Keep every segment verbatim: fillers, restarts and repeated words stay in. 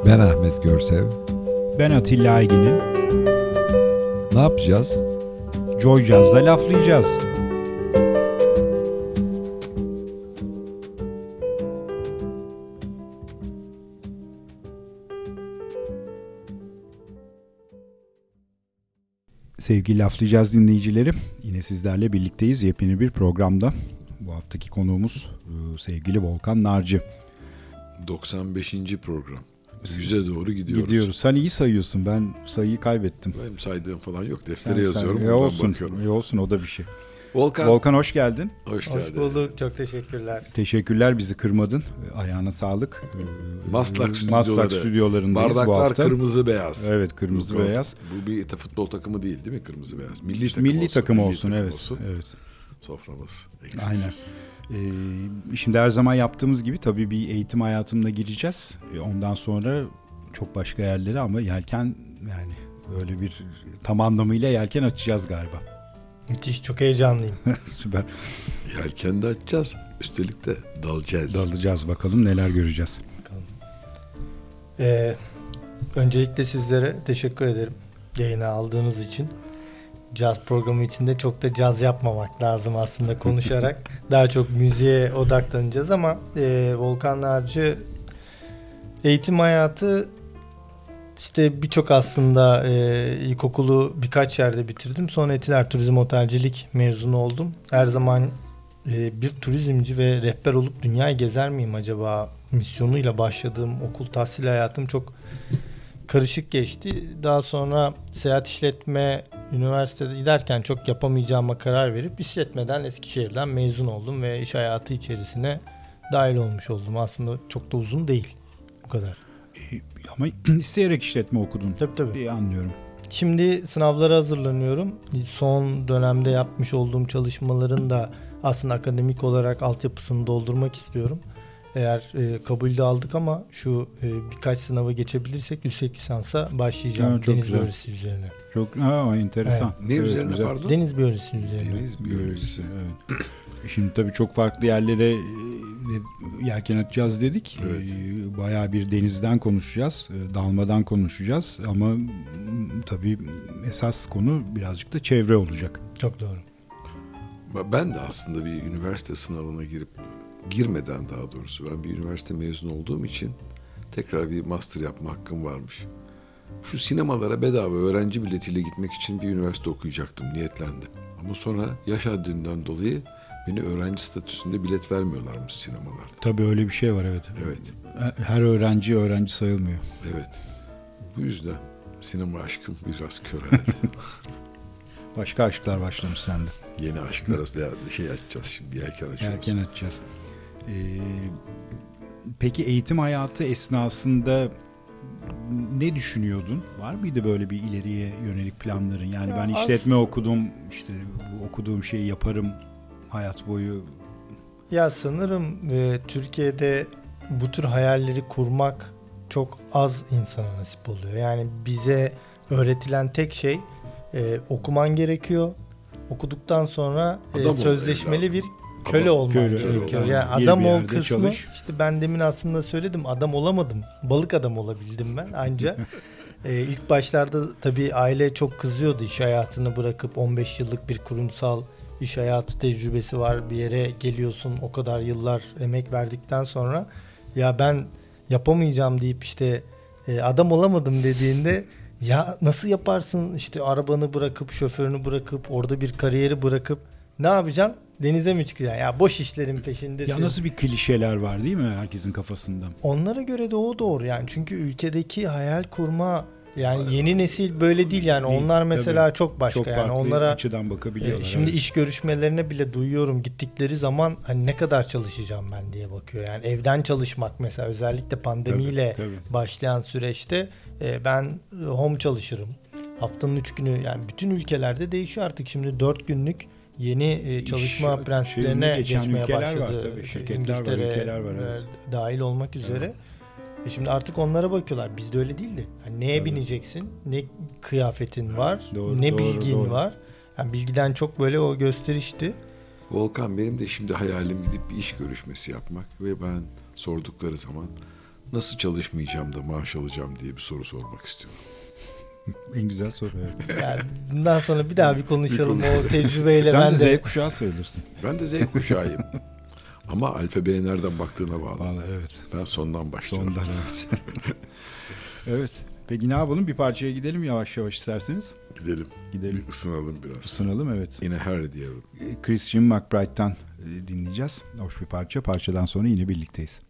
Ben Ahmet Görsev. Ben Atilla Aygin'im. Ne yapacağız? Joy Jazz'da laflayacağız. Sevgili Laflayacağız dinleyicileri, yine sizlerle birlikteyiz yepyeni bir programda. Bu haftaki konuğumuz sevgili Volkan Narcı. doksan beşinci program. Yüze doğru gidiyoruz. Gidiyoruz. Sen iyi sayıyorsun. Ben sayıyı kaybettim. Benim saydığım falan yok. Deftere Sen yazıyorum. say- olsun, bakıyorum. olsun o da bir şey. Volkan. Volkan hoş geldin. Hoş geldin. Hoş bulduk. Çok teşekkürler. Teşekkürler, bizi kırmadın. Ayağına sağlık. Maslak stüdyoları. Maslak stüdyolarındayız bu Bardaklar hafta. kırmızı beyaz. Evet, kırmızı Yok, beyaz. Bu bir futbol takımı değil değil mi, kırmızı beyaz? Milli İşte takım milli olsun. takım milli olsun, takım evet. olsun. Evet. Soframız eksiksiz. Aynen. Ee, şimdi her zaman yaptığımız gibi tabii bir eğitim hayatımına gireceğiz. Ee, ondan sonra çok başka yerlere, ama yelken, yani öyle bir tam anlamıyla yelken açacağız galiba. Müthiş, çok heyecanlıyım. Süper. Yelken de açacağız. Üstelik de dalacağız. Dalacağız, bakalım neler göreceğiz. Bakalım. Ee, öncelikle sizlere teşekkür ederim yayına aldığınız için. Caz programı içinde çok da caz yapmamak lazım aslında konuşarak. Daha çok müziğe odaklanacağız ama e, Volkan Narcı eğitim hayatı işte birçok aslında e, ilkokulu birkaç yerde bitirdim. Sonra Etiler Turizm Otelcilik mezunu oldum. Her zaman e, bir turizmci ve rehber olup dünyayı gezer miyim acaba misyonuyla başladığım okul tahsil hayatım çok karışık geçti. Daha sonra seyahat işletme üniversitede giderken çok yapamayacağıma karar verip işletmeden Eskişehir'den mezun oldum ve iş hayatı içerisine dahil olmuş oldum. Aslında çok da uzun değil. Bu kadar. Ee, ama isteyerek işletme okudun. Tabii tabii. İyi anlıyorum. Şimdi sınavlara hazırlanıyorum. Son dönemde yapmış olduğum çalışmaların da aslında akademik olarak altyapısını doldurmak istiyorum. Eğer e, kabul de aldık ama şu e, birkaç sınavı geçebilirsek yüksek lisansa başlayacağım. Ha, çok Deniz güzel. biyolojisi üzerine. Çok ha, enteresan. Ne Evet, üzerine güzel. pardon? Deniz biyolojisi üzerine. Deniz biyolojisi. Evet. Şimdi tabii çok farklı yerlere e, yelken açacağız dedik. Evet. E, Bayağı bir denizden konuşacağız, e, dalmadan konuşacağız ama m, tabii esas konu birazcık da çevre olacak. Çok doğru. Ben de aslında bir üniversite sınavına girip girmeden daha doğrusu ben bir üniversite mezunu olduğum için tekrar bir master yapma hakkım varmış. Şu sinemalara bedava öğrenci biletiyle gitmek için bir üniversite okuyacaktım, niyetlendim. Ama sonra yaş haddinden dolayı beni öğrenci statüsünde bilet vermiyorlarmış sinemalarda. Tabii öyle bir şey var, evet. Evet. Her öğrenci öğrenci sayılmıyor. Evet. Bu yüzden sinema aşkım biraz kör herhalde. Başka aşklar başlamış sende. Yeni aşklar arasında şey açacağız şimdi, yelken açıyoruz. Yelken açacağız. Ee, peki eğitim hayatı esnasında ne düşünüyordun? Var mıydı böyle bir ileriye yönelik planların? Yani Ya ben işletme aslında... okudum, işte bu okuduğum şeyi yaparım hayat boyu. Ya sanırım e, Türkiye'de bu tür hayalleri kurmak çok az insana nasip oluyor. Yani bize öğretilen tek şey e, okuman gerekiyor. Okuduktan sonra e, sözleşmeli bir köle olman köle, gerekiyor. evet. Yani Bir adam bir ol yerde kısmı çalış. işte ben demin aslında söyledim, adam olamadım. Balık adam olabildim ben anca. e, ilk başlarda tabii aile çok kızıyordu, iş hayatını bırakıp on beş yıllık bir kurumsal iş hayatı tecrübesi var, bir yere geliyorsun, o kadar yıllar emek verdikten sonra ya ben yapamayacağım deyip işte e, adam olamadım dediğinde ya nasıl yaparsın, işte arabanı bırakıp şoförünü bırakıp orada bir kariyeri bırakıp ne yapacaksın, denize mi çıkacaksın, ya boş işlerin peşindesin. Ya nasıl bir klişeler var değil mi herkesin kafasında? Onlara göre de o doğru yani, çünkü ülkedeki hayal kurma yani yeni nesil böyle değil yani, Değil, onlar mesela tabii. çok başka Çok yani farklı onlara açıdan bakabiliyorlar. e, şimdi evet. iş görüşmelerine bile duyuyorum, gittikleri zaman hani ne kadar çalışacağım ben diye bakıyor. Yani evden çalışmak mesela, özellikle pandemiyle Tabii, tabii. başlayan süreçte e, ben home çalışırım. Haftanın üç günü, yani bütün ülkelerde değişiyor artık, şimdi dört günlük yeni e, çalışma İş, prensiplerine geçen geçmeye ülkeler başladı. var tabii, şirketler var, İngiltere, ülkeler var, evet. e, dahil olmak üzere. Evet. E şimdi artık onlara bakıyorlar. Bizde öyle değildi. Yani neye Tabii. bineceksin? Ne kıyafetin var? Doğru, ne doğru, bilgin doğru. var? Yani bilgiden çok böyle o gösterişti. Volkan, benim de şimdi hayalim gidip bir iş görüşmesi yapmak ve ben sordukları zaman nasıl çalışmayacağım da maaş alacağım diye bir soru sormak istiyorum. En güzel soru. Evet. Yani bundan sonra bir daha bir konuşalım o tecrübeyle. Sen Ben de de Z kuşağı sayılırsın. Ben de Z kuşağıyım. Ama alfabeye nereden baktığına bağlı. Vallahi evet. Ben sondan başlıyorum. Sondan evet. Evet. Peki ne yapalım? Bir parçaya gidelim yavaş yavaş isterseniz. Gidelim. Gidelim. Bir ısınalım biraz. Isınalım evet. Yine her diyelim. Christian McBride'dan dinleyeceğiz. Hoş bir parça. Parçadan sonra yine birlikteyiz.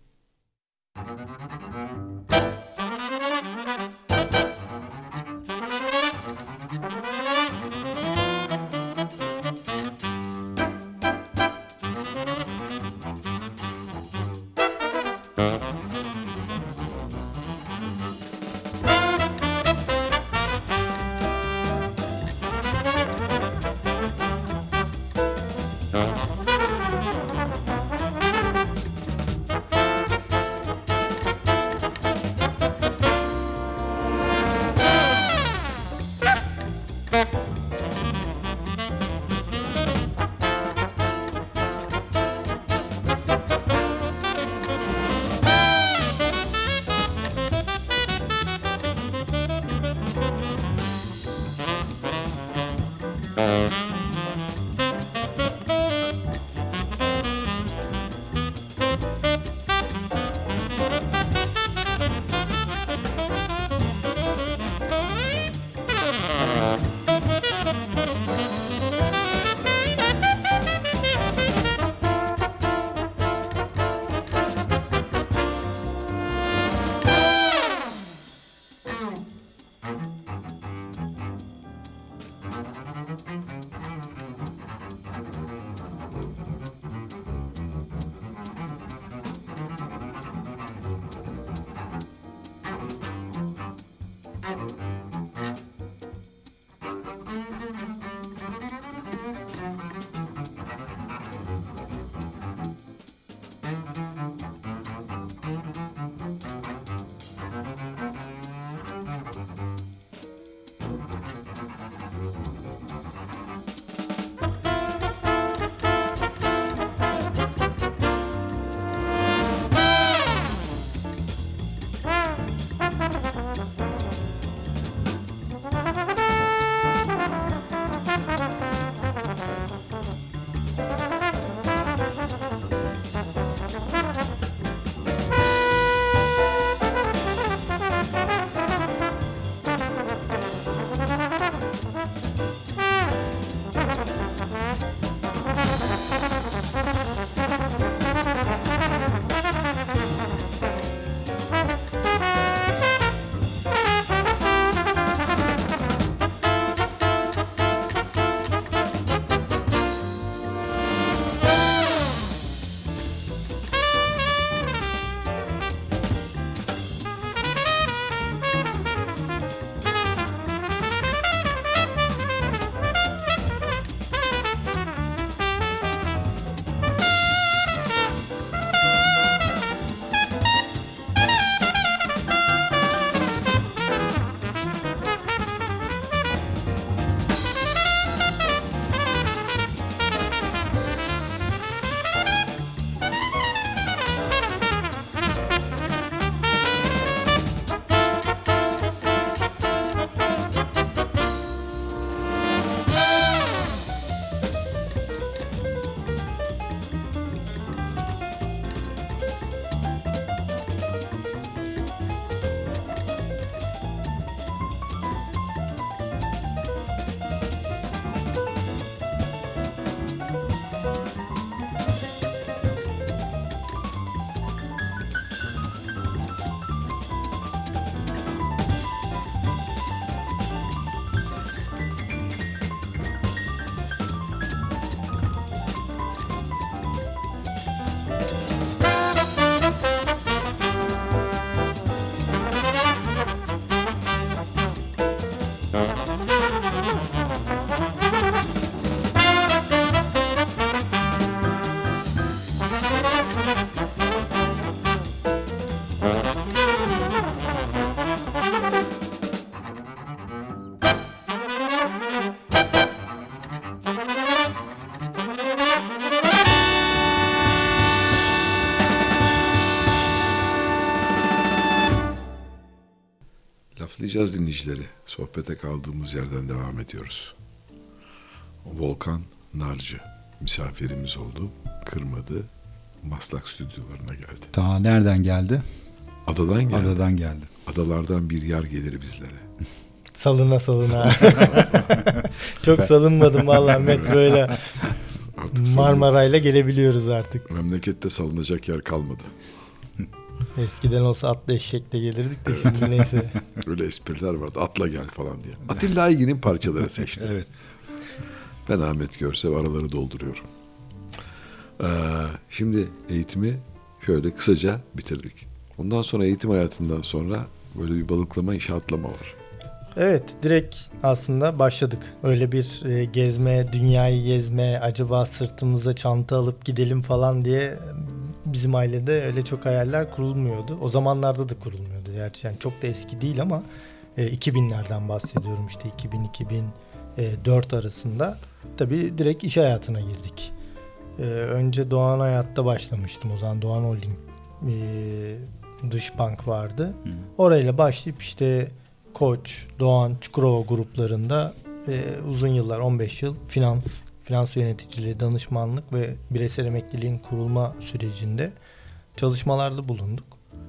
Hatırlayacağız dinleyicileri. Sohbete kaldığımız yerden devam ediyoruz. Volkan Narcı misafirimiz oldu. Kırmadı. Maslak stüdyolarına geldi. Ta nereden geldi? Adadan geldi. Adadan geldi. Adalardan bir yer gelir bizlere. Salına salına. Çok salınmadım vallahi metroyla. Artık Marmaray'la gelebiliyoruz artık. salın- memlekette salınacak yer kalmadı. Eskiden olsa atla eşekle gelirdik de şimdi neyse. Öyle espriler vardı. Atla gel falan diye. Atilla Aygin'in parçaları seçti. Evet. Ben Ahmet Görsev araları dolduruyorum. Ee, şimdi eğitimi şöyle kısaca bitirdik. Ondan sonra eğitim hayatından sonra böyle bir balıklama, işe atlama var. Evet, direkt aslında başladık. Öyle bir e, gezme, dünyayı gezme, acaba sırtımıza çanta alıp gidelim falan diye bizim ailede öyle çok hayaller kurulmuyordu. O zamanlarda da kurulmuyordu gerçi. Yani çok da eski değil ama e, iki binlerden bahsediyorum işte iki bin iki bin dört arasında. Tabii direkt iş hayatına girdik. E, önce Doğan Hayat'ta başlamıştım. O zaman Doğan Holding e, dış bank vardı. Hı. Orayla başlayıp işte Koç, Doğan, Çukurova gruplarında e, uzun yıllar on beş yıl finans, finans yöneticiliği, danışmanlık ve bireysel emekliliğin kurulma sürecinde çalışmalarda bulunduk.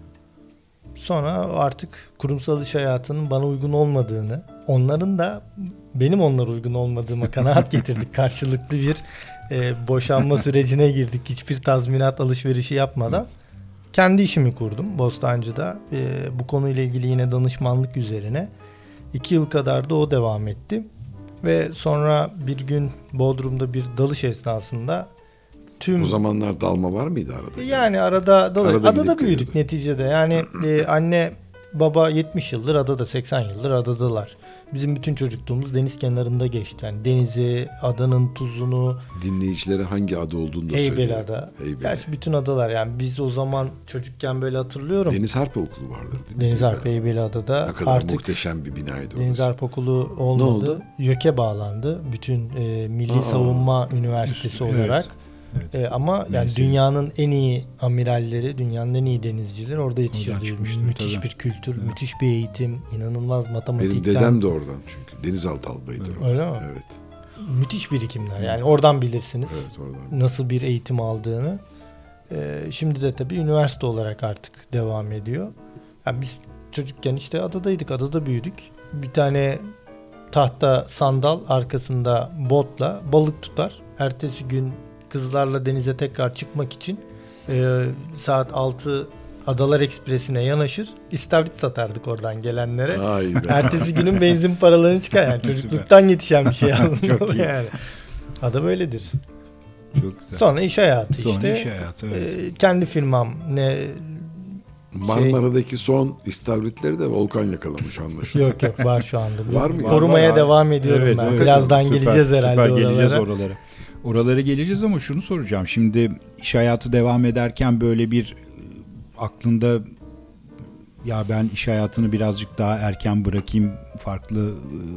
Sonra artık kurumsal iş hayatının bana uygun olmadığını, onların da benim onlara uygun olmadığıma kanaat getirdik. Karşılıklı bir e, boşanma sürecine girdik. Hiçbir tazminat alışverişi yapmadan. Kendi işimi kurdum Bostancı'da. Ee, bu konuyla ilgili yine danışmanlık üzerine. iki yıl kadar da o devam etti. Ve sonra bir gün Bodrum'da bir dalış esnasında tüm... O zamanlar dalma var mıydı arada? Yani arada dalış. Arada Adada gidip büyüdük geliyordu. neticede. Yani e, anne baba yetmiş yıldır adada, seksen yıldır adadalar. Bizim bütün çocukluğumuz deniz kenarında geçti. Yani denizi, adanın tuzunu, Dinleyicilere hangi adı olduğunu da söyleyelim. Heybeliada. Heybeli. Gerçi bütün adalar yani biz o zaman çocukken böyle hatırlıyorum. Deniz Harp Okulu vardır değil mi? Deniz Harp Heybeliada'da Ne kadar artık muhteşem bir binaydı Deniz orası. Harp Okulu olmadı. Ne oldu? YÖK'e bağlandı. Bütün e, Milli Aa, Savunma Üniversitesi evet. olarak. Evet. E, ama yani Neyse. dünyanın en iyi amiralleri, dünyanın en iyi denizcileri orada yetiştirdi. çıkmıştır, Müthiş tabii. bir kültür, Evet. müthiş bir eğitim, inanılmaz matematikten. Benim dedem de oradan çünkü. Denizaltı albayıdır o. Öyle mi? Evet. Müthiş birikimler. Yani oradan bilirsiniz. Evet oradan. Nasıl bir eğitim aldığını. Ee, şimdi de tabii üniversite olarak artık devam ediyor. Yani biz çocukken işte adadaydık, adada büyüdük. Bir tane tahta sandal arkasında botla balık tutar. Ertesi gün kızlarla denize tekrar çıkmak için e, saat altı Adalar Ekspresi'ne yanaşır. İstavrit satardık oradan gelenlere. Ay be. Ertesi günün benzin paralarını çıkar. Yani çocukluktan yetişen bir şey aslında. Çok iyi. Yani. Ada böyledir. Çok güzel. Sonra iş hayatı Sonra işte. iş hayatı, evet. Ee, kendi firmam ne Marmara'daki son istavritleri de Volkan yakalamış anlaşılan. yok yok var şu anda. Var mı? Korumaya Var, var. devam ediyorum Evet, ben. evet. Birazdan Süper, geleceğiz herhalde süper, geleceğiz oralara. oralara. Oralara geleceğiz ama şunu soracağım. Şimdi iş hayatı devam ederken böyle bir e, aklında ya ben iş hayatını birazcık daha erken bırakayım, farklı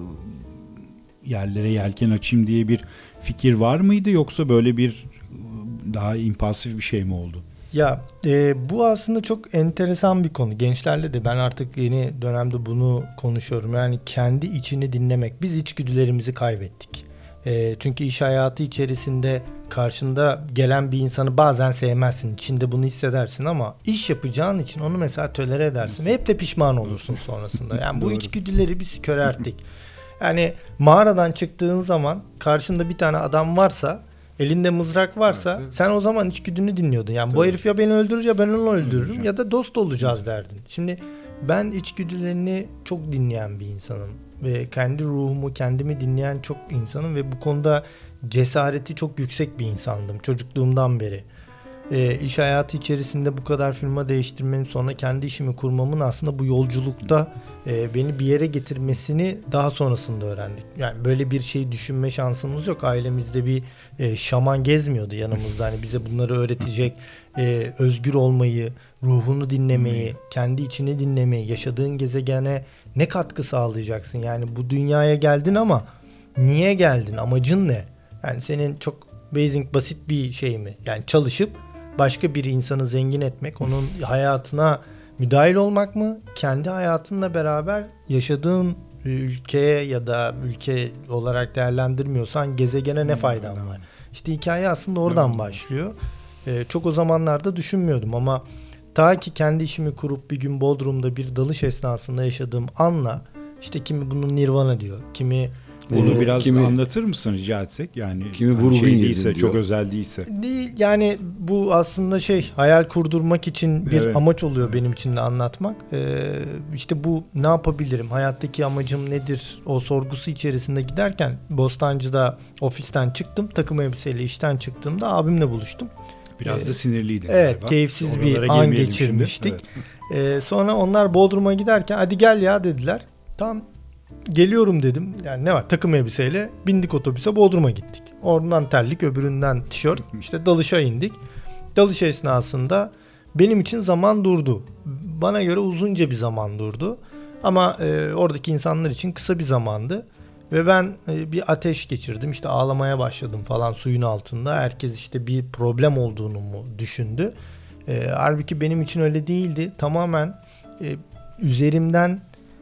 e, yerlere yelken açayım diye bir fikir var mıydı, yoksa böyle bir e, daha impulsif bir şey mi oldu? Ya e, bu aslında çok enteresan bir konu. Gençlerle de ben artık yeni dönemde bunu konuşuyorum. Yani kendi içini dinlemek. Biz içgüdülerimizi kaybettik. E, çünkü iş hayatı içerisinde karşında gelen bir insanı bazen sevmezsin. İçinde bunu hissedersin ama iş yapacağın için onu mesela tolere edersin. Ve hep de pişman olursun sonrasında. Yani bu Doğru. içgüdüleri biz körelttik. Yani mağaradan çıktığın zaman karşında bir tane adam varsa, elinde mızrak varsa Evet. sen o zaman içgüdünü dinliyordun. Yani bu Tabii. herif ya beni öldürür ya ben onu öldürürüm Öldüreceğim. ya da dost olacağız derdin. Şimdi ben içgüdülerini çok dinleyen bir insanım ve kendi ruhumu, kendimi dinleyen çok insanım ve bu konuda cesareti çok yüksek bir insandım çocukluğumdan beri. E, iş hayatı içerisinde bu kadar firma değiştirmenin, sonra kendi işimi kurmamın aslında bu yolculukta e, beni bir yere getirmesini daha sonrasında öğrendik. Yani böyle bir şey düşünme şansımız yok. Ailemizde bir e, şaman gezmiyordu yanımızda. Hani bize bunları öğretecek, e, özgür olmayı, ruhunu dinlemeyi, kendi içini dinlemeyi, yaşadığın gezegene ne katkı sağlayacaksın? Yani bu dünyaya geldin ama niye geldin? Amacın ne? Yani senin çok basic, basit bir şey mi? Yani çalışıp başka bir insanı zengin etmek, onun hayatına müdahil olmak mı? Kendi hayatınla beraber yaşadığın ülkeye ya da ülke olarak değerlendirmiyorsan gezegene ne faydan var? İşte hikaye aslında oradan evet. başlıyor. Ee, çok o zamanlarda düşünmüyordum ama ta ki kendi işimi kurup bir gün Bodrum'da bir dalış esnasında yaşadığım anla, işte kimi bunu Nirvana diyor, kimi bunu e, biraz kimi, anlatır mısın rica etsek? Yani kimi vurgun şey değilse, diyor. çok özel değilse. Değil yani, bu aslında şey, hayal kurdurmak için bir evet. amaç oluyor evet. benim için de anlatmak. Ee, işte bu ne yapabilirim, hayattaki amacım nedir, o sorgusu içerisinde giderken Bostancı'da ofisten çıktım, takım elbiseyle işten çıktığımda abimle buluştum. Biraz ee, da sinirliydi. Evet galiba. keyifsiz Oralara bir an geçirmiştik. Evet. Ee, sonra onlar Bodrum'a giderken hadi gel ya dediler. Tamam geliyorum dedim. Yani ne var, takım elbiseyle bindik otobüse, Bodrum'a gittik. Oradan terlik, öbüründen tişört, işte dalışa indik. Dalış esnasında benim için zaman durdu. Bana göre uzunca bir zaman durdu. Ama e, oradaki insanlar için kısa bir zamandı. Ve ben e, bir ateş geçirdim. İşte ağlamaya başladım falan suyun altında. Herkes işte bir problem olduğunu mu düşündü. E, halbuki benim için öyle değildi. Tamamen e, üzerimden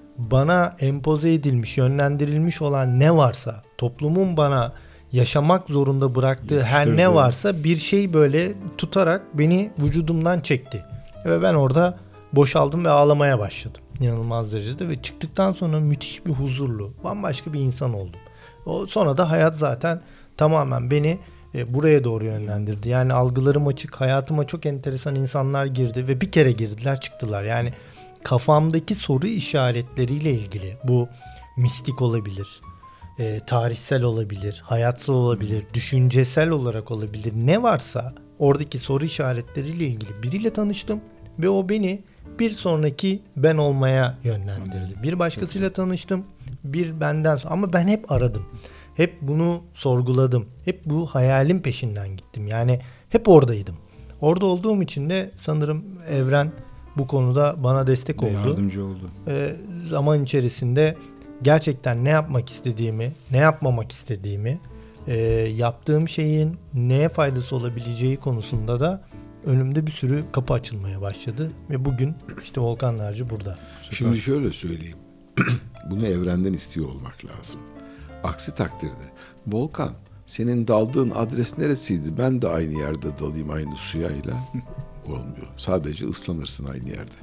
bana empoze edilmiş, yönlendirilmiş olan ne varsa, toplumun bana yaşamak zorunda bıraktığı Yapıştırdı. her ne varsa bir şey böyle tutarak beni vücudumdan çekti. Ve ben orada boşaldım ve ağlamaya başladım. İnanılmaz derecede ve çıktıktan sonra müthiş bir huzurlu, bambaşka bir insan oldum. O sonra da hayat zaten tamamen beni e, buraya doğru yönlendirdi. Yani algılarım açık, hayatıma çok enteresan insanlar girdi ve bir kere girdiler, çıktılar. Yani kafamdaki soru işaretleriyle ilgili, bu mistik olabilir, e, tarihsel olabilir, hayatsal olabilir, düşüncesel olarak olabilir. Ne varsa oradaki soru işaretleriyle ilgili biriyle tanıştım ve o beni bir sonraki ben olmaya yönlendirdi. Bir başkasıyla tanıştım, bir benden sonra, ama ben hep aradım. Hep bunu sorguladım. Hep bu hayalin peşinden gittim. Yani hep oradaydım. Orada olduğum için de sanırım evren bu konuda bana destek oldu. Yardımcı oldu. Ee, zaman içerisinde gerçekten ne yapmak istediğimi, ne yapmamak istediğimi, e, yaptığım şeyin neye faydası olabileceği konusunda da önümde bir sürü kapı açılmaya başladı. Ve bugün işte Volkan Narcı burada. Süper. Şimdi şöyle söyleyeyim. Bunu evrenden istiyor olmak lazım. Aksi takdirde Volkan, senin daldığın adres neresiydi? Ben de aynı yerde dalayım aynı suyayla. Olmuyor. Sadece ıslanırsın aynı yerde.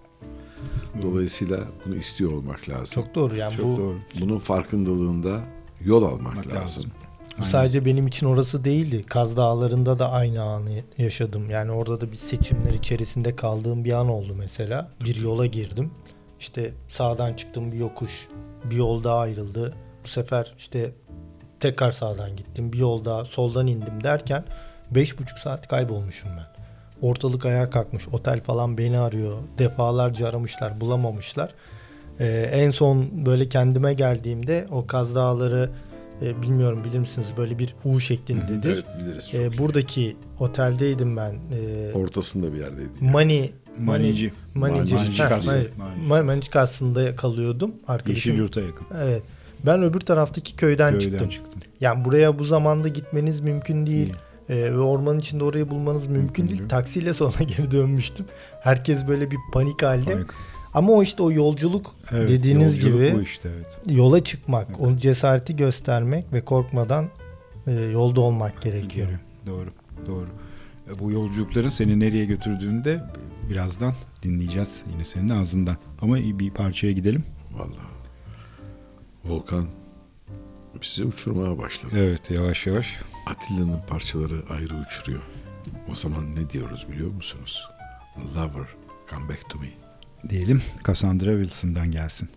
Dolayısıyla bunu istiyor olmak lazım. Çok doğru yani. Çok bu doğru. Bunun farkındalığında yol almak lazım. lazım. Bu sadece benim için orası değildi. Kaz Dağları'nda da aynı anı yaşadım. Yani orada da bir seçimler içerisinde kaldığım bir an oldu mesela. Bir yola girdim. İşte sağdan çıktım, bir yokuş. Bir yol daha ayrıldı. Bu sefer işte tekrar sağdan gittim. Bir yol daha soldan indim derken beş buçuk saat kaybolmuşum ben. Ortalık ayağa kalkmış. Otel falan beni arıyor. Defalarca aramışlar, bulamamışlar. Ee, en son böyle kendime geldiğimde o Kaz Dağları, e, bilmiyorum bilir misiniz, böyle bir U şeklindedir. Evet, biliriz. Ee, buradaki oteldeydim ben. Ee, Ortasında bir yerdeydim. Mani Manici. Manici. Manici Ha, Kası. Mani, Manici Kası'nda kalıyordum. Arkadaşım. Yeşilyurt'a yakın. Evet. Ben öbür taraftaki köyden, köyden çıktım. çıktın. Yani buraya bu zamanda gitmeniz mümkün değil. değil. Ee, ve ormanın içinde orayı bulmanız mümkün, mümkün değil. değil. Taksiyle sonra geri dönmüştüm. Herkes böyle bir panik halde. Panik. Ama o işte o yolculuk, evet, dediğiniz yolculuk gibi işte, evet. Yola çıkmak, evet. O cesareti göstermek ve korkmadan e, yolda olmak gerekiyor. Doğru, doğru. Bu yolculukların seni nereye götürdüğünü de birazdan dinleyeceğiz yine senin ağzından. Ama bir parçaya gidelim. Vallahi Volkan bizi uçurmaya başladı. Evet, yavaş yavaş. Atilla'nın parçaları ayrı uçuruyor. O zaman ne diyoruz biliyor musunuz? Lover, come back to me. Diyelim, Cassandra Wilson'dan gelsin.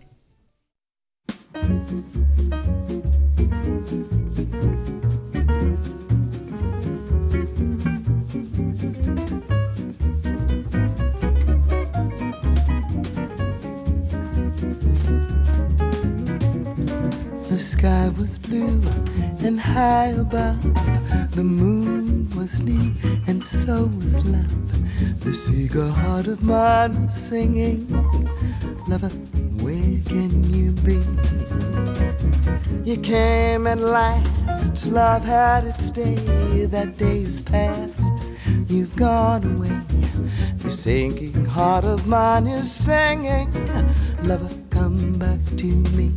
The sky was blue and high above. The moon was new and so was love. The seagull heart of mine was singing, lover, where can you be? You came at last, love had its day. That day is past, you've gone away. The sinking heart of mine is singing, lover, come back to me.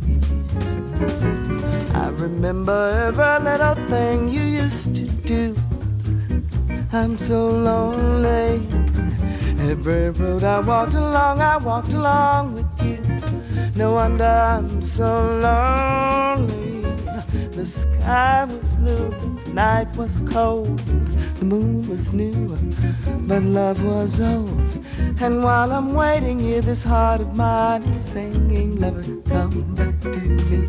I remember every little thing you used to do. I'm so lonely. Every road I walked along, I walked along with you. No wonder I'm so lonely. The sky was blue, the night was cold, the moon was new, but love was old. And while I'm waiting here, this heart of mine is singing, lover, come back to me.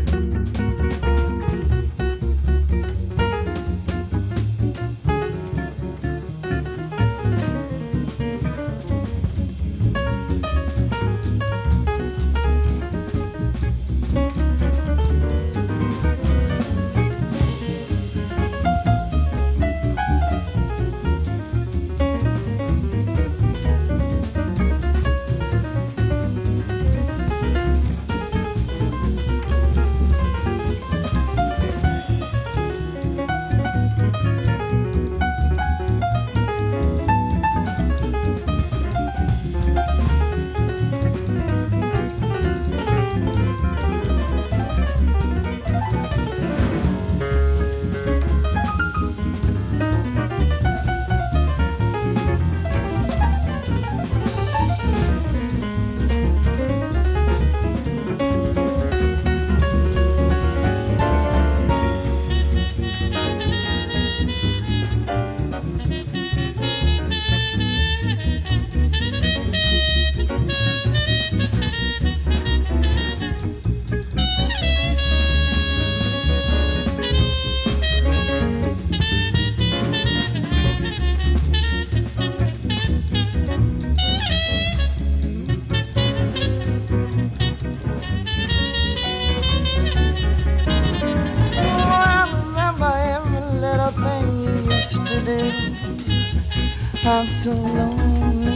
I'm so lonely.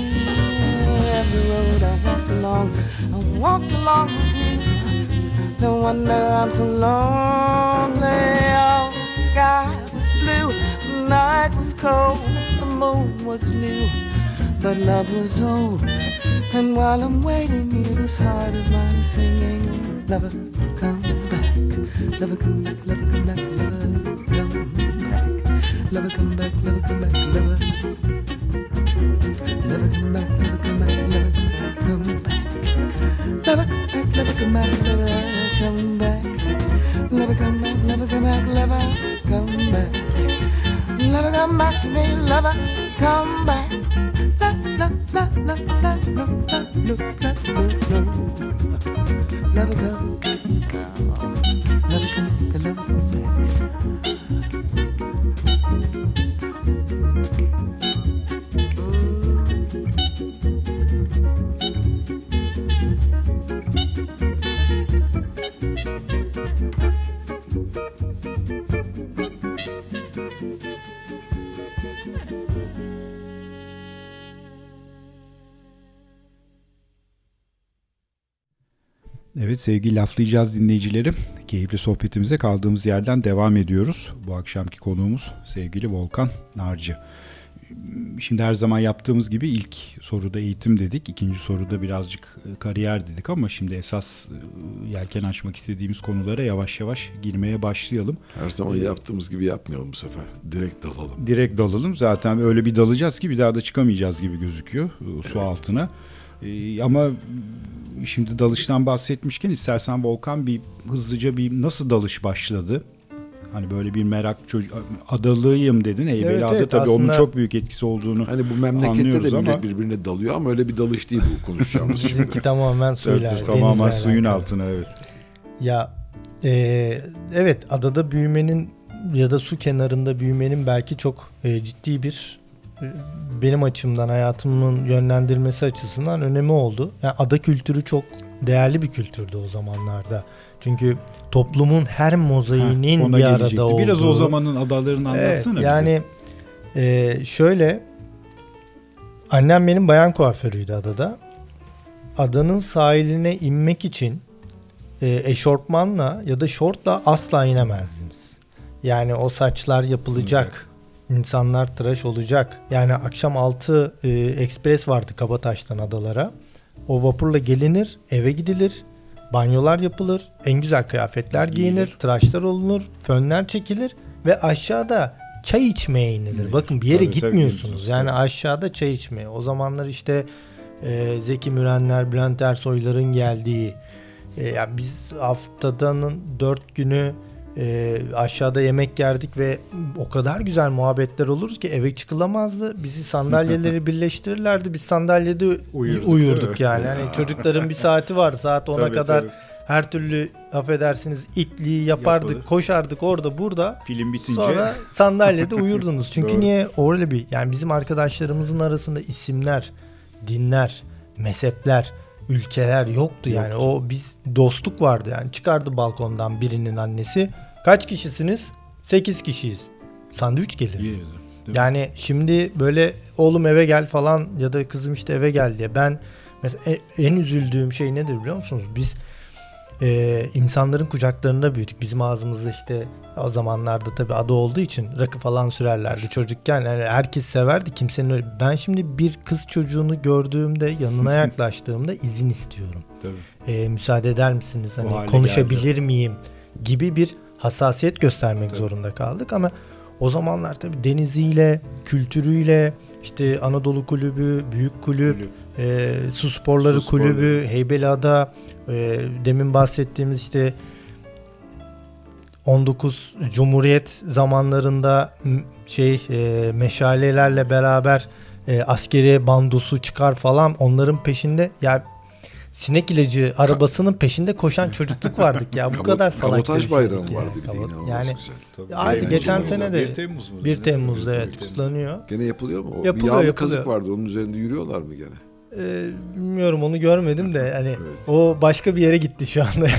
Every road I walked along, I walked along with you. No wonder I'm so lonely. Oh, the sky was blue, the night was cold, the moon was new, but love was old. And while I'm waiting here, this heart of mine is singing, lover, come back, lover, come back, lover, come back, lover, come back, lover, come back, lover, come back, lover. Lover come back, lover come back, lover come back. Lover come back, lover come back, lover come back. Lover come back, lover come back, lover come back. Lover come back to me, lover come back. Love, love, love, love, love, love, love, love, love, love. Lover come back, lover come back, lover come back. Evet sevgili laflayacağız dinleyicileri. Keyifli sohbetimize kaldığımız yerden devam ediyoruz. Bu akşamki konuğumuz sevgili Volkan Narcı. Şimdi her zaman yaptığımız gibi ilk soruda eğitim dedik. İkinci soruda birazcık kariyer dedik ama şimdi esas yelken açmak istediğimiz konulara yavaş yavaş girmeye başlayalım. Her zaman yaptığımız gibi yapmayalım bu sefer. Direkt dalalım. Direkt dalalım. Zaten öyle bir dalacağız ki bir daha da çıkamayacağız gibi gözüküyor su evet. altına. Ee, ama şimdi dalıştan bahsetmişken istersen Volkan bir hızlıca bir nasıl dalış başladı? Hani böyle bir merak çocuk adalıyım dedin. Heybeli evet, Ada evet, tabii onun çok büyük etkisi olduğunu hani bu memlekette de ama... birbirine dalıyor ama öyle bir dalış değil bu konuşacağımız şimdi. Bizimki tamamen suyla. Evet, tamamen suyun alakalı. Altına evet. Ya e, evet adada büyümenin ya da su kenarında büyümenin belki çok e, ciddi bir e, benim açımdan hayatımın yönlendirmesi açısından önemi oldu. Yani ada kültürü çok değerli bir kültürdü o zamanlarda. Çünkü toplumun her mozaiğinin ha, bir arada olduğu. Biraz o zamanın adalarını anlatsana evet, yani e, şöyle annem benim bayan kuaförüydü adada. Adanın sahiline inmek için e, eşortmanla ya da şortla asla inemezdiniz. Yani o saçlar yapılacak. Evet. İnsanlar tıraş olacak. Yani akşam altı e, ekspres vardı Kabataş'tan adalara. O vapurla gelinir, eve gidilir. banyolar yapılır, en güzel kıyafetler giyinir, Giyilir. tıraşlar olunur, fönler çekilir ve aşağıda çay içmeye inilir. Evet. Bakın bir yere Tabii, tabii, gitmiyorsunuz. gidiyorsunuz. Yani Tabii. aşağıda çay içmeye. O zamanlar işte e, Zeki Mürenler, Bülent Ersoy'ların geldiği, e, ya biz haftanın dört günü e, aşağıda yemek yerdik ve o kadar güzel muhabbetler olur ki eve çıkılamazdı. Bizi sandalyeleri birleştirirlerdi. Biz sandalyede Uyurduk, uyurduk, değil mi? yani. Yani çocukların bir saati var. Saat ona Tabii, kadar tabii. her türlü affedersiniz ipliği yapardık, Yapılır. koşardık orada burada. Film bitince Sonra sandalyede uyurdunuz. Çünkü Doğru. niye? Öyle bir, yani bizim arkadaşlarımızın arasında isimler, dinler, mezhepler, ülkeler yoktu yani. Yoktu. O biz dostluk vardı yani. Çıkardı balkondan birinin annesi. Kaç kişisiniz? sekiz kişiyiz. Sandviç gelir. Yeriz, değil mi? Yani şimdi böyle oğlum eve gel falan ya da kızım işte eve gel diye. Ben mesela en, en üzüldüğüm şey nedir biliyor musunuz? Biz e, insanların kucaklarında büyüdük. Bizim ağzımızda işte o zamanlarda tabii adı olduğu için rakı falan sürerlerdi çocukken. Yani herkes severdi, kimsenin öyle. Ben şimdi bir kız çocuğunu gördüğümde, yanına yaklaştığımda izin istiyorum. Tabii. E, müsaade eder misiniz? O Hani hale konuşabilir geldi. miyim gibi bir hassasiyet göstermek Tabii. zorunda kaldık ama o zamanlar tabii deniziyle, kültürüyle, işte Anadolu Kulübü, Büyük Kulüp, Kulüp. e, Su Sporları Su Kulübü, sporları. Heybeliada, e, demin bahsettiğimiz işte on dokuz Cumhuriyet zamanlarında m- şey e, meşalelerle beraber e, askeri bandosu çıkar falan, onların peşinde ya sinek ilacı arabasının peşinde koşan çocukluk vardık ya. Bu Kabot- kadar salakça Kabotaj bir şeydik bayramı ya. vardı bir de Kabot- inanılmaz yani güzel. Tabii. Aynı Eğlenceli geçen oldu. sene de bir Temmuz mu? bir Temmuz'da Evet, evet bir Temmuz. kutlanıyor. Gene yapılıyor mu? O Yapılıyor, bir yağlı yapılıyor. kazık vardı, onun üzerinde yürüyorlar mı gene? Ee, bilmiyorum, onu görmedim de hani Evet. o başka bir yere gitti şu anda.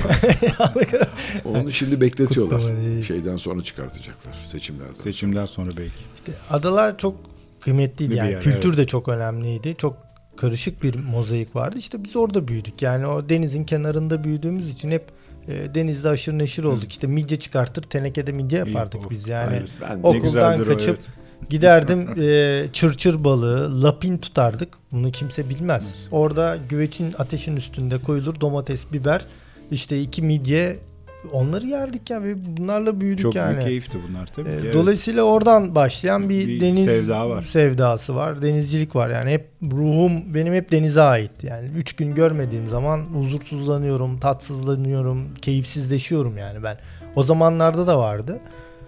Onu şimdi bekletiyorlar. Kutlama değil. Şeyden sonra çıkartacaklar, seçimlerden. Seçimden sonra belki. İşte adalar çok kıymetliydi Bir yani. yer, Kültür evet. de çok önemliydi. Çok karışık bir mozaik vardı. İşte biz orada büyüdük. Yani o denizin kenarında büyüdüğümüz için hep e, denizde aşırı neşir olduk. İşte midye çıkartır, tenekede midye yapardık İyi, biz o- yani. evet. Ben de Okuldan güzeldir o, kaçıp evet. giderdim e, çırçır balığı, lapin tutardık. Bunu kimse bilmez. Orada güvecin ateşin üstünde koyulur domates, biber, işte iki midye, onları yerdik ya ve bunlarla büyüdük Çok yani. büyük keyifti bunlar tabii. Ee, ki, evet. Dolayısıyla oradan başlayan bir, Bir deniz sevda var. sevdası var. Denizcilik var. Yani hep ruhum benim hep denize ait. Yani üç gün görmediğim zaman huzursuzlanıyorum, tatsızlanıyorum, keyifsizleşiyorum yani ben. O zamanlarda da vardı.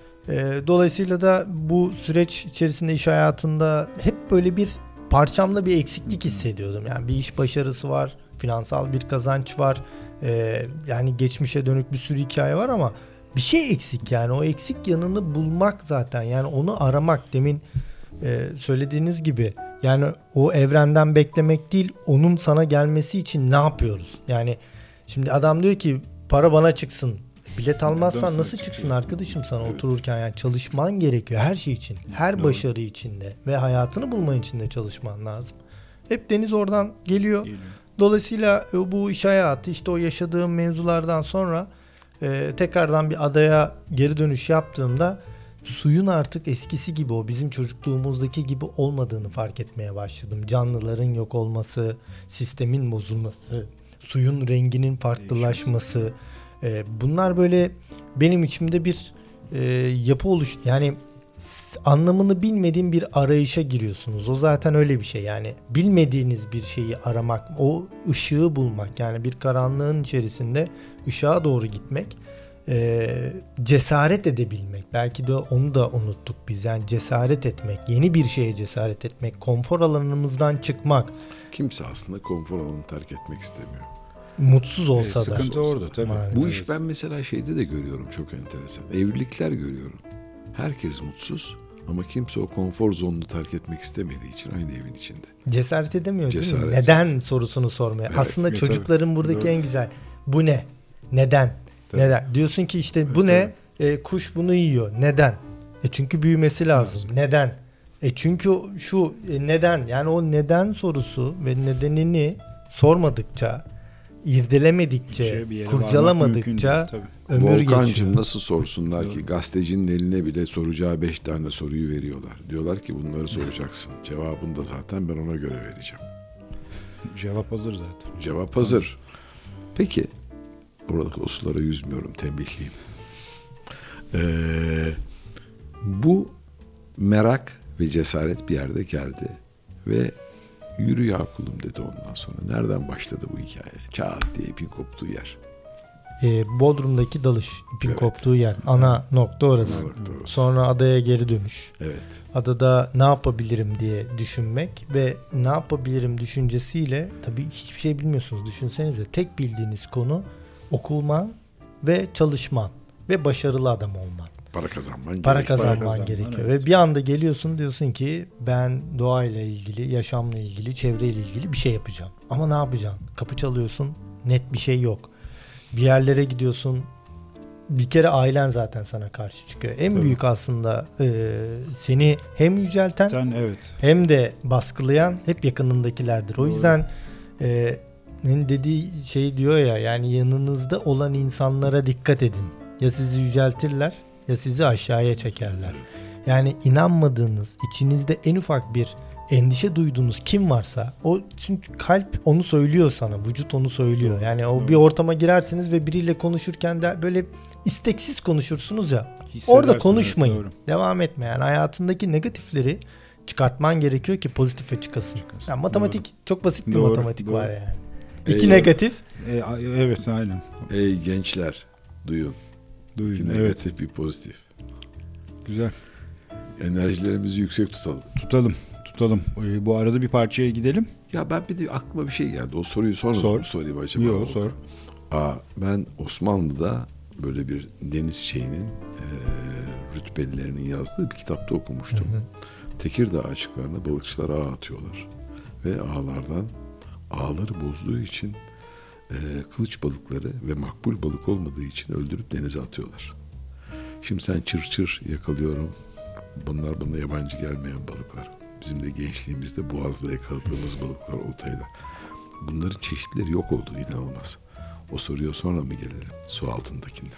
Ee, dolayısıyla da bu süreç içerisinde iş hayatında hep böyle bir parçamda bir eksiklik hissediyordum. Yani bir iş başarısı var, finansal bir kazanç var. Ee, yani geçmişe dönük bir sürü hikaye var ama bir şey eksik yani. O eksik yanını bulmak zaten. Yani onu aramak. Demin e, söylediğiniz gibi yani o evrenden beklemek değil, onun sana gelmesi için ne yapıyoruz? Yani şimdi adam diyor ki para bana çıksın. Bilet almazsan Nasıl nasıl çıkıyor? çıksın arkadaşım sana Evet. otururken? Yani çalışman gerekiyor her şey için. Her Doğru. başarı içinde ve hayatını bulman için de çalışman lazım. Hep deniz oradan geliyor. Geliyor. Dolayısıyla bu iş hayatı, işte o yaşadığım mevzulardan sonra e, tekrardan bir adaya geri dönüş yaptığımda suyun artık eskisi gibi, o bizim çocukluğumuzdaki gibi olmadığını fark etmeye başladım. Canlıların yok olması, sistemin bozulması, suyun renginin farklılaşması, e, bunlar böyle benim içimde bir e, yapı oluştu. Yani s- anlamını bilmediğim bir arayışa giriyorsunuz. O zaten öyle bir şey yani. Bilmediğiniz bir şeyi aramak, o ışığı bulmak. Yani bir karanlığın içerisinde ışığa doğru gitmek, e, cesaret edebilmek. Belki de onu da unuttuk biz. Yani cesaret etmek, yeni bir şeye cesaret etmek, konfor alanımızdan çıkmak. Kimse aslında konfor alanını terk etmek istemiyor. Mutsuz olsa E, da. sıkıntı orada tabii. Maalesef. Bu iş ben mesela şeyde de görüyorum, çok enteresan. Evlilikler görüyorum. Herkes mutsuz ama kimse o konfor zonunu terk etmek istemediği için aynı evin içinde. Cesaret edemiyor değil mi? Cesaret. Neden sorusunu sormaya. Evet, Aslında evet, çocukların buradaki Doğru. en güzel. Bu ne? Neden? Tabii. Neden? Diyorsun ki işte bu ne? E, kuş bunu yiyor. Neden? E çünkü büyümesi lazım. Lazım. Neden? E çünkü şu e, neden? Yani o neden sorusu ve nedenini sormadıkça, irdelemedikçe, Şey, bir yere varmak mümkün kurcalamadıkça değil, tabii. ömür Volkancığım geçiyor. nasıl sorsunlar ki, gazetecinin eline bile soracağı beş tane soruyu veriyorlar. Diyorlar ki bunları soracaksın. Cevabını da zaten ben ona göre vereceğim. Cevap hazır zaten. Cevap hazır. Peki oradaki o sulara yüzmüyorum, tembihliyim. Ee, bu merak ve cesaret bir yerde geldi ve yürü ya kulum dedi ondan sonra. Nereden başladı bu hikaye? Çat diye ipin koptuğu yer. Ee, Bodrum'daki dalış, ipin Evet. koptuğu yer. Ana nokta orası. Ana nokta orası. Sonra adaya geri dönüş. Evet. Adada ne yapabilirim diye düşünmek ve ne yapabilirim düşüncesiyle, tabii hiçbir şey bilmiyorsunuz. Düşünsenize, tek bildiğiniz konu okulman ve çalışman ve başarılı adam olman. Para kazanman Para gerek. kazanman kazanman, gerekiyor. evet. Ve bir anda geliyorsun, diyorsun ki ben doğayla ilgili, yaşamla ilgili, çevreyle ilgili bir şey yapacağım. Ama ne yapacaksın? Kapı çalıyorsun, net bir şey yok. Bir yerlere gidiyorsun, bir kere ailen zaten sana karşı çıkıyor. En Tabii. büyük aslında e, seni hem yücelten Sen evet. hem de baskılayan hep yakınındakilerdir. O Doğru. yüzden e, dediği şey diyor ya, yani yanınızda olan insanlara dikkat edin. Ya sizi yüceltirler ya sizi aşağıya çekerler. Yani inanmadığınız, içinizde en ufak bir endişe duyduğunuz kim varsa, o çünkü kalp onu söylüyor sana, vücut onu söylüyor. Yani o bir ortama girersiniz ve biriyle konuşurken de böyle isteksiz konuşursunuz ya. Hissedersin, Orada evet, konuşmayın. doğru. Devam etme. Yani hayatındaki negatifleri çıkartman gerekiyor ki pozitife çıkasın. Yani matematik çok basit bir Doğru, matematik doğru. var yani. Ey- İki negatif. E, a- evet aynen. Ey gençler, duyun. Bir Duyun. Evet. negatif, bir pozitif. Güzel. Enerjilerimizi yüksek tutalım. Tutalım. Tutalım. E, bu arada bir parçaya gidelim. Ya ben bir de aklıma bir şey geldi. O soruyu sonra Sor. mı sorayım acaba? Yok sor. Aa, ben Osmanlı'da böyle bir deniz şeyinin e, rütbelilerinin yazdığı bir kitapta okumuştum. Hı hı. Tekirdağ açıklarına balıkçılar ağ atıyorlar. Ve ağlardan ağları bozduğu için e, kılıç balıkları ve makbul balık olmadığı için öldürüp denize atıyorlar. Şimdi sen çır çır yakalıyorum. Bunlar bana yabancı gelmeyen balıklar. Bizim de gençliğimizde boğazda yakaladığımız balıklar oltayla. Bunların çeşitleri yok oldu, inanılmaz. O soruya sonra mı gelelim? Su altındakinden.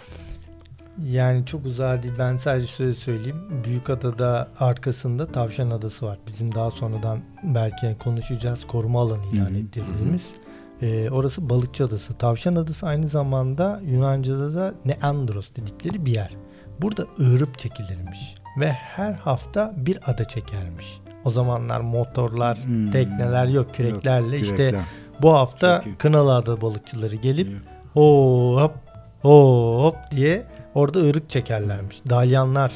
Yani çok uzağa değil. Ben sadece şöyle söyleyeyim. Büyükada'da arkasında Tavşan Adası var. Bizim daha sonradan belki konuşacağız. Koruma alanı ilan Hı hı. ettirdiğimiz. Ee, orası Balıkçı Adası. Tavşan Adası aynı zamanda Yunanca'da da Neandros dedikleri bir yer. Burada ığırıp çekilirmiş. Ve her hafta bir ada çekermiş. O zamanlar motorlar, Hmm. tekneler yok, küreklerle. Yok, işte kürekler. bu hafta Çok iyi. Kınalıada balıkçıları gelip İyi. hop hop diye orada ırık çekerlermiş. Dalyanlar,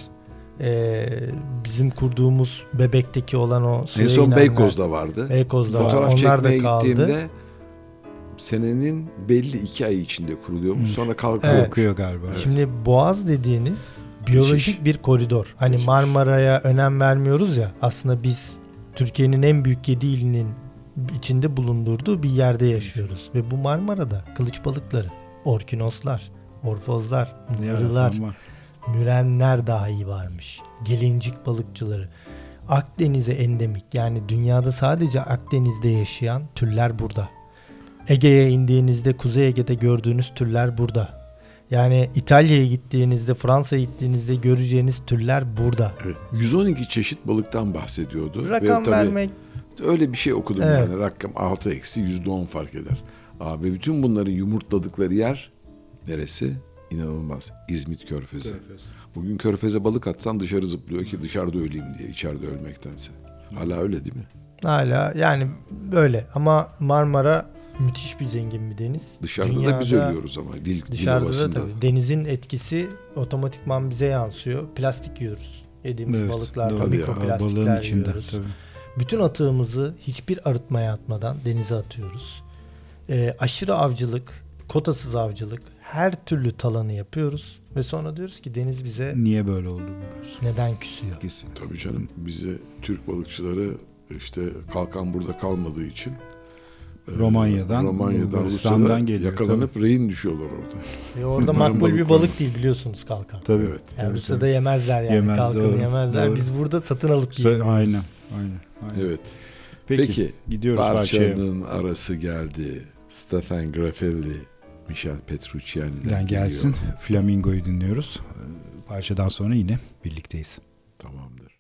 e, bizim kurduğumuz Bebek'teki olan o suya En son inenler. Beykoz'da vardı. Beykoz'da var. Fotoğraf Onlar da çekmeye kaldı. gittiğimde senenin belli iki ay içinde kuruluyormuş. Hı. Sonra kalkıyor. Evet. Okuyor galiba. Evet. Şimdi Boğaz dediğiniz biyolojik Geçiş. bir koridor. Hani Geçiş. Marmara'ya önem vermiyoruz ya. Aslında biz Türkiye'nin en büyük yedi ilinin içinde bulundurduğu bir yerde yaşıyoruz. Ve bu Marmara'da kılıç balıkları, orkinoslar, orfozlar, Ne mırılar, arasan var. mürenler dahi varmış. Gelincik balıkçıları. Akdeniz'e endemik, yani dünyada sadece Akdeniz'de yaşayan türler burada. Ege'ye indiğinizde Kuzey Ege'de gördüğünüz türler burada. Yani İtalya'ya gittiğinizde, Fransa'ya gittiğinizde göreceğiniz türler burada. Evet. yüz on iki çeşit balıktan bahsediyordu. Rakam Ve tabii vermek öyle bir şey okudum Evet. yani. Rakam altı eksi yüzde on fark eder. Abi bütün bunların yumurtladıkları yer neresi? İnanılmaz. İzmit Körfezi. Bugün Körfez'e balık atsan dışarı zıplıyor ki dışarıda öleyim diye, içeride ölmektense. Hala öyle değil mi? hala yani böyle, ama Marmara müthiş bir zengin bir deniz. Dışarıda da biz ölüyoruz ama dil, dil Dışarıda da ovasında. tabii. Denizin etkisi otomatikman bize yansıyor. Plastik yiyoruz. Yediğimiz Evet, balıklardan doğru. mikroplastikler Balığın içinde. yiyoruz. Tabii. Bütün atığımızı hiçbir arıtmaya atmadan denize atıyoruz. Ee, aşırı avcılık, kotasız avcılık, her türlü talanı yapıyoruz. Ve sonra diyoruz ki deniz bize Niye böyle oldu? neden küsüyor? Tabii canım, bize Türk balıkçıları işte kalkan burada kalmadığı için e, Romanya'dan, Romanya'dan Bulgaristan'dan Rusya'da geliyor, yakalanıp rehin düşüyorlar orada. Ve orada Bunların makbul bir balıkları. balık değil biliyorsunuz kalkan. Tabii. Evet. Yani Tabii, Rusya'da tabii. yemezler yani Yemez, kalkanı doğru, yemezler. doğru. Biz burada satın alıp Sa- yiyoruz. Aynen. Aynen. aynen. Evet. Peki, Peki, gidiyoruz parçaya. parçanın arası geldi. Stefan Grafelli, Michel Petrucciani'den Yani geliyor. gelsin. Flamingo'yu dinliyoruz. Parçadan sonra yine birlikteyiz. Tamamdır.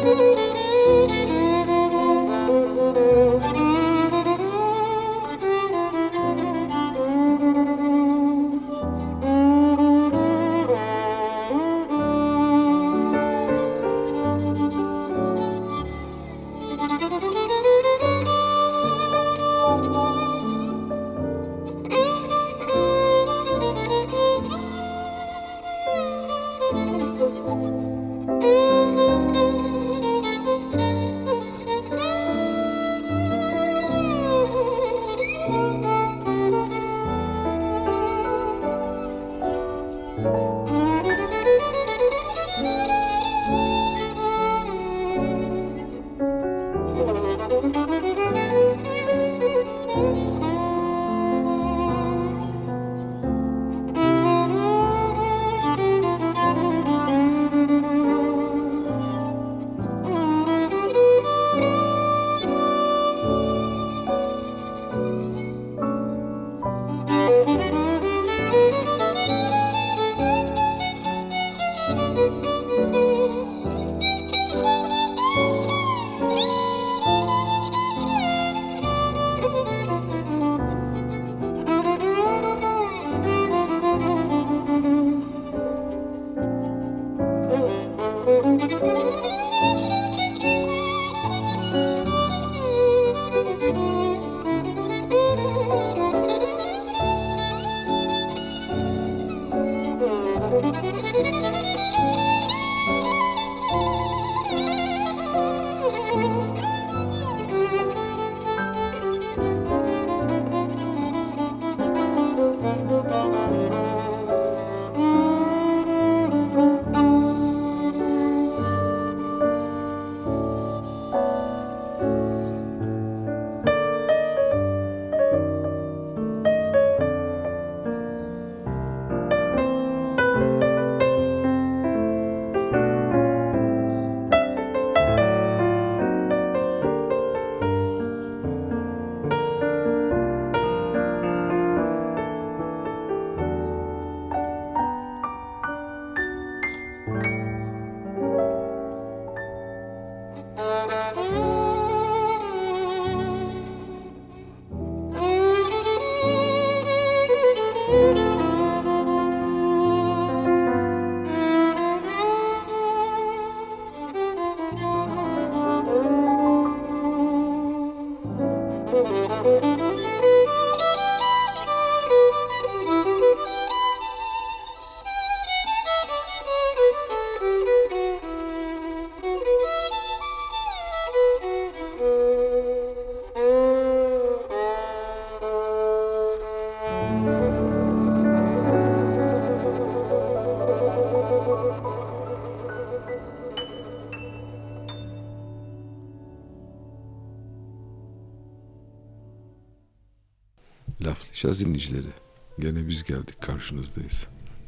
Laflayacağız dinleyicileri. Gene biz geldik, karşınızdayız.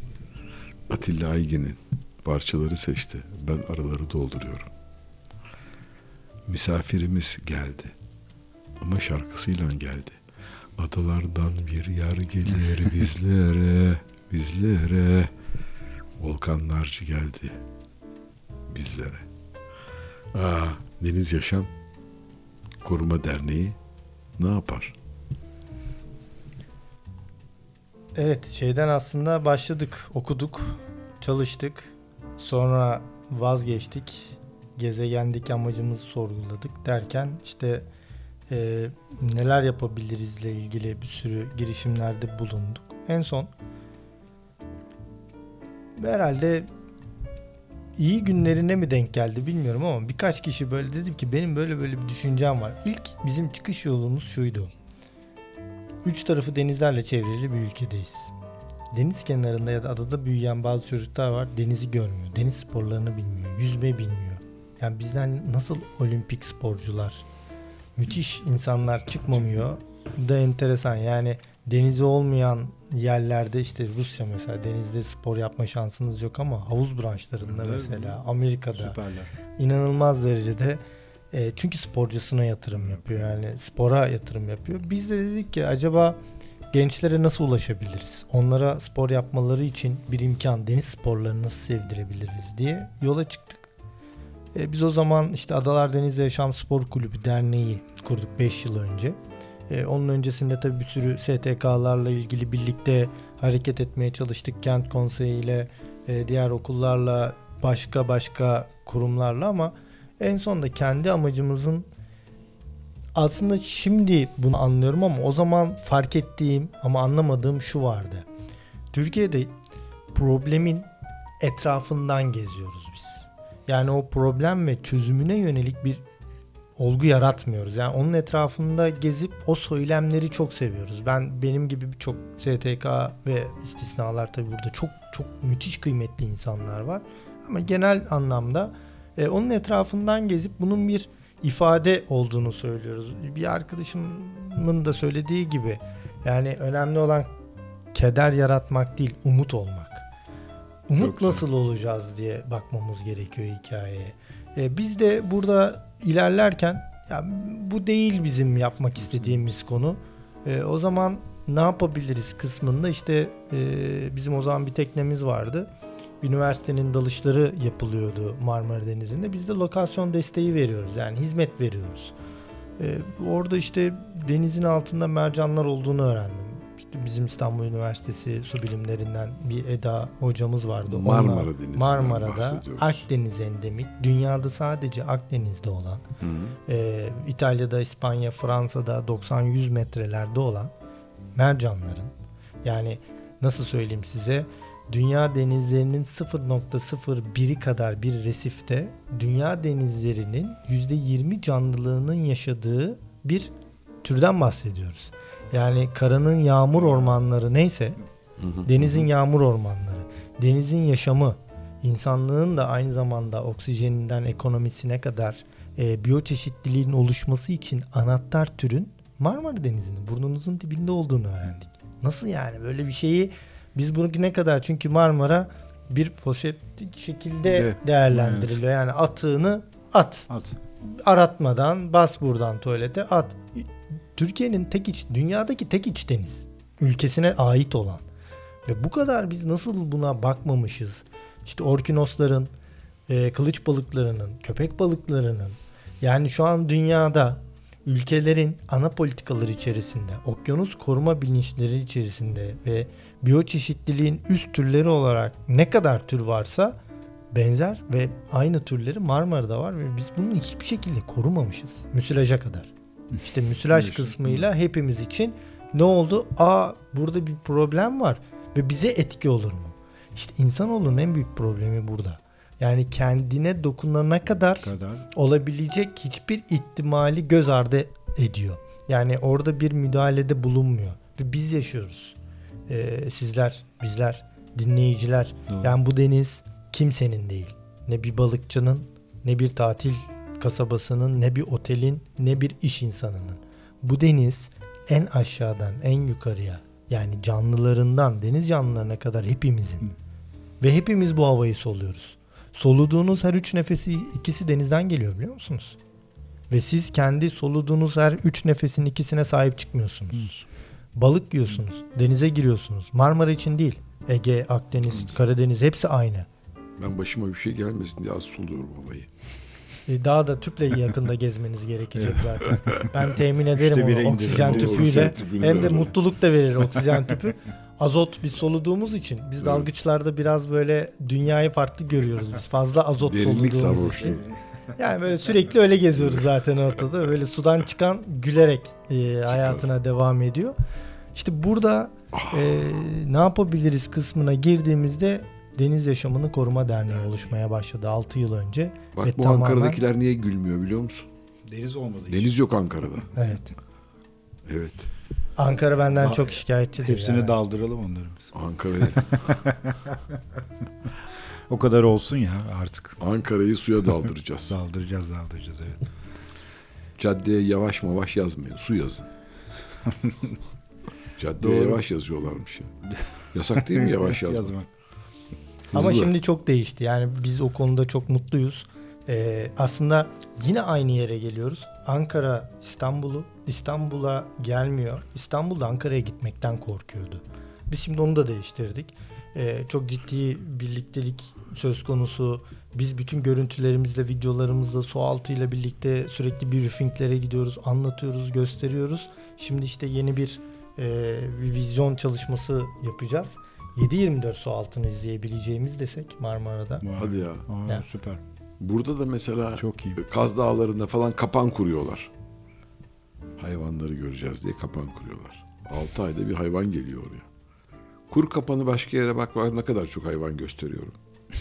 Atilla Aygin'in parçaları seçti. Ben araları dolduruyorum. Misafirimiz geldi. Ama şarkısıyla geldi. Adalardan bir yar gelir bizlere, bizlere. Volkan Narcı geldi bizlere. Aa, Deniz Yaşam Koruma Derneği ne yapar? Evet, şeyden aslında başladık, okuduk, çalıştık. Sonra vazgeçtik. Gezegendeki amacımızı sorguladık derken işte e, neler yapabilirizle ilgili bir sürü girişimlerde bulunduk. En son herhalde iyi günlerine mi denk geldi bilmiyorum ama birkaç kişi böyle dedim ki benim böyle böyle bir düşüncem var. İlk bizim çıkış yolumuz şuydu. Üç tarafı denizlerle çevrili bir ülkedeyiz. Deniz kenarında ya da adada büyüyen bazı çocuklar var. Denizi görmüyor. Deniz sporlarını bilmiyor. Yüzme bilmiyor. Yani bizden nasıl olimpik sporcular, müthiş insanlar çıkmamıyor da enteresan. Yani denizi olmayan yerlerde işte Rusya mesela denizde spor yapma şansınız yok ama havuz branşlarında Evet, mesela Amerika'da süperler. inanılmaz derecede e, çünkü sporcusuna yatırım yapıyor yani spora yatırım yapıyor. Biz de dedik ki acaba gençlere nasıl ulaşabiliriz? Onlara spor yapmaları için bir imkan, deniz sporlarını nasıl sevdirebiliriz diye yola çıktık. E, biz o zaman işte Adalar Deniz Yaşam Spor Kulübü Derneği kurduk beş yıl önce. E, onun öncesinde tabii bir sürü S T K'larla ilgili birlikte hareket etmeye çalıştık. Kent Konseyi ile e, diğer okullarla, başka başka kurumlarla, ama en sonunda kendi amacımızın, aslında şimdi bunu anlıyorum ama o zaman fark ettiğim ama anlamadığım şu vardı. Türkiye'de problemin etrafından geziyoruz biz. Yani o problem ve çözümüne yönelik bir olgu yaratmıyoruz. Yani onun etrafında gezip o söylemleri çok seviyoruz. Ben, benim gibi birçok S T K ve istisnalar tabii burada çok çok müthiş kıymetli insanlar var. Ama genel anlamda e, onun etrafından gezip bunun bir ifade olduğunu söylüyoruz. Bir arkadaşımın da söylediği gibi, yani önemli olan keder yaratmak değil, umut olmak. Umut Çok nasıl güzel. olacağız diye bakmamız gerekiyor hikayeye. E, biz de burada ilerlerken, ya bu değil bizim yapmak istediğimiz konu. E, o zaman ne yapabiliriz kısmında işte e, bizim o zaman bir teknemiz vardı. Üniversitenin dalışları yapılıyordu Marmara Denizi'nde. Biz de lokasyon desteği veriyoruz. Yani hizmet veriyoruz. Ee, orada işte denizin altında mercanlar olduğunu öğrendim. İşte bizim İstanbul Üniversitesi Su Bilimlerinden bir Eda hocamız vardı. Marmara Onlar, Denizi'nden Marmara'da bahsediyoruz. Akdeniz endemik. Dünyada sadece Akdeniz'de olan, Hı. e, İtalya'da, İspanya, Fransa'da doksan yüz metrelerde olan mercanların, yani nasıl söyleyeyim size, dünya denizlerinin sıfır nokta sıfır biri kadar bir resifte dünya denizlerinin yüzde yirmi canlılığının yaşadığı bir türden bahsediyoruz. Yani karanın yağmur ormanları neyse, denizin yağmur ormanları, denizin yaşamı, insanlığın da aynı zamanda oksijeninden ekonomisine kadar e, biyoçeşitliliğin oluşması için anahtar türün Marmara Denizi'nin burnunuzun dibinde olduğunu öğrendik. Nasıl yani böyle bir şeyi biz bugüne kadar, çünkü Marmara bir foseptik şekilde Evet. değerlendiriliyor. Yani atığını at. At. Aratmadan bas buradan tuvalete at. Türkiye'nin tek iç, dünyadaki tek iç deniz. Ülkesine ait olan. Ve bu kadar biz nasıl buna bakmamışız? İşte orkinosların, e, kılıç balıklarının, köpek balıklarının, yani şu an dünyada ülkelerin ana politikaları içerisinde, okyanus koruma bilinçleri içerisinde ve biyoçeşitliliğin üst türleri olarak ne kadar tür varsa benzer ve aynı türleri Marmara'da var ve biz bunu hiçbir şekilde korumamışız. Müsilaja kadar. İşte müsilaj kısmıyla hepimiz için ne oldu? Aa, burada bir problem var ve bize etki olur mu? İşte insanoğlunun en büyük problemi burada. Yani kendine dokunana kadar, kadar olabilecek hiçbir ihtimali göz ardı ediyor. Yani orada bir müdahalede bulunmuyor. Ve biz yaşıyoruz. Ee, sizler, bizler, dinleyiciler. Doğru. Yani bu deniz kimsenin değil. Ne bir balıkçının, ne bir tatil kasabasının, ne bir otelin, ne bir iş insanının. Bu deniz en aşağıdan en yukarıya, yani canlılarından deniz canlılarına kadar hepimizin. Hı. Ve hepimiz bu havayı soluyoruz. Soluduğunuz her üç nefesi ikisi denizden geliyor, biliyor musunuz? Ve siz kendi soluduğunuz her üç nefesin ikisine sahip çıkmıyorsunuz. Hı. Balık yiyorsunuz, denize giriyorsunuz. Marmara için değil. Ege, Akdeniz, Karadeniz hepsi aynı. Ben başıma bir şey gelmesin diye az soluyorum havayı. E, daha da tüple yakında gezmeniz gerekecek zaten. Ben temin ederim İşte bire onu oksijen indirelim. tüpüyle. Oksijen tüpünü Hem de verelim. mutluluk da verir oksijen tüpü. Azot biz soluduğumuz için biz Evet. dalgıçlarda biraz böyle dünyayı farklı görüyoruz. Biz fazla azot Derinlik soluduğumuz sarhoşluğu. için. Yani böyle sürekli öyle geziyoruz zaten ortada. Böyle sudan çıkan gülerek e, hayatına devam ediyor. İşte burada e, ne yapabiliriz kısmına girdiğimizde Deniz Yaşamını Koruma Derneği oluşmaya başladı altı yıl önce. Bak Ve bu tamamen- Ankara'dakiler niye gülmüyor biliyor musun? deniz olmadığı için. Deniz yok Ankara'da. Evet. Evet. Ankara benden Aa, çok şikayetçidir. Hepsini yani. daldıralım onları biz. Ankara'yı O kadar olsun ya artık. Ankara'yı suya daldıracağız. Daldıracağız daldıracağız evet. Caddeye yavaş mavaş yazmayın. Su yazın. Caddeye Doğru. yavaş yazıyorlarmış ya. Yasak değil mi yavaş yazmak? Yazmak. Ama Hızlı. şimdi çok değişti. Yani biz o konuda çok mutluyuz. Ee, aslında yine aynı yere geliyoruz. Ankara İstanbul'u, İstanbul'a gelmiyor. İstanbul da Ankara'ya gitmekten korkuyordu. Biz şimdi onu da değiştirdik. Ee, çok ciddi birliktelik söz konusu. Biz bütün görüntülerimizle, videolarımızla su altıyla birlikte sürekli briefinglere gidiyoruz, anlatıyoruz, gösteriyoruz. Şimdi işte yeni bir, e, bir vizyon çalışması yapacağız. yedi yirmi dört su altını izleyebileceğimiz desek Marmara'da. Vay. Hadi ya. Aa, Ya. süper. Burada da mesela Çok iyi. Kaz Dağları'nda falan kapan kuruyorlar. Hayvanları göreceğiz diye kapan kuruyorlar. altı ayda bir hayvan geliyor oraya. Kur kapanı başka yere bak, bak ne kadar çok hayvan gösteriyorum.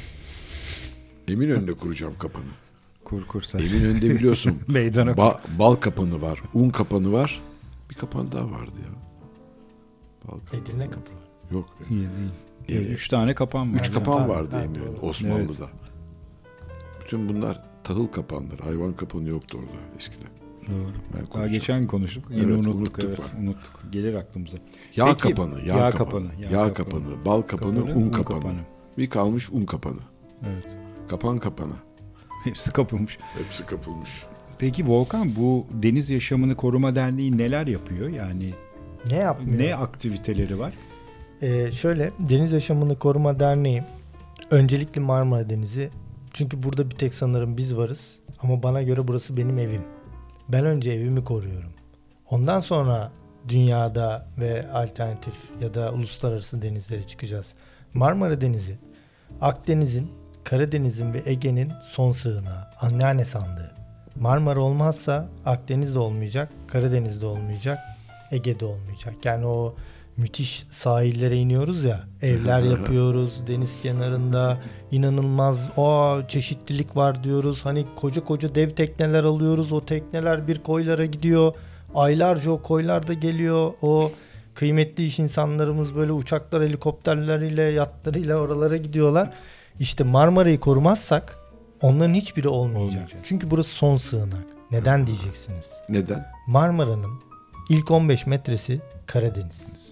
Eminönü'nde kuracağım kapanı. Kur kur sen. Eminönü'nde biliyorsun Meydana ba- bal kapanı var, un kapanı var. Bir kapan daha vardı ya. Bal kapanı. Edirne kapı. Yok. İyi değil. Ee, Evet, üç tane kapan var. Üç ya. kapan Ha, vardı ha, Eminönü'nde, doğru. Osmanlı'da. Bütün bunlar tahıl kapanları. Hayvan kapanı yoktu orada eskiden. Doğru. Ben Daha kuracağım. geçen gün konuştuk. Yine Evet, unuttuk. unuttuk evet, bak. unuttuk. Gelir aklımıza. Yağ Peki, kapanı, yağ, yağ kapanı, kapanı, yağ, yağ kapanı, kapanı, bal kapanı, kapanı, un un kapanı. kapanı. Bir kalmış un kapanı. Evet. Kapan kapana. Hepsi kapılmış. Hepsi kapılmış. Peki Volkan, bu Deniz Yaşamını Koruma Derneği neler yapıyor? Yani Ne yapmıyor? ne aktiviteleri var? Ee, şöyle, Deniz Yaşamını Koruma Derneği öncelikle Marmara Denizi. Çünkü burada bir tek sanırım biz varız. Ama bana göre burası benim evim. Ben önce evimi koruyorum. Ondan sonra dünyada ve alternatif ya da uluslararası denizlere çıkacağız. Marmara Denizi, Akdeniz'in, Karadeniz'in ve Ege'nin son sığınağı, anneanne sandığı. Marmara olmazsa Akdeniz de olmayacak, Karadeniz de olmayacak, Ege de olmayacak. Yani o müthiş sahillere iniyoruz ya, evler yapıyoruz deniz kenarında, inanılmaz o çeşitlilik var diyoruz. Hani koca koca dev tekneler alıyoruz, o tekneler bir koylara gidiyor, aylarca o koylarda geliyor. O kıymetli iş insanlarımız böyle uçaklar, helikopterleriyle, yatlarıyla oralara gidiyorlar. İşte Marmara'yı korumazsak onların hiçbiri olmayacak. Olmayacak. Çünkü burası son sığınak. Neden diyeceksiniz? Neden? Marmara'nın ilk on beş metresi Karadeniz.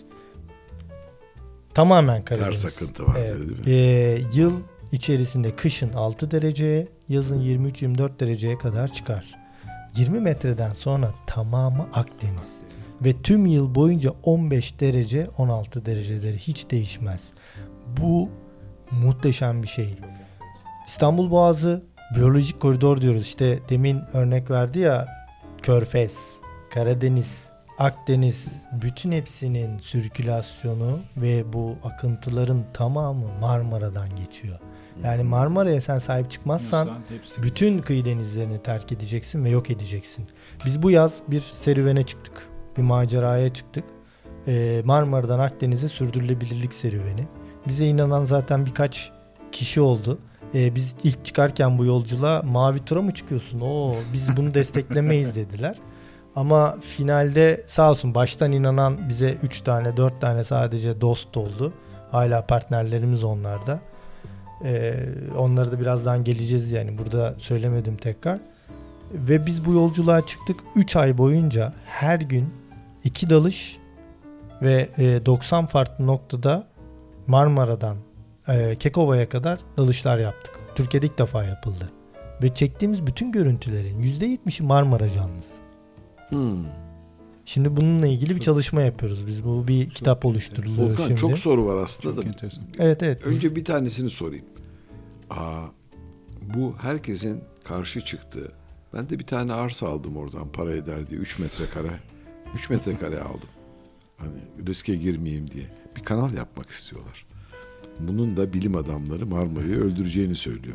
Tamamen Karadeniz. Ters akıntı var Evet. değil mi? Ee, yıl içerisinde kışın altı dereceye, yazın yirmi üç yirmi dört dereceye kadar çıkar. yirmi metreden sonra tamamı Akdeniz. Ve tüm yıl boyunca on beş derece, on altı dereceleri hiç değişmez. Bu muhteşem bir şey. İstanbul Boğazı biyolojik koridor diyoruz. İşte demin örnek verdi ya, Körfez, Karadeniz, Akdeniz, bütün hepsinin sirkülasyonu ve bu akıntıların tamamı Marmara'dan geçiyor. Yani Marmara'ya sen sahip çıkmazsan hepsi bütün kıyı denizlerini terk edeceksin ve yok edeceksin. Biz bu yaz bir serüvene çıktık. Bir maceraya çıktık. Ee, Marmara'dan Akdeniz'e sürdürülebilirlik serüveni. Bize inanan zaten birkaç kişi oldu. Ee, biz ilk çıkarken bu yolculuğa mavi tura mı çıkıyorsun? Oo, biz bunu desteklemeyiz dediler. Ama finalde sağ olsun baştan inanan bize üç tane dört tane sadece dost oldu. Hala partnerlerimiz onlarda. Ee, onlara da birazdan geleceğiz, yani burada söylemedim tekrar. Ve biz bu yolculuğa çıktık. üç ay boyunca her gün iki dalış ve e, doksan farklı noktada Marmara'dan e, Kekova'ya kadar dalışlar yaptık. Türkiye'de ilk defa yapıldı. Ve çektiğimiz bütün görüntülerin yüzde yetmişi Marmara canlısı. Hmm. Şimdi bununla ilgili bir çalışma yapıyoruz. Biz bu bir çok kitap oluşturuluyor Volkan, şimdi. çok soru var aslında çok da. enteresan. Evet evet. Önce bir tanesini sorayım. Aa, bu herkesin karşı çıktığı. Ben de bir tane arsa aldım oradan, para eder diye. üç metrekare. üç metrekare aldım. Hani riske girmeyeyim diye. Bir kanal yapmak istiyorlar. Bunun da bilim adamları Marmara'yı öldüreceğini söylüyor.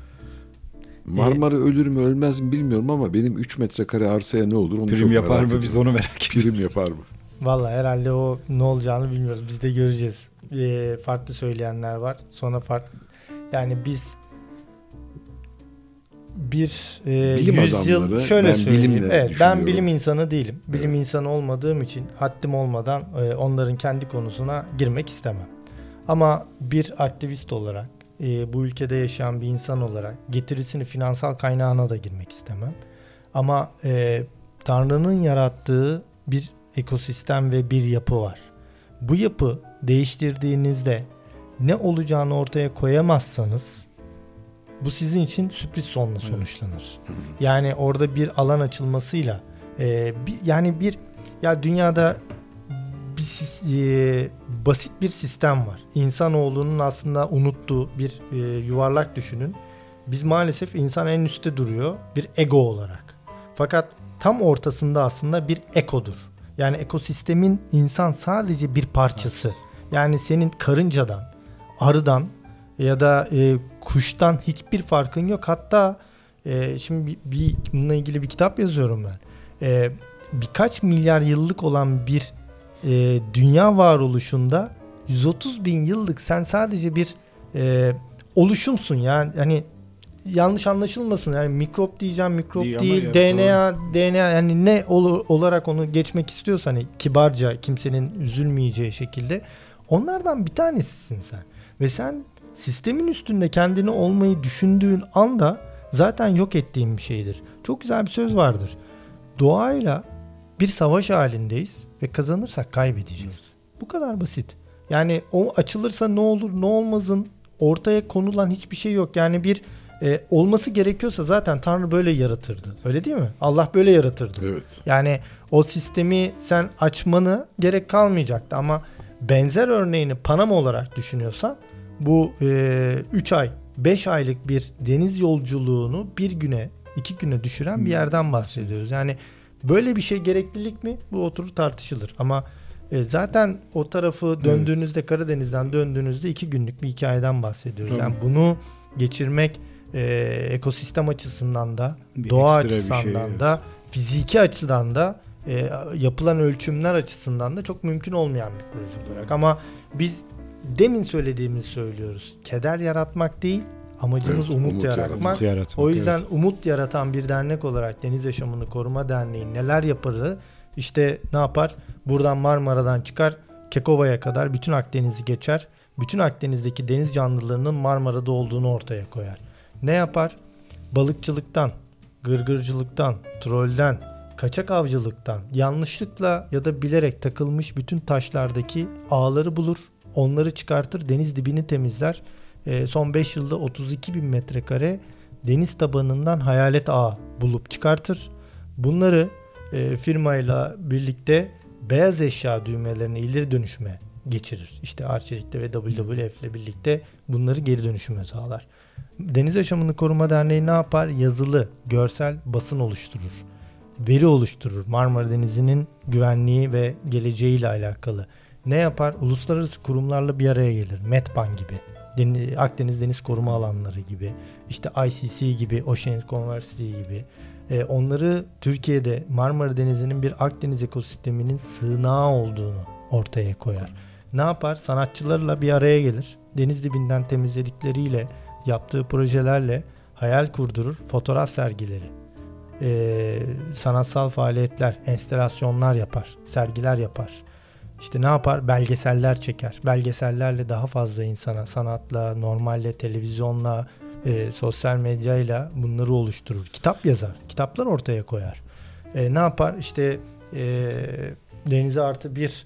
Marmara ee, ölür mü ölmez mi bilmiyorum ama benim üç metrekare arsaya ne olur onu prim çok yapar merak mı ediyorum. biz onu merak ediyoruz. Prim yapar mı? Vallahi herhalde o ne olacağını bilmiyoruz. Biz de göreceğiz. Ee, farklı söyleyenler var. Sonra farklı. Yani biz bir e, bilim yüzyıl adamları, şöyle ben söyleyeyim. bilimle Evet, ben düşünüyorum. bilim insanı değilim. Bilim Evet. insanı olmadığım için haddim olmadan e, onların kendi konusuna girmek istemem. Ama bir aktivist olarak, e, bu ülkede yaşayan bir insan olarak getirisini finansal kaynağına da girmek istemem. Ama e, Tanrı'nın yarattığı bir ekosistem ve bir yapı var. Bu yapı değiştirdiğinizde ne olacağını ortaya koyamazsanız bu sizin için sürpriz sonla sonuçlanır. Evet. Yani orada bir alan açılmasıyla e, bir, yani bir ya dünyada bir e, basit bir sistem var. İnsanoğlunun aslında unuttuğu bir e, yuvarlak düşünün. Biz maalesef insan en üstte duruyor bir ego olarak. Fakat tam ortasında aslında bir ekodur. Yani ekosistemin insan sadece bir parçası. Yani senin karıncadan, arıdan ya da e, kuştan hiçbir farkın yok. Hatta e, şimdi bir, bir bununla ilgili bir kitap yazıyorum ben. E, birkaç milyar yıllık olan bir e, dünya varoluşunda yüz otuz bin yıllık sen sadece bir e, oluşumsun. Yani hani yanlış anlaşılmasın. Yani mikrop diyeceğim, mikrop değil, değil, D N A, D N A yani ne ol, olarak onu geçmek istiyorsan hani kibarca kimsenin üzülmeyeceği şekilde onlardan bir tanesisin sen. Ve sen sistemin üstünde kendini olmayı düşündüğün anda zaten yok ettiğin bir şeydir. Çok güzel bir söz vardır. Doğayla bir savaş halindeyiz ve kazanırsak kaybedeceğiz. Bu kadar basit. Yani o açılırsa ne olur ne olmazın ortaya konulan hiçbir şey yok. Yani bir e, olması gerekiyorsa zaten Tanrı böyle yaratırdı. Öyle değil mi? Allah böyle yaratırdı. Evet. Yani o sistemi sen açmanı gerek kalmayacaktı ama benzer örneğini Panama olarak düşünüyorsan bu üç e, ay beş aylık bir deniz yolculuğunu bir güne iki güne düşüren bir yerden bahsediyoruz. Yani böyle bir şey gereklilik mi? Bu oturur tartışılır ama e, zaten o tarafı döndüğünüzde, evet. Karadeniz'den döndüğünüzde iki günlük bir hikayeden bahsediyoruz. Tamam. Yani bunu geçirmek e, ekosistem açısından da bir doğa açısından şey, da evet. Fiziki açıdan da e, yapılan ölçümler açısından da çok mümkün olmayan bir proje olarak ama biz demin söylediğimizi söylüyoruz. Keder yaratmak değil, amacımız evet, umut, umut yaratmak. yaratmak. O yüzden evet. Umut yaratan bir dernek olarak Deniz Yaşamını Koruma Derneği neler yaparı işte ne yapar? Buradan Marmara'dan çıkar, Kekova'ya kadar bütün Akdeniz'i geçer. Bütün Akdeniz'deki deniz canlılarının Marmara'da olduğunu ortaya koyar. Ne yapar? Balıkçılıktan, gırgırcılıktan, trolden, kaçak avcılıktan, yanlışlıkla ya da bilerek takılmış bütün taşlardaki ağları bulur. Onları çıkartır, deniz dibini temizler. E, son beş yılda otuz iki bin metrekare deniz tabanından hayalet ağı bulup çıkartır. Bunları e, firmayla birlikte beyaz eşya düğmelerini ileri dönüşüme geçirir. İşte Arçelik'te ve W W F ile birlikte bunları geri dönüşüme sağlar. Deniz Yaşamını Koruma Derneği ne yapar? Yazılı, görsel basın oluşturur. Veri oluşturur. Marmara Denizi'nin güvenliği ve geleceğiyle alakalı. Ne yapar? Uluslararası kurumlarla bir araya gelir. Metban gibi. Akdeniz Deniz Koruma Alanları gibi. İşte I C C gibi, Ocean Conservancy gibi. Ee, onları Türkiye'de Marmara Denizi'nin bir Akdeniz ekosisteminin sığınağı olduğunu ortaya koyar. Ne yapar? Sanatçılarla bir araya gelir. Deniz dibinden temizledikleriyle, yaptığı projelerle hayal kurdurur. Fotoğraf sergileri, ee, sanatsal faaliyetler, enstalasyonlar yapar. Sergiler yapar. İşte ne yapar? Belgeseller çeker. Belgesellerle daha fazla insana, sanatla, normalle, televizyonla, e, sosyal medyayla bunları oluşturur. Kitap yazar. Kitaplar ortaya koyar. E, ne yapar? İşte e, Denize Artı Bir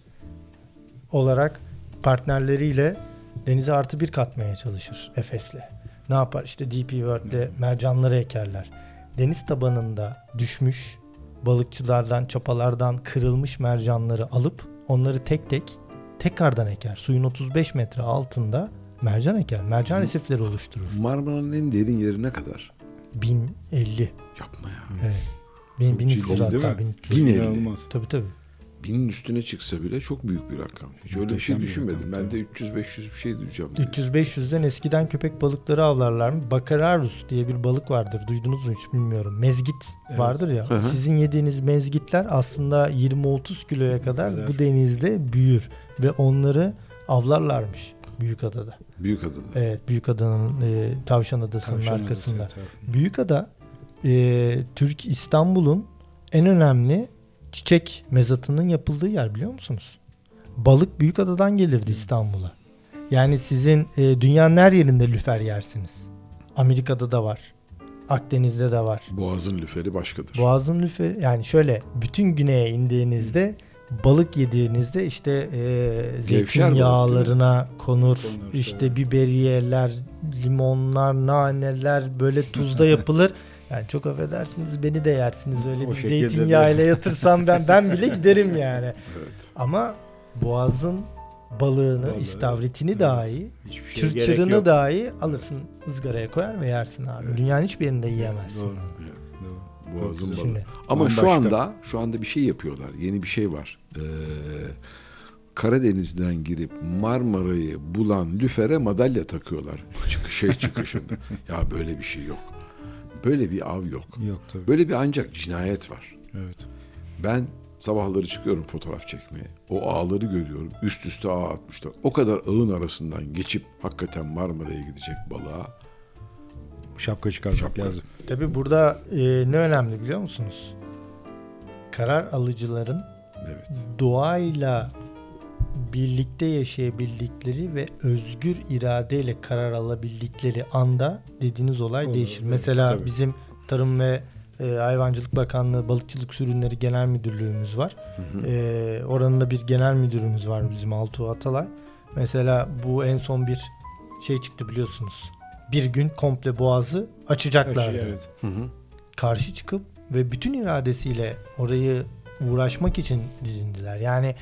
olarak partnerleriyle Denize Artı Bir katmaya çalışır Efes'le. Ne yapar? İşte D P World'de mercanları ekerler. Deniz tabanında düşmüş balıkçılardan, çapalardan kırılmış mercanları alıp onları tek tek tekrardan eker. Suyun otuz beş metre altında mercan eker. Mercan resifleri oluşturur. Marmara'nın en derin yeri ne kadar? bin elli. Yapma ya. Evet. bin, bin üç yüz hatta. bin elli. Tabii tabii. Binin üstüne çıksa bile çok büyük bir rakam. Hiç öyle bir şey düşünmedim. Ben de üç yüz beş yüz bir şey duyacağım. üç yüz beş yüzden eskiden köpek balıkları avlarlar mı? Bakararus diye bir balık vardır. Duydunuz mu hiç bilmiyorum. Mezgit evet. vardır ya. Hı-hı. Sizin yediğiniz mezgitler aslında yirmi otuz kiloya kadar bu denizde büyür. Ve onları avlarlarmış Büyükada'da. Büyükada'da. Evet. Büyükada'nın e, Tavşan Adası'nın Tavşan arkasında. Adası, Büyükada e, Türk İstanbul'un en önemli çiçek mezatının yapıldığı yer, biliyor musunuz? Balık Büyükada'dan gelirdi İstanbul'a. Yani sizin e, dünyanın her yerinde lüfer yersiniz. Amerika'da da var. Akdeniz'de de var. Boğaz'ın lüferi başkadır. Boğaz'ın lüferi yani şöyle bütün güneye indiğinizde balık yediğinizde işte e, zeytinyağlarına konur. konur. İşte evet. Biberiyeler, limonlar, naneler böyle tuzda yapılır. Yani çok affedersiniz beni de yersiniz öyle o bir zeytinyağıyla yatırsam ben ben bile giderim yani. Evet. Ama boğazın balığını, Balığı, istavritini evet. dahi, Hiçbir şeye gerek çırçırını yok. dahi alırsın ızgaraya koyar ve yersin abi. Evet. Dünyanın hiçbir yerinde yiyemezsin. Doğru. Doğru. Boğazın Çok balığı. Şimdi, Ama şu Bambaşka. anda şu anda bir şey yapıyorlar. Yeni bir şey var. Ee, Karadeniz'den girip Marmara'yı bulan lüfere madalya takıyorlar. Çık şey çıkışında. Ya böyle bir şey yok. Böyle bir av yok. Yok tabii. Böyle bir ancak cinayet var. Evet. Ben sabahları çıkıyorum fotoğraf çekmeye. O ağları görüyorum. Üst üste ağ atmışlar. O kadar ağın arasından geçip hakikaten Marmara'ya gidecek balığa. Şapka çıkarmak Şapka. lazım. tabii burada e, ne önemli biliyor musunuz? Karar alıcıların Evet. doğayla birlikte yaşayabildikleri ve özgür iradeyle karar alabildikleri anda dediğiniz olay Olur, değişir. evet, Mesela tabii. bizim Tarım ve e, Hayvancılık Bakanlığı Balıkçılık Ürünleri Genel Müdürlüğümüz var. E, oranın da bir genel müdürümüz var bizim Altuğ Atalay. Mesela bu en son bir şey çıktı biliyorsunuz. Bir gün komple boğazı açacaklardı. Evet. Hı hı. Karşı çıkıp ve bütün iradesiyle orayı uğraşmak için dizindi. Yani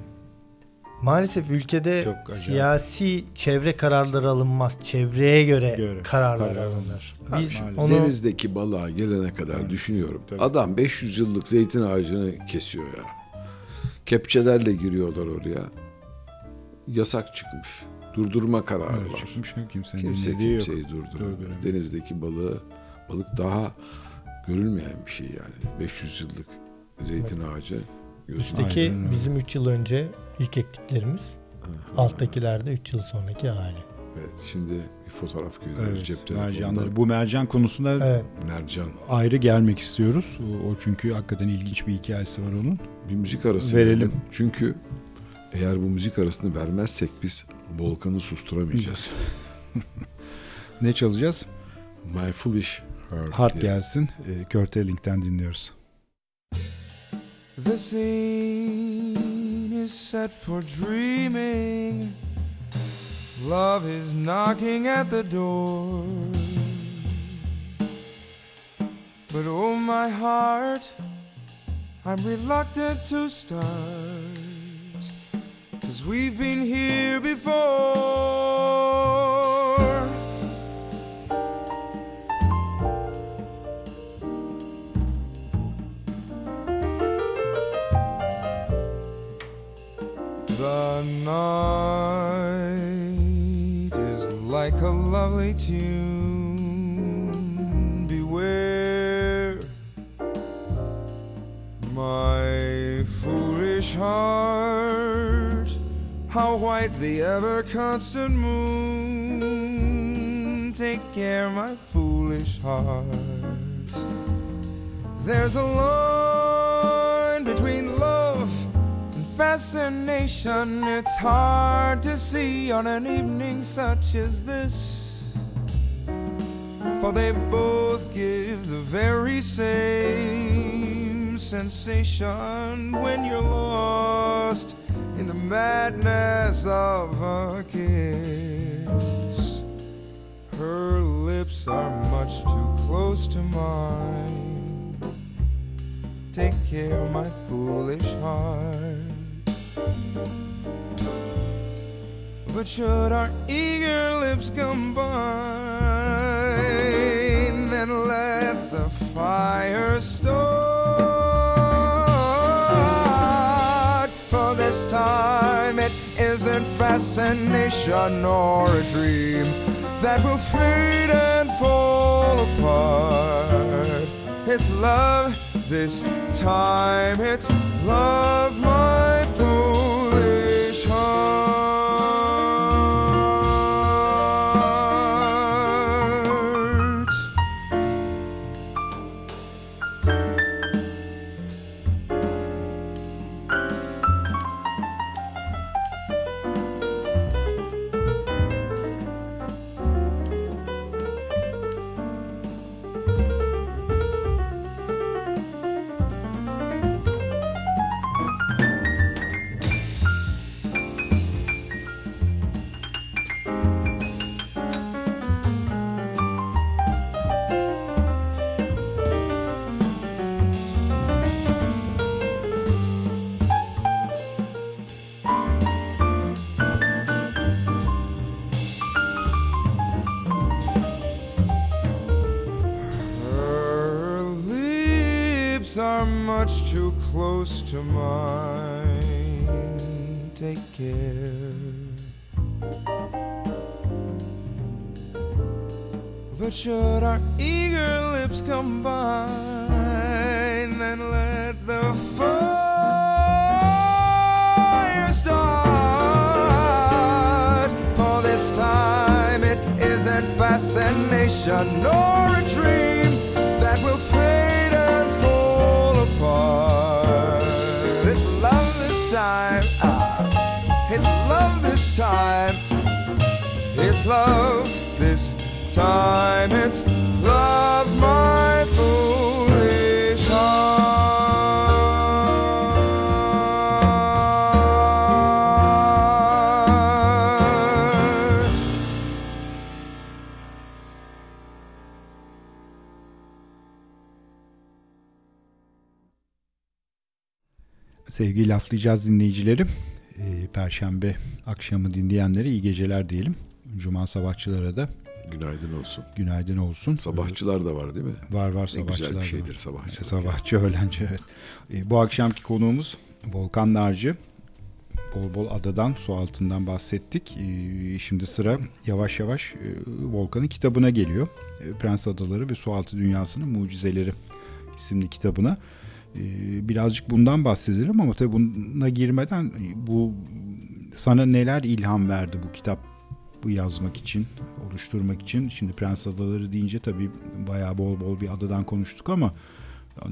maalesef ülkede Çok acayip. siyasi çevre kararları alınmaz. Çevreye göre, Göre kararlar karar alınır. Ha, Biz maalesef. onu Denizdeki balığa gelene kadar Evet. düşünüyorum. Tabii. Adam beş yüz yıllık zeytin ağacını kesiyor ya. Kepçelerle giriyorlar oraya. Yasak çıkmış. Durdurma kararı Evet, var. çıkmış yok kimsenin Kimse dinlediği yok. kimseyi durduramıyor. Durdurmuyor. Denizdeki balığı, balık daha görülmeyen bir şey yani. beş yüz yıllık zeytin ağacı. Gözüne- üstteki Aynen öyle. bizim üç yıl önce ilk ektiklerimiz, Aha. alttakiler de üç yıl sonraki hali. Evet, şimdi bir fotoğraf görüyoruz Evet, cep telefonunda. mercanları. Bu mercan konusunda Evet. Mercan. ayrı gelmek istiyoruz. O, o çünkü hakikaten ilginç bir hikayesi var onun. Bir müzik arası Verelim. verelim. Çünkü eğer bu müzik arasını vermezsek biz Volkan'ı susturamayacağız. Ne çalacağız? My Foolish Heart. Hard diye. gelsin. E, Kurt Elling'den dinliyoruz. The scene is set for dreaming. Love is knocking at the door. But oh my heart, I'm reluctant to start. 'Cause we've been here before. The night is like a lovely tune. Beware, my foolish heart. How white the ever constant moon. Take care, my foolish heart. There's a line between love and fascination. It's hard to see on an evening such as this. For they both give the very same sensation when you're lost in the madness of a kiss. Her lips are much too close to mine. Take care, my foolish heart. But should our eager lips combine, then let the fire start. For this time it isn't fascination nor a dream that will fade and fall apart. It's love this time, it's love, my foolish heart. are much too close to mine. Take care. But should our eager lips combine, then let the fire start. For this time it isn't fascination nor a dream that will fade and fall apart. It's love this time, ah, it's love this time, it's love this time, it's love, my foolish heart. Sevgili laflayacağız dinleyicileri. Ee, Perşembe akşamı dinleyenlere iyi geceler diyelim. Cuma sabahçılara da Günaydın olsun. günaydın olsun. Sabahçılar da var değil mi? Var var Ne sabahçılar. güzel bir da şeydir var. sabahçılık. Sabahçı, öğlenci, evet. Ee, bu akşamki konuğumuz Volkan Narcı. Bol bol adadan, su altından bahsettik. Ee, şimdi sıra yavaş yavaş e, Volkan'ın kitabına geliyor. E, Prens Adaları ve Sualtı Dünyasının Mucizeleri isimli kitabına. E, birazcık bundan bahsedelim ama tabii buna girmeden bu sana neler ilham verdi bu kitap bu yazmak için, oluşturmak için? Şimdi Prens Adaları deyince tabii bayağı bol bol bir adadan konuştuk ama yani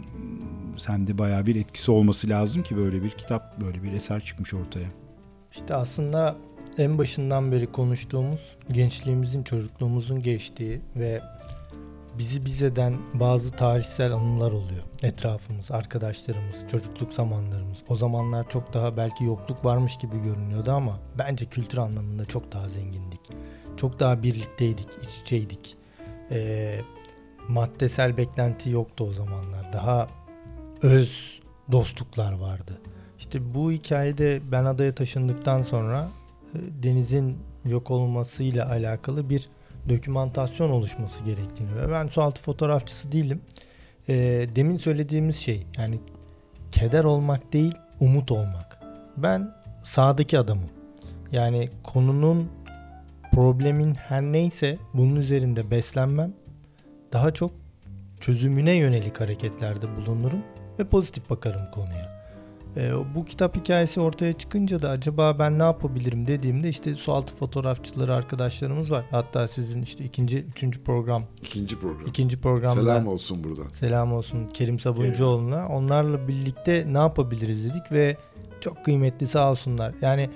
sende bayağı bir etkisi olması lazım ki böyle bir kitap, böyle bir eser çıkmış ortaya. İşte aslında en başından beri konuştuğumuz gençliğimizin, çocukluğumuzun geçtiği ve bizi biz eden bazı tarihsel anılar oluyor. Etrafımız, arkadaşlarımız, çocukluk zamanlarımız. O zamanlar çok daha belki yokluk varmış gibi görünüyordu ama bence kültür anlamında çok daha zengindik. Çok daha birlikteydik, iç içeydik. Ee, maddesel beklenti yoktu o zamanlar. Daha öz dostluklar vardı. İşte bu hikayede ben adaya taşındıktan sonra e, denizin yok olmasıyla alakalı bir dokümantasyon oluşması gerektiğini ve ben sualtı fotoğrafçısı değilim. E, demin söylediğimiz şey, yani keder olmak değil, umut olmak. Ben sağdaki adamım. Yani konunun, problemin her neyse bunun üzerinde beslenmem, daha çok çözümüne yönelik hareketlerde bulunurum ve pozitif bakarım konuya. Ee, bu kitap hikayesi ortaya çıkınca da acaba ben ne yapabilirim dediğimde işte sualtı fotoğrafçıları arkadaşlarımız var. Hatta sizin işte ikinci, üçüncü program. İkinci program. İkinci programda. Selam olsun buradan. Selam olsun Kerim Sabuncuoğlu'na. Onlarla birlikte ne yapabiliriz dedik ve çok kıymetli sağ olsunlar. Yani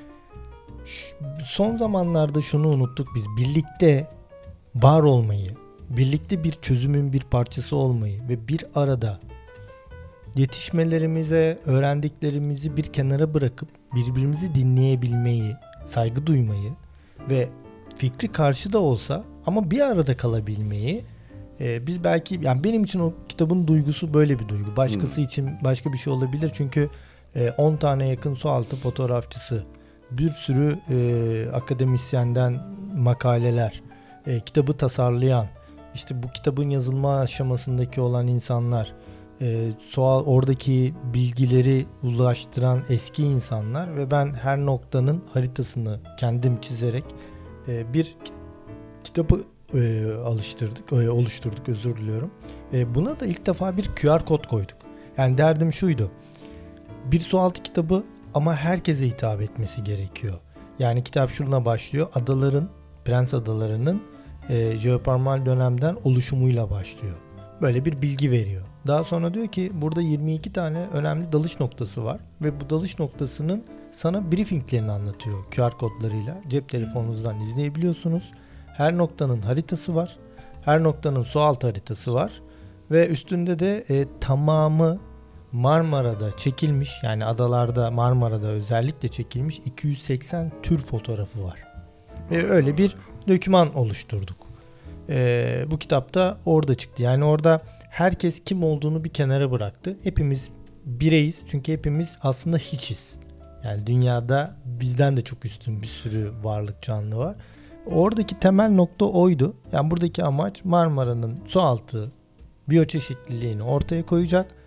son zamanlarda şunu unuttuk biz. Birlikte var olmayı, birlikte bir çözümün bir parçası olmayı ve bir arada yetişmelerimize, öğrendiklerimizi bir kenara bırakıp birbirimizi dinleyebilmeyi, saygı duymayı ve fikri karşı da olsa ama bir arada kalabilmeyi e, biz belki, yani benim için o kitabın duygusu böyle bir duygu. Başkası hmm. için başka bir şey olabilir çünkü on tane yakın sualtı fotoğrafçısı, bir sürü e, akademisyenden makaleler, e, kitabı tasarlayan, işte bu kitabın yazılma aşamasındaki olan insanlar, e, sual, oradaki bilgileri ulaştıran eski insanlar ve ben her noktanın haritasını kendim çizerek e, bir kitabı e, alıştırdık, e, oluşturduk özür diliyorum. E, buna da ilk defa bir Q R kod koyduk. Yani derdim şuydu: bir sualtı kitabı ama herkese hitap etmesi gerekiyor. Yani kitap şuna başlıyor: adaların, Prens Adaları'nın e, jeoparmal dönemden oluşumuyla başlıyor. Böyle bir bilgi veriyor. Daha sonra diyor ki burada yirmi iki tane önemli dalış noktası var ve bu dalış noktasının sana briefinglerini anlatıyor Q R kodlarıyla. Cep telefonunuzdan izleyebiliyorsunuz. Her noktanın haritası var. Her noktanın sualtı haritası var. Ve üstünde de e, tamamı Marmara'da çekilmiş, yani adalarda, Marmara'da özellikle çekilmiş iki yüz seksen tür fotoğrafı var. Ve öyle bir doküman oluşturduk. Ee, bu kitapta orada çıktı. Yani orada herkes kim olduğunu bir kenara bıraktı. Hepimiz bireyiz çünkü hepimiz aslında hiçiz. Yani dünyada bizden de çok üstün bir sürü varlık, canlı var. Oradaki temel nokta oydu. Yani buradaki amaç Marmara'nın sualtı biyoçeşitliliğini ortaya koyacak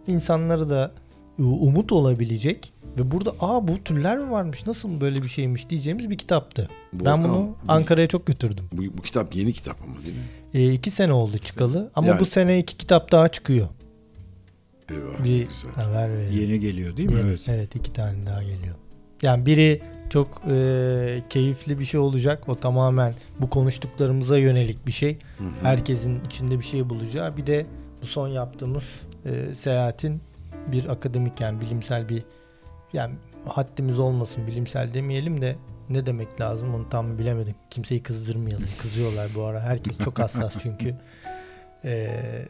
insanları da umut olabilecek ve burada aa bu türler mi varmış, nasıl böyle bir şeymiş diyeceğimiz bir kitaptı. Volkan, ben bunu Ankara'ya çok götürdüm. Bu, bu kitap yeni kitap ama değil mi? E, iki sene oldu çıkalı ama Yani- bu sene iki kitap daha çıkıyor. Eyvah, Bir güzel. haber verelim. Yeni geliyor değil mi? Yeni, Evet. evet iki tane daha geliyor. Yani biri çok e, keyifli bir şey olacak. O tamamen bu konuştuklarımıza yönelik bir şey. Hı hı. Herkesin içinde bir şey bulacağı. Bir de bu son yaptığımız e, seyahatin bir akademik, yani bilimsel bir, yani haddimiz olmasın, bilimsel demeyelim de ne demek lazım onu tam bilemedim. Kimseyi kızdırmayalım. Kızıyorlar bu ara. Herkes çok hassas çünkü. E,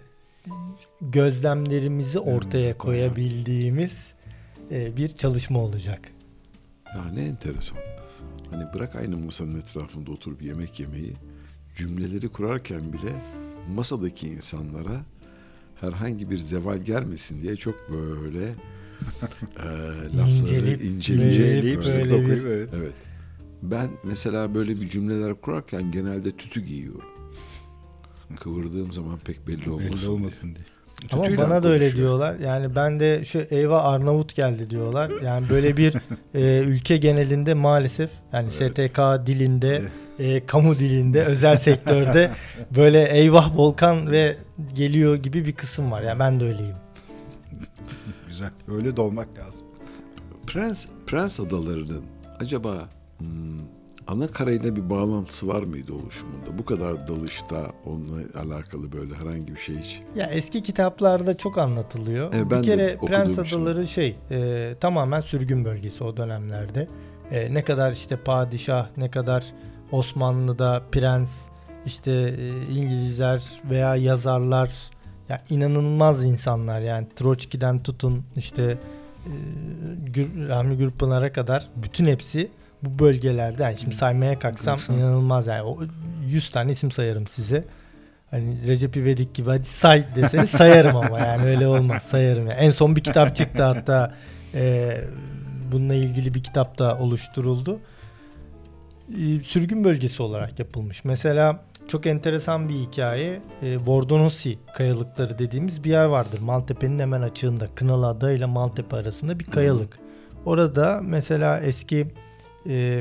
gözlemlerimizi ortaya koyabildiğimiz e, bir çalışma olacak. Ya ne enteresan. Hani bırak aynı masanın etrafında oturup yemek yemeyi, cümleleri kurarken bile masadaki insanlara herhangi bir zeval gelmesin diye çok böyle e, lafları İnceleyip, inceleyip, inceleyip böyle- böyle dokuyup, bir- evet. Evet. Ben mesela böyle bir cümleler kurarken genelde tütü giyiyorum. Kıvırdığım zaman pek belli olmasın, Belli diye. olmasın diye. Ama Tütüyle bana da öyle konuşuyor. diyorlar. Yani ben de şu eyvah Arnavut geldi diyorlar. Yani böyle bir e, ülke genelinde maalesef yani Evet. S T K dilinde, e, kamu dilinde, özel sektörde böyle eyvah Volkan ve geliyor gibi bir kısım var. Yani ben de öyleyim. Güzel. Öyle de olmak lazım. Prens, Prens Adaları'nın acaba hmm, ana karayla bir bağlantısı var mıydı oluşumunda? Bu kadar dalışta onunla alakalı böyle herhangi bir şey hiç. Ya eski kitaplarda çok anlatılıyor. E, ben bir de kere Prens okuduğum için. Adaları şey e, tamamen sürgün bölgesi o dönemlerde. E, ne kadar işte padişah, ne kadar Osmanlı'da prens, işte e, İngilizler veya yazarlar, ya inanılmaz insanlar, yani Troçki'den tutun işte e, Gür, Rahmi Gürpınar'a kadar bütün hepsi bu bölgelerde. Yani şimdi saymaya kalksam inanılmaz, yani o yüz tane isim sayarım size. Hani Recep İvedik gibi hadi say deseniz sayarım ama yani öyle olmaz, sayarım. Yani en son bir kitap çıktı hatta e, bununla ilgili bir kitap da oluşturuldu. E, sürgün bölgesi olarak yapılmış. Mesela çok enteresan bir hikaye. E, Bordonossi kayalıkları dediğimiz bir yer vardır. Maltepe'nin hemen açığında. Kınalı Ada ile Maltepe arasında bir kayalık. Orada mesela eski e,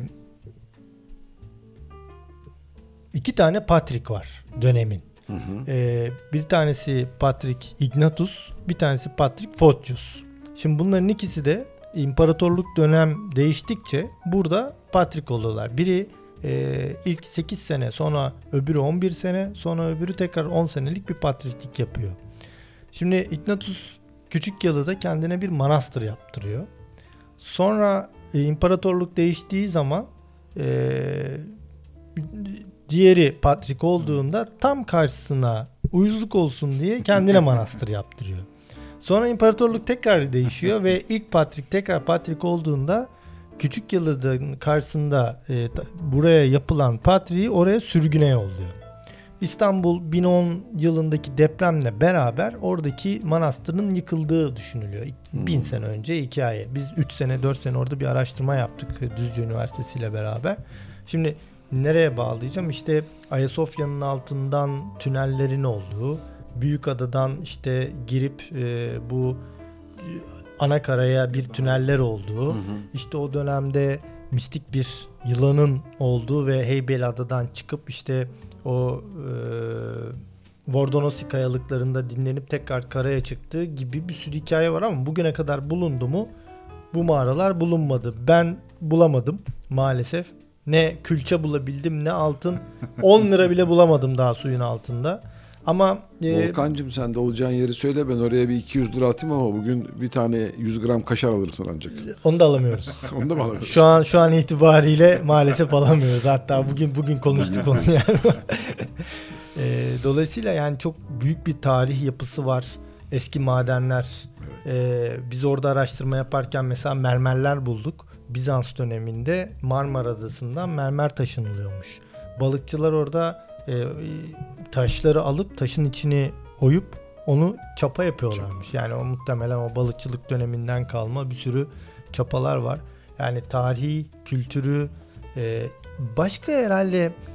iki tane Patrik var dönemin. Hı hı. Ee, bir tanesi Patrik Ignatius, bir tanesi Patrik Photius. Şimdi bunların ikisi de imparatorluk dönem değiştikçe burada Patrik oluyorlar. Biri e, ilk sekiz sene, sonra öbürü on bir sene, sonra öbürü tekrar on senelik bir patriklik yapıyor. Şimdi Ignatius Küçükyalı'da kendine bir manastır yaptırıyor. Sonra e, imparatorluk değiştiği zaman e, diğeri Patrik olduğunda tam karşısına uyuzluk olsun diye kendine manastır yaptırıyor. Sonra imparatorluk tekrar değişiyor ve ilk Patrik tekrar Patrik olduğunda Küçükyalı'nın karşısında e, ta- buraya yapılan Patrik'i oraya sürgüne yolluyor. İstanbul bin on yılındaki depremle beraber oradaki manastırın yıkıldığı düşünülüyor. Bin sene önce hikaye. Biz üç sene dört sene orada bir araştırma yaptık Düzce Üniversitesi ile beraber. Şimdi nereye bağlayacağım? İşte Ayasofya'nın altından tünellerin olduğu, Büyükada'dan işte girip e, bu ana karaya bir tüneller olduğu, Hı hı. işte o dönemde mistik bir yılanın olduğu ve Heybeliada'dan çıkıp işte o e, Vordonossi kayalıklarında dinlenip tekrar karaya çıktığı gibi bir sürü hikaye var ama bugüne kadar bulundu mu? Bu mağaralar bulunmadı. Ben bulamadım maalesef. Ne külçe bulabildim ne altın. on lira bile bulamadım daha suyun altında. Ama e, Volkancığım sen de olacağın yeri söyle, ben oraya bir iki yüz lira atayım ama bugün bir tane yüz gram kaşar alırsın ancak. onu da alamıyoruz. Onu da mı alamıyorsun? Şu an şu an itibariyle maalesef alamıyoruz. Hatta bugün bugün konuştuk onu yani. E, dolayısıyla yani çok büyük bir tarih yapısı var. Eski madenler. E, biz orada araştırma yaparken mesela mermerler bulduk. Bizans döneminde Marmara Adası'ndan mermer taşınılıyormuş. Balıkçılar orada e, taşları alıp taşın içini oyup onu çapa yapıyorlarmış. Yani o muhtemelen o balıkçılık döneminden kalma bir sürü çapalar var. Yani tarihi, kültürü, e, başka herhalde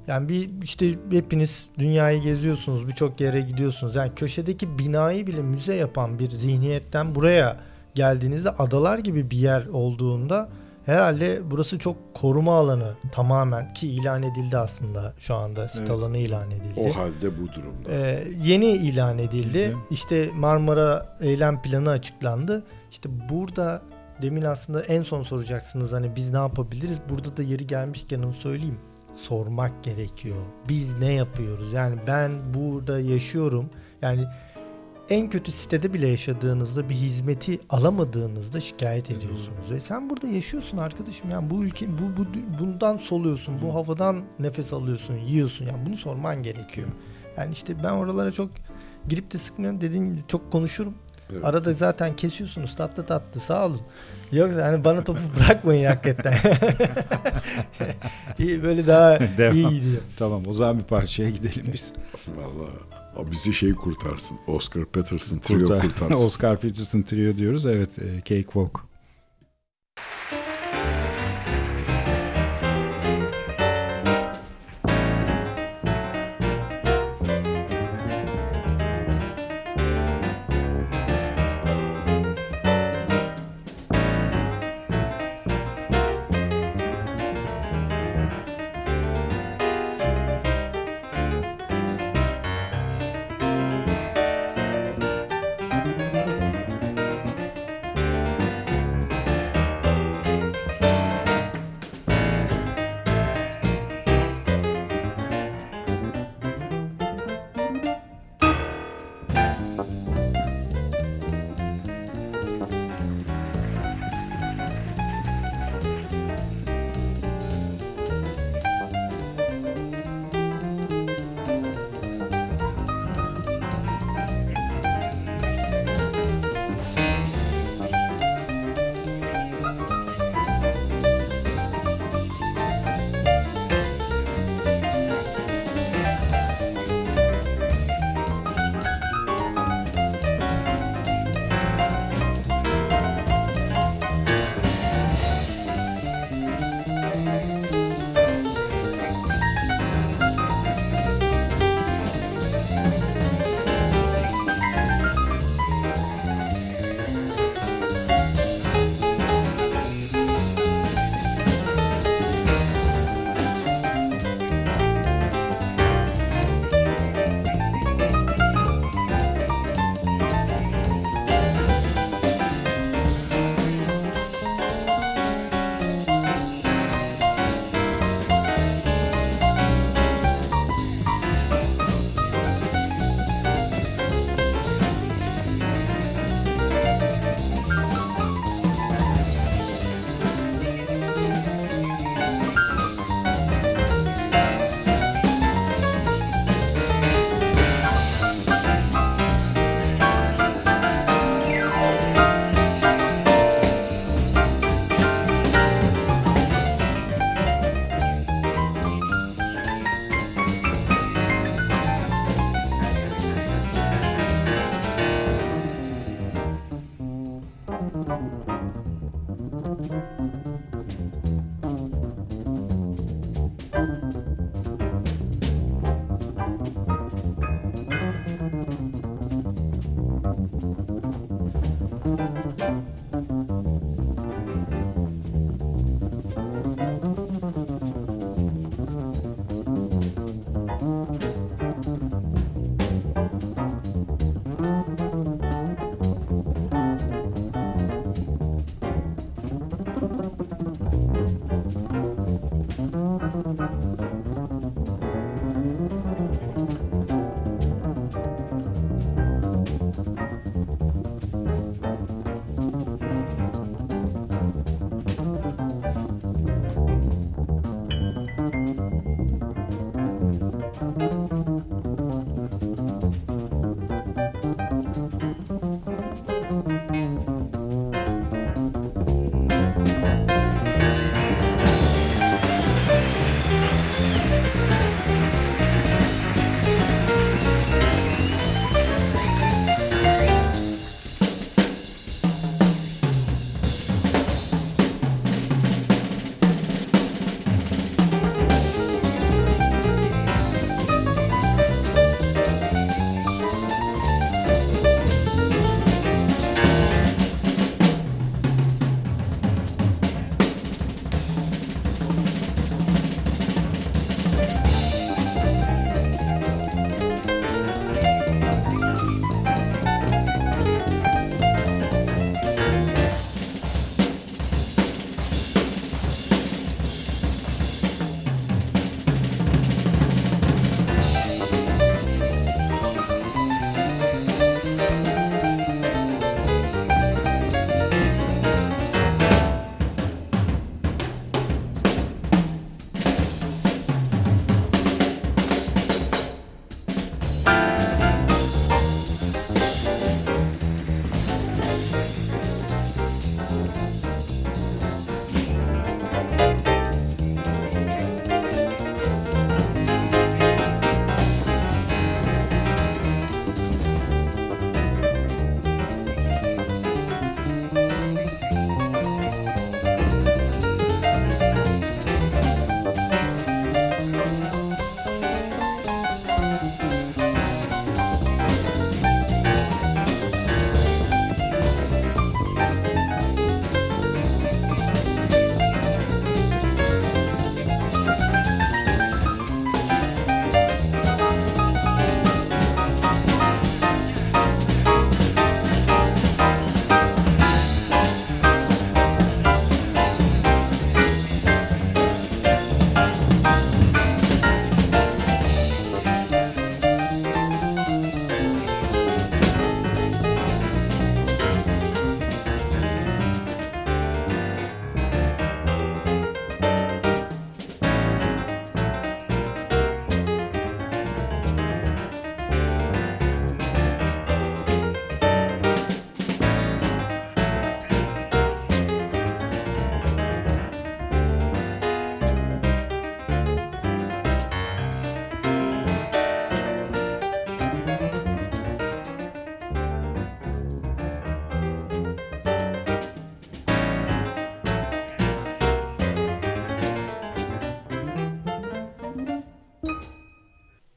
Yani bir işte hepiniz dünyayı geziyorsunuz, birçok yere gidiyorsunuz. Yani köşedeki binayı bile müze yapan bir zihniyetten buraya geldiğinizde, adalar gibi bir yer olduğunda herhalde burası çok koruma alanı tamamen, ki ilan edildi aslında şu anda, sit Evet. alanı ilan edildi. O halde bu durumda. Ee, yeni ilan edildi. Hı hı. İşte Marmara eylem planı açıklandı. İşte burada demin aslında en son soracaksınız hani biz ne yapabiliriz? Burada da yeri gelmişken onu söyleyeyim. Sormak gerekiyor. Biz ne yapıyoruz? Yani ben burada yaşıyorum. Yani en kötü sitede bile yaşadığınızda bir hizmeti alamadığınızda şikayet ediyorsunuz. Ve sen burada yaşıyorsun arkadaşım. Yani bu ülke bu, bu bundan soluyorsun. Bu havadan nefes alıyorsun, yiyorsun. Yani bunu sorman gerekiyor. Yani işte ben oralara çok girip de sıkmıyorum. Dediğim gibi çok konuşurum. Evet. Arada zaten kesiyorsunuz tatlı tatlı, sağ olun. Yoksa hani bana topu bırakmayın hakikaten. İyi, böyle daha Devam. iyi gidiyor. Tamam, o zaman bir parçaya gidelim biz. Vallahi bizi şey kurtarsın. Oscar Peterson trio Kurtar- kurtarsın. Oscar Peterson trio diyoruz. Evet, e, Cakewalk.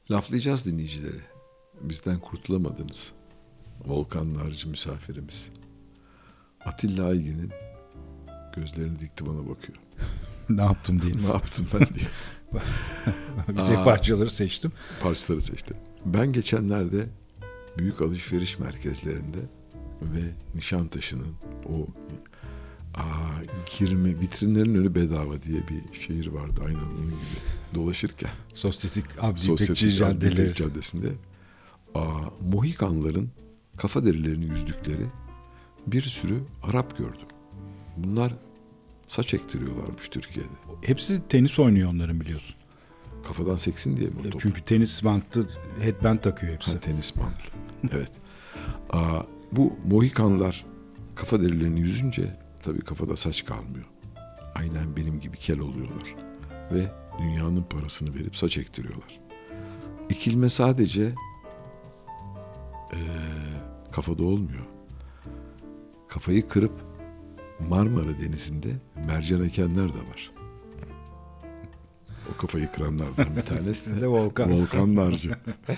Laflayacağız dinleyicileri. Bizden kurtulamadınız. Volkan Narcı misafirimiz. Atilla Aygin'in gözlerini dikti bana bakıyor. Ne yaptım diye. Ne yaptım ben diye. Bir tek Aa. parçaları seçtim. Parçaları seçti. Ben geçenlerde büyük alışveriş merkezlerinde ve Nişantaşı'nın o aa, girme, vitrinlerin önü bedava diye bir şehir vardı. Aynen onun gibi dolaşırken. Sosyetik Abdi İpekçi Sosyetik Abdi caddeleri. İpek Caddesi'nde aa, Mohikanların kafa derilerini yüzdükleri bir sürü Arap gördüm. Bunlar saç ektiriyorlarmış Türkiye'de. Hepsi tenis oynuyor onların, biliyorsun. Kafadan seksin diye mi o top? Çünkü tenis bantlı headband takıyor hepsi. Ha, tenis bantlı. Evet. Aa, bu Mohikanlar kafa derilerini yüzünce tabii kafada saç kalmıyor. Aynen benim gibi kel oluyorlar. Ve dünyanın parasını verip saç ektiriyorlar. Ekilme sadece ee, kafada olmuyor. Kafayı kırıp Marmara Denizi'nde mercan ekenler de var. O kafayı kıranlardan bir tanesi de Volkan. Volkan Narcı.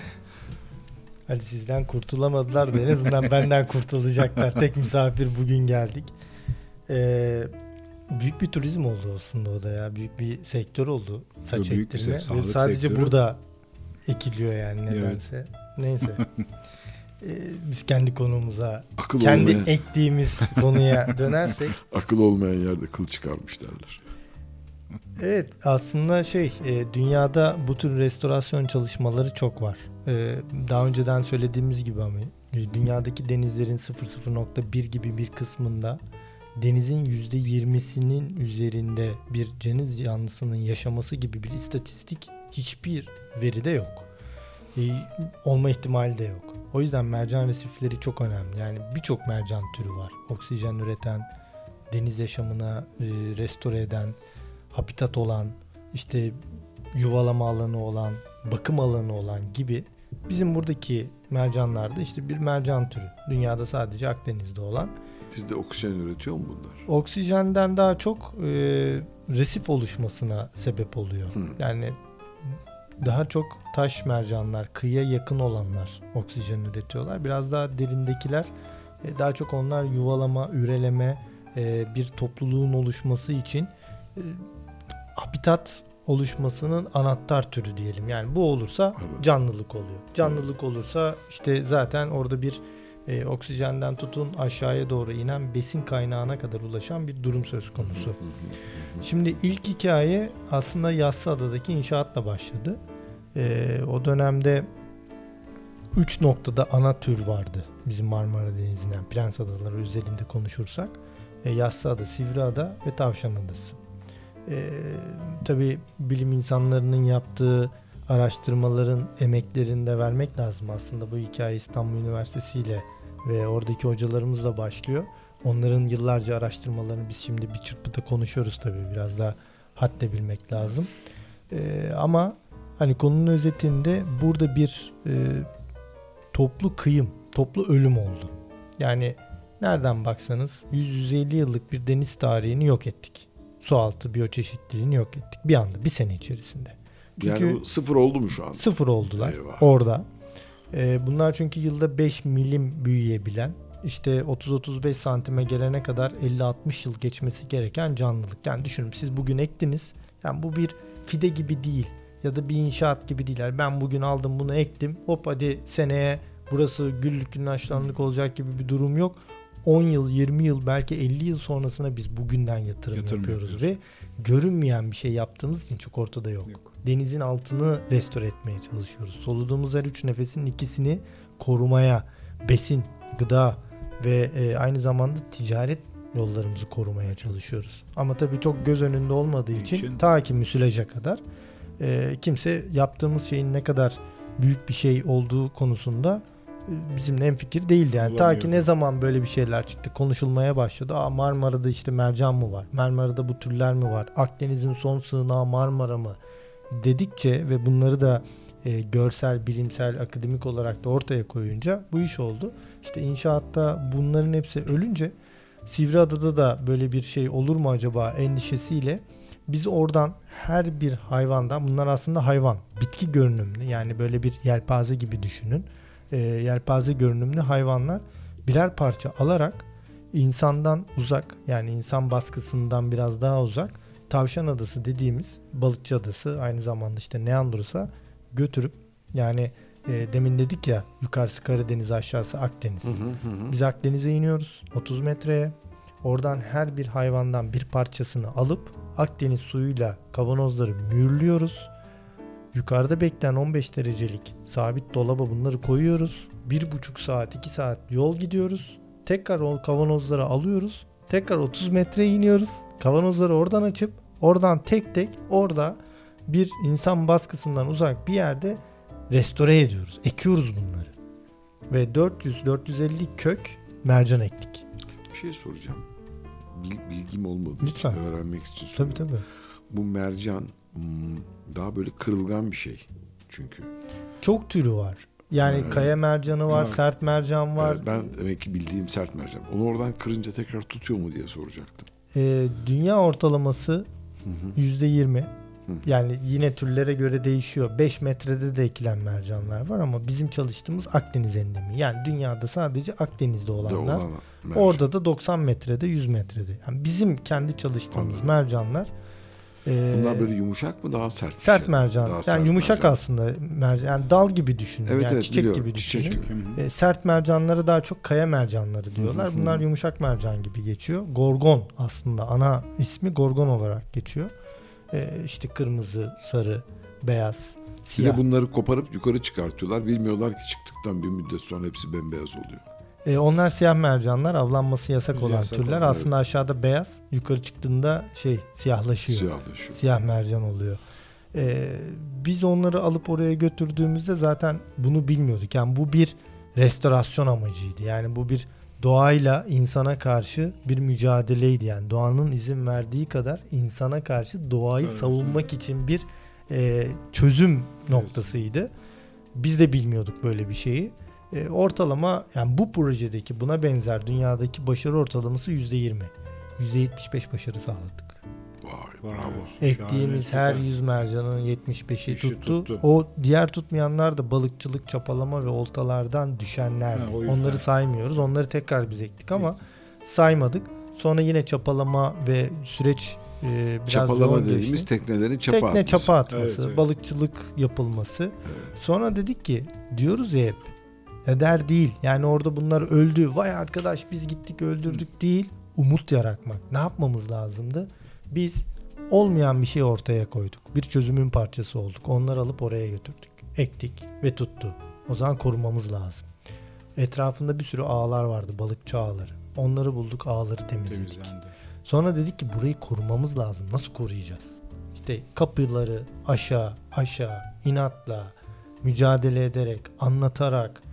Hadi sizden kurtulamadılar da en azından benden kurtulacaklar. Tek misafir bugün geldik. Ee, büyük bir turizm oldu aslında o da ya. Büyük bir sektör oldu saç Büyük bir ektirme. se- sağlık Sadece sektörü. burada ekiliyor yani nedense. Evet. Neyse. Ee, biz kendi konumuza, Akıl kendi olmayan, ektiğimiz konuya dönersek. akıl olmayan yerde kıl çıkarmış derler. Evet, aslında şey e, dünyada bu tür restorasyon çalışmaları çok var. E, daha önceden söylediğimiz gibi ama e, dünyadaki denizlerin sıfır virgül sıfır nokta bir gibi bir kısmında denizin yüzde yirmisinin üzerinde bir deniz canlısının yaşaması gibi bir istatistik hiçbir veride yok. E, olma ihtimali de yok. O yüzden mercan resifleri çok önemli. Yani birçok mercan türü var. Oksijen üreten, deniz yaşamına e, restore eden, habitat olan, işte yuvalama alanı olan, bakım alanı olan gibi bizim buradaki mercanlarda işte bir mercan türü. Dünyada sadece Akdeniz'de olan. Bizde oksijen üretiyor mu bunlar? Oksijenden daha çok e, resif oluşmasına sebep oluyor. Hmm. Yani daha çok taş mercanlar, kıyıya yakın olanlar oksijen üretiyorlar. Biraz daha derindekiler e, daha çok onlar yuvalama, üreleme, e, bir topluluğun oluşması için e, habitat oluşmasının anahtar türü diyelim. Yani bu olursa Evet. canlılık oluyor. Canlılık olursa işte zaten orada bir e, oksijenden tutun aşağıya doğru inen besin kaynağına kadar ulaşan bir durum söz konusu. Şimdi ilk hikaye aslında Yassıada'daki inşaatla başladı. E, o dönemde üç noktada ana tür vardı bizim Marmara Denizi'nden, Prens Adaları üzerinde konuşursak. E, Yassıada, Sivriada ve Tavşan Adası. E, tabii bilim insanlarının yaptığı araştırmaların emeklerini de vermek lazım. Aslında bu hikaye İstanbul Üniversitesi ile ve oradaki hocalarımızla başlıyor. Onların yıllarca araştırmalarını biz şimdi bir çırpıda konuşuyoruz tabii. Biraz daha hadde bilmek lazım. E, ama hani konunun özetinde burada bir e, toplu kıyım, toplu ölüm oldu. Yani nereden baksanız yüz yüz elli yıllık bir deniz tarihini yok ettik. Sualtı biyoçeşitliliğini yok ettik. Bir anda, bir sene içerisinde. Çünkü Yani bu sıfır oldu mu şu an? sıfır oldular Eyvah. orada. Ee, bunlar çünkü yılda beş milim büyüyebilen, işte otuz otuz beş santime gelene kadar elli altmış yıl geçmesi gereken canlılık. Yani düşünün, siz bugün ektiniz. Yani bu bir fide gibi değil ya da bir inşaat gibi değil. Yani ben bugün aldım bunu ektim. Hop hadi seneye burası güllük güneşlenlik olacak gibi bir durum yok. on yıl, yirmi yıl, belki elli yıl sonrasına biz bugünden yatırım, Yatırım yapıyoruz yapıyoruz. ve görünmeyen bir şey yaptığımız için çok ortada yok. Yok. Denizin altını restore etmeye çalışıyoruz. Soluduğumuz her üç nefesin ikisini korumaya, besin, gıda ve e, aynı zamanda ticaret yollarımızı korumaya çalışıyoruz. Ama tabii çok göz önünde olmadığı için, için- ta ki müsilaja kadar e, kimse yaptığımız şeyin ne kadar büyük bir şey olduğu konusunda e, bizimle hemfikir değildi. Yani ta ki Olamıyordu. ne zaman böyle bir şeyler çıktı, konuşulmaya başladı. Aa, Marmara'da işte mercan mı var? Marmara'da bu türler mi var? Akdeniz'in son sığınağı Marmara mı? Dedikçe ve bunları da e, görsel, bilimsel, akademik olarak da ortaya koyunca bu iş oldu. İşte inşaatta bunların hepsi ölünce Sivriada'da da böyle bir şey olur mu acaba endişesiyle Biz oradan her bir hayvandan, bunlar aslında hayvan, bitki görünümlü, yani böyle bir yelpaze gibi düşünün. E, yelpaze görünümlü hayvanlar birer parça alarak insandan uzak, yani insan baskısından biraz daha uzak Tavşan Adası dediğimiz Balıkçı Adası, aynı zamanda işte Neandros'a götürüp, yani e, demin dedik ya yukarısı Karadeniz, aşağısı Akdeniz. Hı hı hı. Biz Akdeniz'e iniyoruz otuz metreye. Oradan her bir hayvandan bir parçasını alıp Akdeniz suyuyla kavanozları mühürlüyoruz. Yukarıda bekleyen on beş derecelik sabit dolaba bunları koyuyoruz. Bir buçuk saat, iki saat yol gidiyoruz. Tekrar o kavanozları alıyoruz. Tekrar otuz metreye iniyoruz. Kavanozları oradan açıp oradan tek tek orada bir insan baskısından uzak bir yerde restore ediyoruz. Ekiyoruz bunları. Ve dört yüz dört yüz elli kök mercan ektik. Bir şey soracağım. Bil- bilgim olmadığı Lütfen. için öğrenmek için Tabii soruyorum. tabii. Bu mercan hmm, daha böyle kırılgan bir şey çünkü. Çok türü var. Yani Evet. kaya mercanı var, Evet. sert mercan var. Evet, ben demek ki bildiğim sert mercan. Onu oradan kırınca tekrar tutuyor mu diye soracaktım. Ee, dünya ortalaması Hı hı. yüzde yirmi. Hı. Yani yine türlere göre değişiyor. beş metrede de ekilen mercanlar var ama bizim çalıştığımız Akdeniz endemi. Yani dünyada sadece Akdeniz'de Da olanlar. olan mercan. Orada da doksan metrede, yüz metrede. Yani bizim kendi çalıştığımız Anladım. mercanlar e, Bunlar böyle yumuşak mı daha sert? bir sert şey? mercan. Daha Yani sert yumuşak mercan. aslında mercan. Yani dal gibi düşünün. Evet, yani evet, çiçek biliyorum. gibi Çiçek düşünün. gibi. E, sert mercanları daha çok kaya mercanları diyorlar. Hı hı hı. Bunlar yumuşak mercan gibi geçiyor. Gorgon aslında ana ismi gorgon olarak geçiyor. E, işte kırmızı, sarı, beyaz, Bir siyah. de bunları koparıp yukarı çıkartıyorlar. Bilmiyorlar ki çıktıktan bir müddet sonra hepsi bembeyaz oluyor. E, onlar siyah mercanlar, avlanması yasak olan Yasak türler. olan, Aslında aşağıda beyaz, yukarı çıktığında şey siyahlaşıyor. Siyahlaşıyor. Siyah mercan oluyor. Ee, biz onları alıp oraya götürdüğümüzde zaten bunu bilmiyorduk. Yani bu bir restorasyon amacıydı. Yani bu bir doğayla insana karşı bir mücadeleydi. Yani doğanın izin verdiği kadar insana karşı doğayı Evet. savunmak için bir e, çözüm noktasıydı. Biz de bilmiyorduk böyle bir şeyi. E, ortalama, yani bu projedeki buna benzer dünyadaki başarı ortalaması yüzde yirmi. yüzde yetmiş beş başarı sağladık. Vay bravo. Ektiğimiz Şahane, her süper. yüz mercanın yetmiş beşi Beşi tuttu. tuttu. O diğer tutmayanlar da balıkçılık, çapalama ve oltalardan düşenlerdi. Ha, o yüzden. Onları saymıyoruz. Onları tekrar biz ektik ama saymadık. Sonra yine çapalama ve süreç e, biraz Çapalama yoğun dediğimiz geçti. teknelerin çapa Tekne atması. çapa atması, Evet, evet. balıkçılık yapılması. Evet. Sonra dedik ki, diyoruz ya hep, eder değil. Yani orada bunlar öldü. Vay arkadaş biz gittik öldürdük değil. Umut yaratmak. Ne yapmamız lazımdı? Biz olmayan bir şey ortaya koyduk. Bir çözümün parçası olduk. Onları alıp oraya götürdük. Ektik ve tuttu. O zaman korumamız lazım. Etrafında bir sürü ağlar vardı. Balıkçı ağları. Onları bulduk, ağları temizledik. Temizlendi. Sonra dedik ki burayı korumamız lazım. Nasıl koruyacağız? İşte kapıları aşağı aşağı inatla mücadele ederek, anlatarak,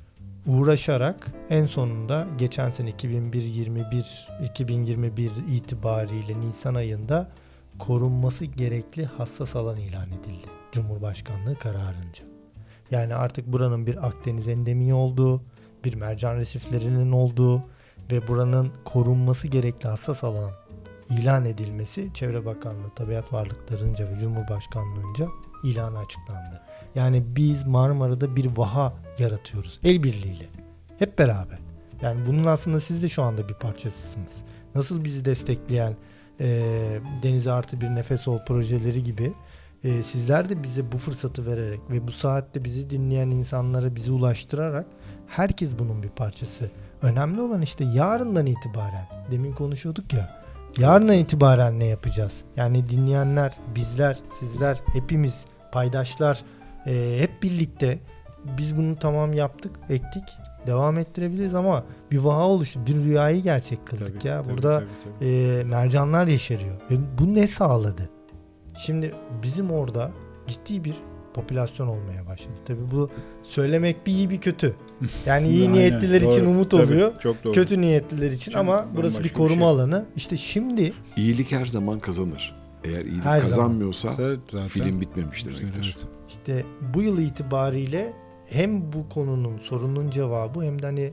uğraşarak en sonunda geçen sene iki bin bir yirmi bir iki bin yirmi bir itibariyle Nisan ayında korunması gerekli hassas alan ilan edildi. Cumhurbaşkanlığı kararınca. Yani artık buranın bir Akdeniz endemiği olduğu, bir mercan resiflerinin olduğu ve buranın korunması gerekli hassas alan ilan edilmesi Çevre Bakanlığı, Tabiat Varlıkları'nca ve Cumhurbaşkanlığı'nca ilanı açıklandı. Yani biz Marmara'da bir vaha yaratıyoruz. El birliğiyle. Hep beraber. Yani bunun aslında siz de şu anda bir parçasısınız. Nasıl bizi destekleyen e, Denize Artı Bir Nefes Ol projeleri gibi e, sizler de bize bu fırsatı vererek ve bu saatte bizi dinleyen insanlara bizi ulaştırarak herkes bunun bir parçası. Önemli olan işte yarından itibaren, demin konuşuyorduk ya, yarından itibaren ne yapacağız? Yani dinleyenler, bizler, sizler, hepimiz, paydaşlar e, hep birlikte biz bunu tamam yaptık, ektik, devam ettirebiliriz ama bir vaha oluştu, bir rüyayı gerçek kıldık Tabii, ya. tabii, Burada tabii, tabii. e, mercanlar yeşeriyor. Ve bu ne sağladı? Şimdi bizim orada ciddi bir popülasyon olmaya başladı. Tabii bu söylemek bir iyi bir kötü. Yani iyi Aynen, niyetliler için doğru. umut Tabii, oluyor. çok doğru. Kötü niyetliler için Çünkü ama burası bir bambaşka bir koruma şey. alanı. İşte şimdi İyilik her zaman kazanır. Eğer iyilik Her kazanmıyorsa Evet, zaten. film bitmemiş demektir. Evet. işte bu yıl itibariyle hem bu konunun sorunun cevabı hem de hani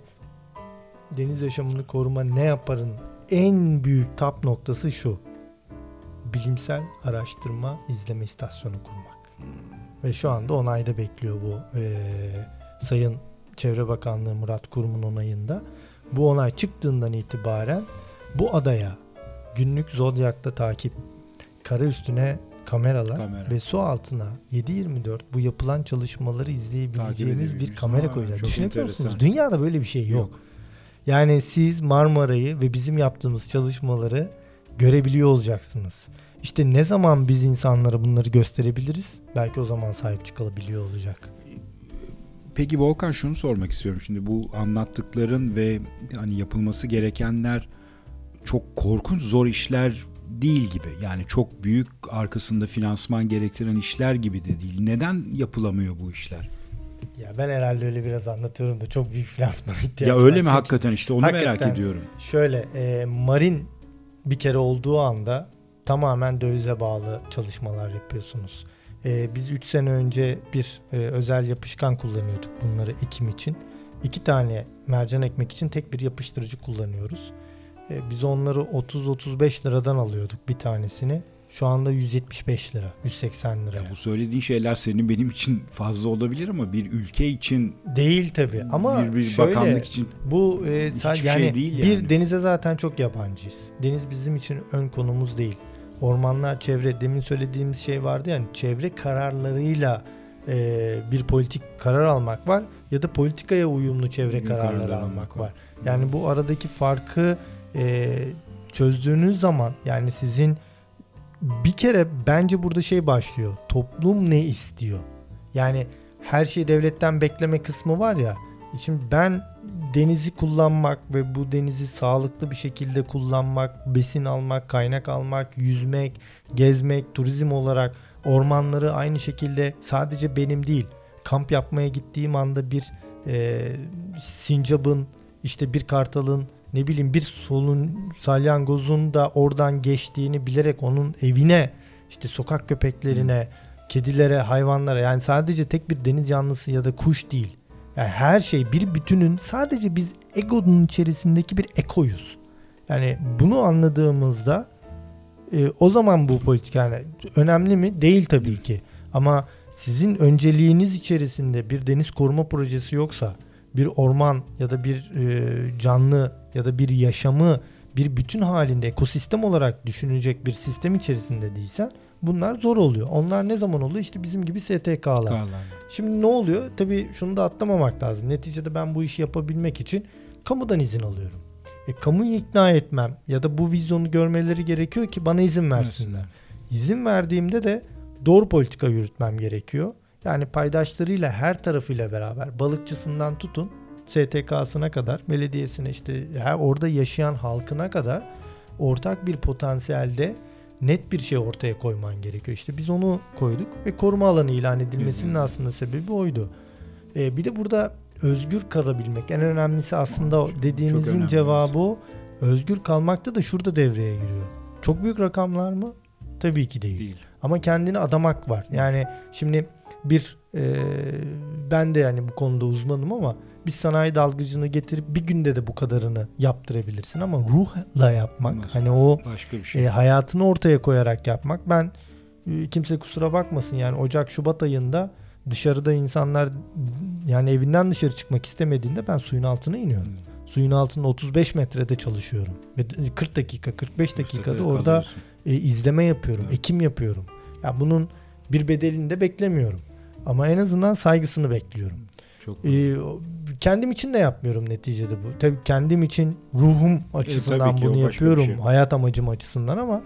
deniz yaşamını koruma ne yaparın en büyük tap noktası şu. bilimsel araştırma izleme istasyonu kurmak. Ve şu anda onayda bekliyor bu e, Sayın Çevre Bakanlığı Murat Kurum'un onayında. Bu onay çıktığından itibaren bu adaya günlük Zodyak'ta takip, kara üstüne kameralar Kamera. ve su altına yedi yirmi dört bu yapılan çalışmaları izleyebileceğimiz bir edebiliriz. kamera Aa, koyacağız. çok Düşünebiliyor musunuz? enteresan. Dünyada böyle bir şey yok. Yok. Yani siz Marmara'yı ve bizim yaptığımız çalışmaları görebiliyor olacaksınız. İşte ne zaman biz insanlara bunları gösterebiliriz? Belki o zaman sahip çıkabiliyor olacak. Peki Volkan, şunu sormak istiyorum. Şimdi bu anlattıkların ve hani yapılması gerekenler çok korkunç zor işler değil gibi. Yani çok büyük arkasında finansman gerektiren işler gibi de değil. Neden yapılamıyor bu işler? Ya ben herhalde öyle biraz anlatıyorum da çok büyük finansman ihtiyacı Ya var. öyle mi Çünkü hakikaten, işte onu hakikaten merak ediyorum. Şöyle e, marin bir kere olduğu anda tamamen dövize bağlı çalışmalar yapıyorsunuz. E, biz üç sene önce bir e, özel yapışkan kullanıyorduk bunları ekim için. İki tane mercan ekmek için tek bir yapıştırıcı kullanıyoruz. E, biz onları otuz otuz beş liradan alıyorduk bir tanesini. Şu anda yüz yetmiş beş lira, yüz seksen lira. Ya bu söylediğin şeyler senin benim için fazla olabilir ama bir ülke için Değil tabii ama bir, bir şöyle bakanlık için bu e, sa- hiçbir yani, şey değil bir yani. denize zaten çok yabancıyız. Deniz bizim için ön konumuz değil. Ormanlar, çevre, demin söylediğimiz şey vardı yani, çevre kararlarıyla e, bir politik karar almak var ya da politikaya uyumlu çevre Bir kararları kararlar almak almak var. var. Yani bu aradaki farkı e, çözdüğünüz zaman yani sizin bir kere bence burada şey başlıyor. Toplum ne istiyor? Yani her şeyi devletten bekleme kısmı var ya. Şimdi ben denizi kullanmak ve bu denizi sağlıklı bir şekilde kullanmak, besin almak, kaynak almak, yüzmek, gezmek, turizm olarak ormanları aynı şekilde sadece benim değil. Kamp yapmaya gittiğim anda bir e, sincabın, işte bir kartalın, ne bileyim bir solun, salyangozun da oradan geçtiğini bilerek onun evine, işte sokak köpeklerine, kedilere, hayvanlara, yani sadece tek bir deniz canlısı ya da kuş değil. Yani her şey bir bütünün, sadece biz egonun içerisindeki bir ekoyuz. Yani bunu anladığımızda e, o zaman bu politika yani önemli mi? Değil tabii ki. Ama sizin önceliğiniz içerisinde bir deniz koruma projesi yoksa, bir orman ya da bir e, canlı ya da bir yaşamı bir bütün halinde ekosistem olarak düşünecek bir sistem içerisinde değilsen bunlar zor oluyor. Onlar ne zaman oluyor? İşte bizim gibi S T K'lar. Kararlar. Şimdi ne oluyor? Tabii şunu da atlamamak lazım. Neticede ben bu işi yapabilmek için kamudan izin alıyorum. E, kamuyu ikna etmem ya da bu vizyonu görmeleri gerekiyor ki bana izin versinler. İzin verdiğimde de doğru politika yürütmem gerekiyor. Yani paydaşlarıyla, her tarafıyla beraber, balıkçısından tutun S T K'sına kadar, belediyesine, işte her orada yaşayan halkına kadar ortak bir potansiyelde net bir şey ortaya koyman gerekiyor. İşte biz onu koyduk ve koruma alanı ilan edilmesinin aslında sebebi oydu. Ee, bir de burada özgür kalabilmek. En önemlisi aslında o dediğinizin önemli. cevabı o. Özgür kalmakta da şurada devreye giriyor. Çok büyük rakamlar mı? Tabii ki değil. Değil. Ama kendini adamak var. Yani şimdi bir e, ben de yani bu konuda uzmanım ama bir sanayi dalgıcını getirip bir günde de bu kadarını yaptırabilirsin ama ruhla yapmak, Olmaz. hani o Başka bir şey. e, hayatını ortaya koyarak yapmak. Ben e, kimse kusura bakmasın yani Ocak Şubat ayında dışarıda insanlar yani evinden dışarı çıkmak istemediğinde ben suyun altına iniyorum. Hmm. Suyun altında otuz beş metrede çalışıyorum ve kırk dakika kırk beş dakikada orada kalıyorsun. e, izleme yapıyorum, Evet. ekim yapıyorum. Ya bunun bir bedelini de beklemiyorum. Ama en azından saygısını bekliyorum. Çok Ee, kendim için de yapmıyorum neticede bu. Tabii kendim için ruhum açısından tabii ki, o bunu başka bir yapıyorum. şey. Hayat amacım açısından ama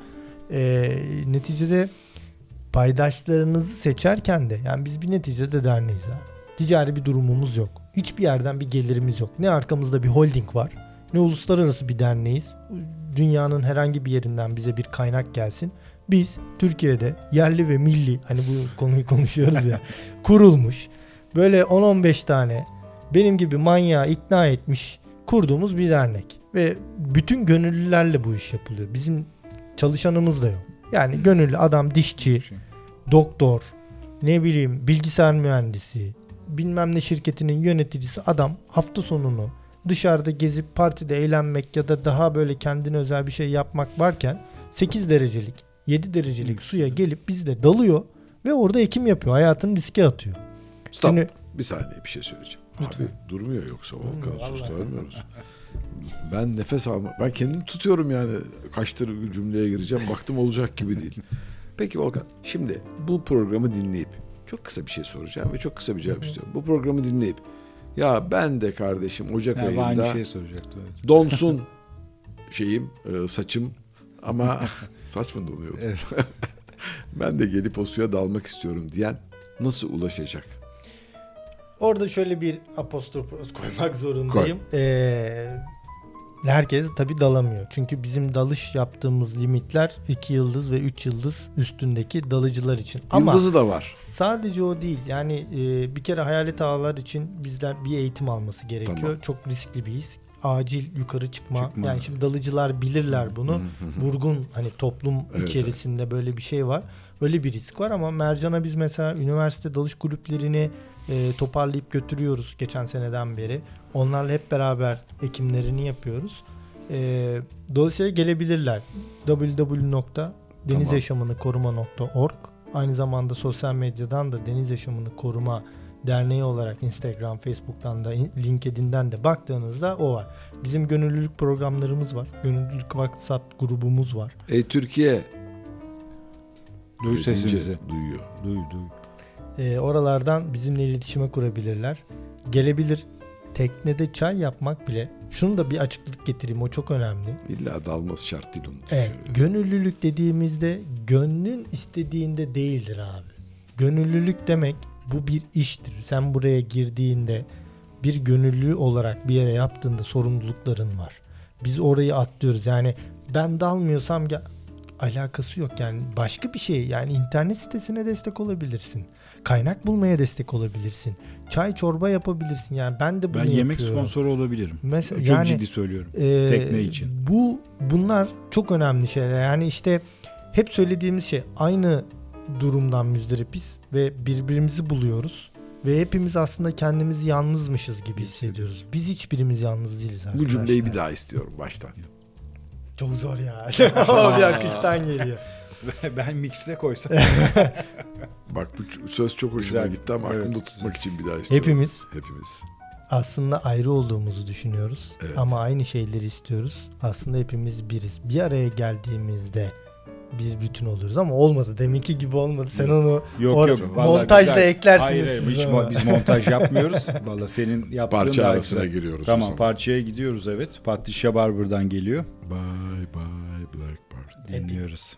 e, neticede paydaşlarınızı seçerken de yani biz bir neticede derneğiz abi. Ticari bir durumumuz yok. Hiçbir yerden bir gelirimiz yok. Ne arkamızda bir holding var, ne uluslararası bir derneğiz. Dünyanın herhangi bir yerinden bize bir kaynak gelsin. Biz Türkiye'de yerli ve milli, hani bu konuyu konuşuyoruz ya, kurulmuş böyle on on beş tane benim gibi manyağı ikna etmiş kurduğumuz bir dernek. Ve bütün gönüllülerle bu iş yapılıyor. Bizim çalışanımız da yok. Yani gönüllü adam, dişçi, şey. doktor, ne bileyim bilgisayar mühendisi, bilmem ne şirketinin yöneticisi adam hafta sonunu dışarıda gezip partide eğlenmek ya da daha böyle kendine özel bir şey yapmak varken sekiz derecelik yedi derecelik suya gelip bizle dalıyor ve orada ekim yapıyor. Hayatını riske atıyor. Stop. Şimdi- Bir saniye bir şey söyleyeceğim. Lütfen. Abi durmuyor yoksa Volkan Vallahi. susturmuyoruz. Ben nefes alma. Ben kendimi tutuyorum yani. Kaçtır cümleye gireceğim. Baktım olacak gibi değil. Peki Volkan, şimdi bu programı dinleyip çok kısa bir şey soracağım ve çok kısa bir cevap istiyorum. Bu programı dinleyip ya ben de kardeşim Ocak Yani ayında aynı şey soracaktım. Evet. donsun şeyim, e, saçım ama saç mı donuyordu? Evet. Ben de gelip o suya dalmak istiyorum diyen nasıl ulaşacak? Orada şöyle bir apostrof koymak zorundayım. Ee, herkes tabii dalamıyor. Çünkü bizim dalış yaptığımız limitler iki yıldız ve üç yıldız üstündeki dalıcılar için. Ama Yıldızı da var. sadece o değil. Yani e, bir kere hayalet ağlar için bizden bir eğitim alması gerekiyor. Tamam. Çok riskli bir his. Acil yukarı çıkma. Çıkma. Yani şimdi dalıcılar bilirler bunu. Vurgun hani toplum Evet, içerisinde böyle bir şey var. Öyle bir risk var ama Mercan'a biz mesela üniversite dalış kulüplerini e, toparlayıp götürüyoruz geçen seneden beri. Onlarla hep beraber ekimlerini yapıyoruz. E, dolayısıyla gelebilirler. double-u double-u double-u nokta deniz Tamam. yaşamını koruma nokta org. Aynı zamanda sosyal medyadan da Deniz Yaşamını Koruma Derneği olarak Instagram, Facebook'tan da LinkedIn'den de baktığınızda o var. Bizim gönüllülük programlarımız var. Gönüllülük WhatsApp grubumuz var. Ey Türkiye Duy deyince sesimizi. duyuyor. Duy duy. Ee, oralardan bizimle iletişime kurabilirler. Gelebilir. Teknede çay yapmak bile. Şunu da bir açıklık getireyim. O çok önemli. İlla dalması şart değil onu Evet, düşünüyorum. gönüllülük dediğimizde gönlün istediğinde değildir abi. Gönüllülük demek bu bir iştir. Sen buraya girdiğinde bir gönüllü olarak bir yere yaptığında sorumlulukların var. Biz orayı atlıyoruz. Yani ben dalmıyorsam ya, alakası yok yani başka bir şey. Yani internet sitesine destek olabilirsin. Kaynak bulmaya destek olabilirsin. Çay çorba yapabilirsin. Yani ben de bunu Ben yapıyorum. yemek sponsoru olabilirim. Mesela Çok yani, ciddi söylüyorum. Ee, Tekne için. Bu bunlar çok önemli şeyler. Yani işte hep söylediğimiz şey aynı durumdan müzdaripiz ve birbirimizi buluyoruz ve hepimiz aslında kendimizi yalnızmışız gibi hissediyoruz. Biz hiçbirimiz yalnız değiliz arkadaşlar. Bu cümleyi bir daha istiyorum baştan. Çok zor ya. O bir akıştan geliyor. Ben mix'e koysam. Bak bu söz çok hoşuma Güzel. gitti ama Evet, aklımda güzel. tutmak için bir daha istiyorum. Hepimiz Hepimiz. aslında ayrı olduğumuzu düşünüyoruz Evet. ama aynı şeyleri istiyoruz. Aslında hepimiz biriz. Bir araya geldiğimizde bir bütün oluyoruz ama olmadı. Deminki gibi olmadı. Sen onu Yok or- yok. vallahi montajla güzel. eklersiniz Hayır, hayır, siz hiç ama. mo- biz montaj yapmıyoruz. Valla senin yaptığın Parça daha arasına güzel. giriyoruz o Tamam, zaman. parçaya gidiyoruz evet. Patricia Barber'dan geliyor. Bye bye Blackbird. Dinliyoruz.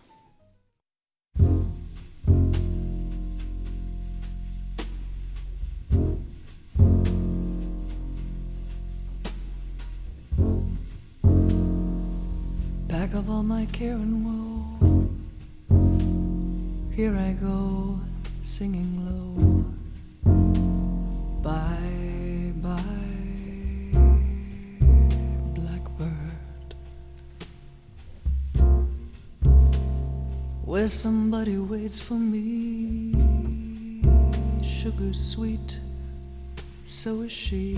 Back of all my care and woe, here I go, singing low. Bye, bye, blackbird. Where somebody waits for me, sugar sweet, so is she.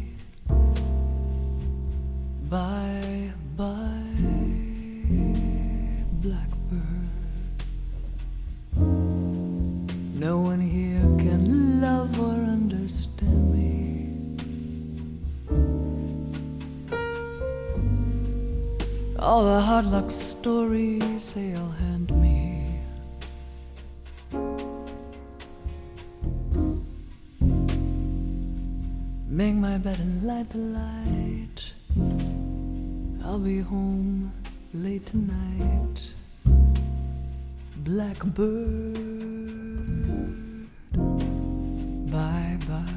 Bye, bye, blackbird. No one here can love or understand me. All the hard luck stories they'll hand me. Make my bed and light the light. I'll be home late tonight. Blackbird, bye bye.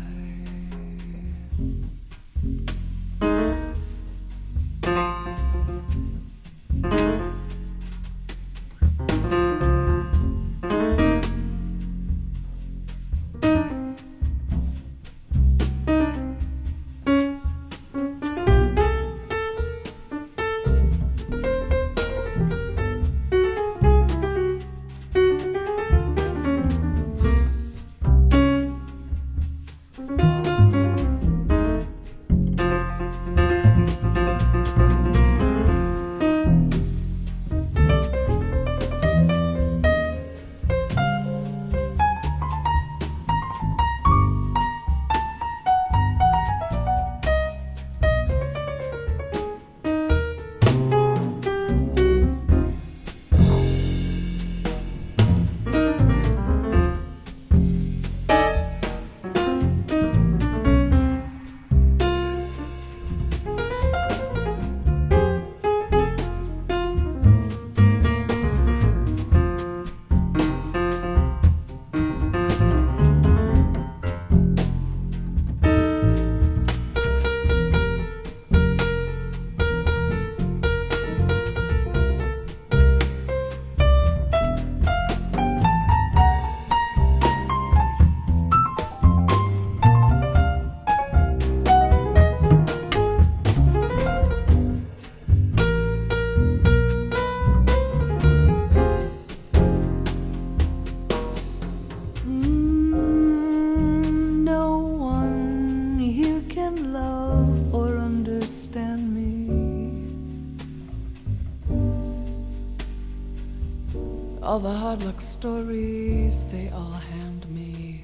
All the hard luck stories they all hand me.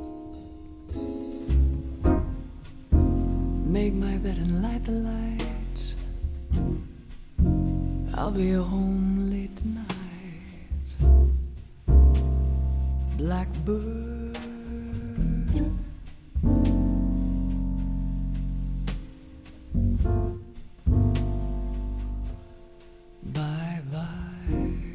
Make my bed and light the light. I'll be home late tonight. Blackbird, bye bye.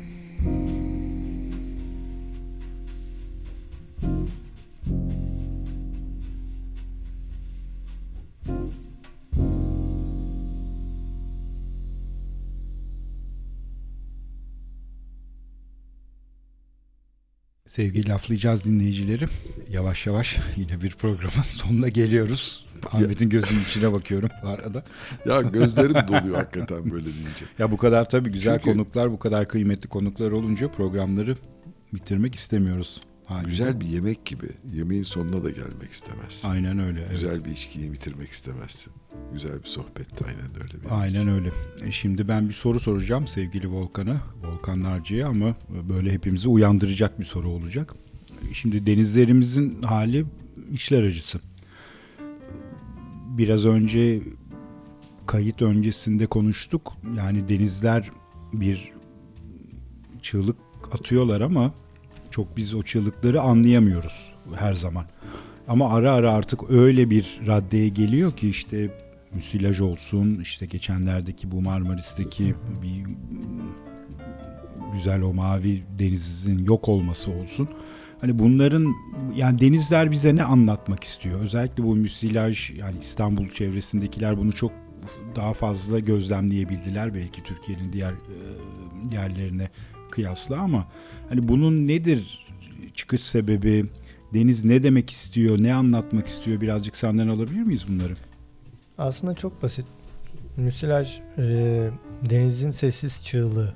Sevgili laflayacağız dinleyicilerim. Yavaş yavaş yine bir programın sonuna geliyoruz. Ahmet'in gözünün içine bakıyorum bu arada. Ya gözlerim doluyor hakikaten böyle deyince. Ya bu kadar tabii güzel Çünkü- konuklar, bu kadar kıymetli konuklar olunca programları bitirmek istemiyoruz. Haliyle. Güzel bir yemek gibi. Yemeğin sonuna da gelmek istemezsin. Aynen öyle. Evet. Güzel bir içkiyi bitirmek istemezsin. Güzel bir sohbet de aynen öyle. benim Aynen için. öyle. E şimdi ben bir soru soracağım sevgili Volkan'a, Volkan Narcı'ya ama böyle hepimizi uyandıracak bir soru olacak. Şimdi denizlerimizin hali içler acısı. Biraz önce kayıt öncesinde konuştuk. Yani denizler bir çığlık atıyorlar ama çok biz o çığlıkları anlayamıyoruz her zaman. Ama ara ara artık öyle bir raddeye geliyor ki işte müsilaj olsun, işte geçenlerdeki bu Marmaris'teki bir güzel o mavi denizin yok olması olsun. Hani bunların, yani denizler bize ne anlatmak istiyor? Özellikle bu müsilaj, yani İstanbul çevresindekiler bunu çok daha fazla gözlemleyebildiler belki Türkiye'nin diğer e, yerlerine kıyasla, ama hani bunun nedir çıkış sebebi? Deniz ne demek istiyor, ne anlatmak istiyor? Birazcık senden alabilir miyiz bunları? Aslında çok basit. Müsilaj e, denizin sessiz çığlığı.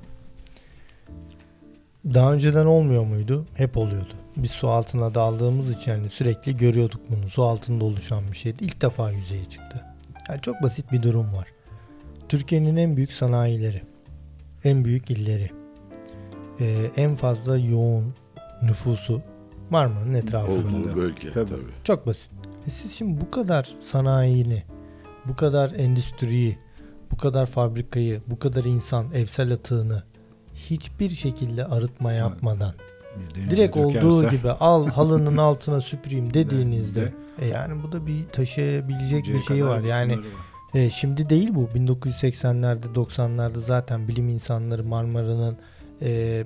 Daha önceden olmuyor muydu? Hep oluyordu. Biz su altına daldığımız için yani sürekli görüyorduk bunu. Su altında oluşan bir şeydi. İlk defa yüzeye çıktı. Yani çok basit bir durum var. Türkiye'nin en büyük sanayileri, en büyük illeri, e, en fazla yoğun nüfusu Marmara'nın etrafında. Olduğu bölge Tabii. tabii. Çok basit. E siz şimdi bu kadar sanayini, bu kadar endüstriyi, bu kadar fabrikayı, bu kadar insan, evsel atığını hiçbir şekilde arıtma yapmadan Denize direkt olduğu dökerse- gibi al halının altına süpüreyim dediğinizde e yani bu da bir taşıyabilecek bir şey var. Yani e, şimdi değil bu. bin dokuz yüz seksenlerde doksanlarda zaten bilim insanları Marmara'nın e,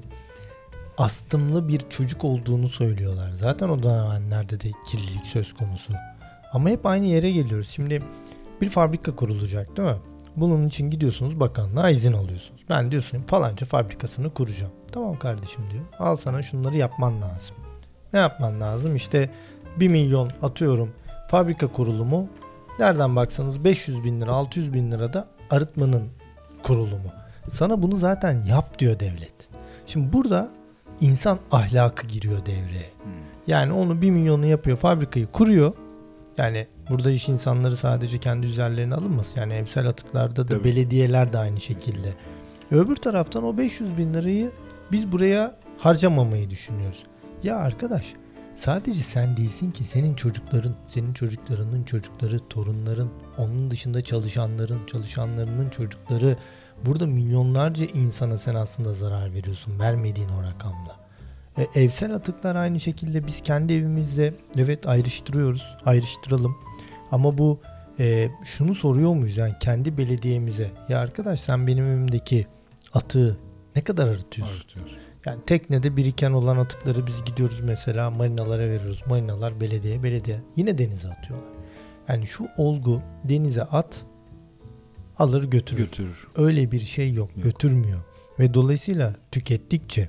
astımlı bir çocuk olduğunu söylüyorlar. Zaten o dönemlerde de kirlilik söz konusu. Ama hep aynı yere geliyoruz. Şimdi bir fabrika kurulacak değil mi? Bunun için gidiyorsunuz bakanlığa izin alıyorsunuz. Ben diyorsun falanca fabrikasını kuracağım. Tamam kardeşim diyor. Al sana şunları yapman lazım. Ne yapman lazım? İşte bir milyon atıyorum fabrika kurulumu. Nereden baksanız beş yüz bin lira altı yüz bin lira da arıtmanın kurulumu. Sana bunu zaten yap diyor devlet. Şimdi burada insan ahlakı giriyor devreye. Yani onu bir milyonu yapıyor, fabrikayı kuruyor. Yani burada iş insanları sadece kendi üzerlerine alınmasın. Yani evsel atıklarda da Tabii. belediyeler de aynı şekilde. Öbür taraftan o beş yüz bin lirayı biz buraya harcamamayı düşünüyoruz. Ya arkadaş, sadece sen değilsin ki, senin çocukların, senin çocuklarının çocukları, torunların, onun dışında çalışanların, çalışanlarının çocukları. Burada milyonlarca insana sen aslında zarar veriyorsun vermediğin o rakamla. E, evsel atıklar aynı şekilde biz kendi evimizde evet ayrıştırıyoruz, ayrıştıralım. Ama bu e, şunu soruyor muyuz yani kendi belediyemize? Ya arkadaş sen benim evimdeki atığı ne kadar arıtıyorsun? Artıyor. Yani teknede biriken olan atıkları biz gidiyoruz mesela marinalara veriyoruz. Marinalar belediye, belediye yine denize atıyorlar. Yani şu olgu denize at, alır götürür. Götürür. Öyle bir şey yok, Yok. götürmüyor. Ve dolayısıyla tükettikçe,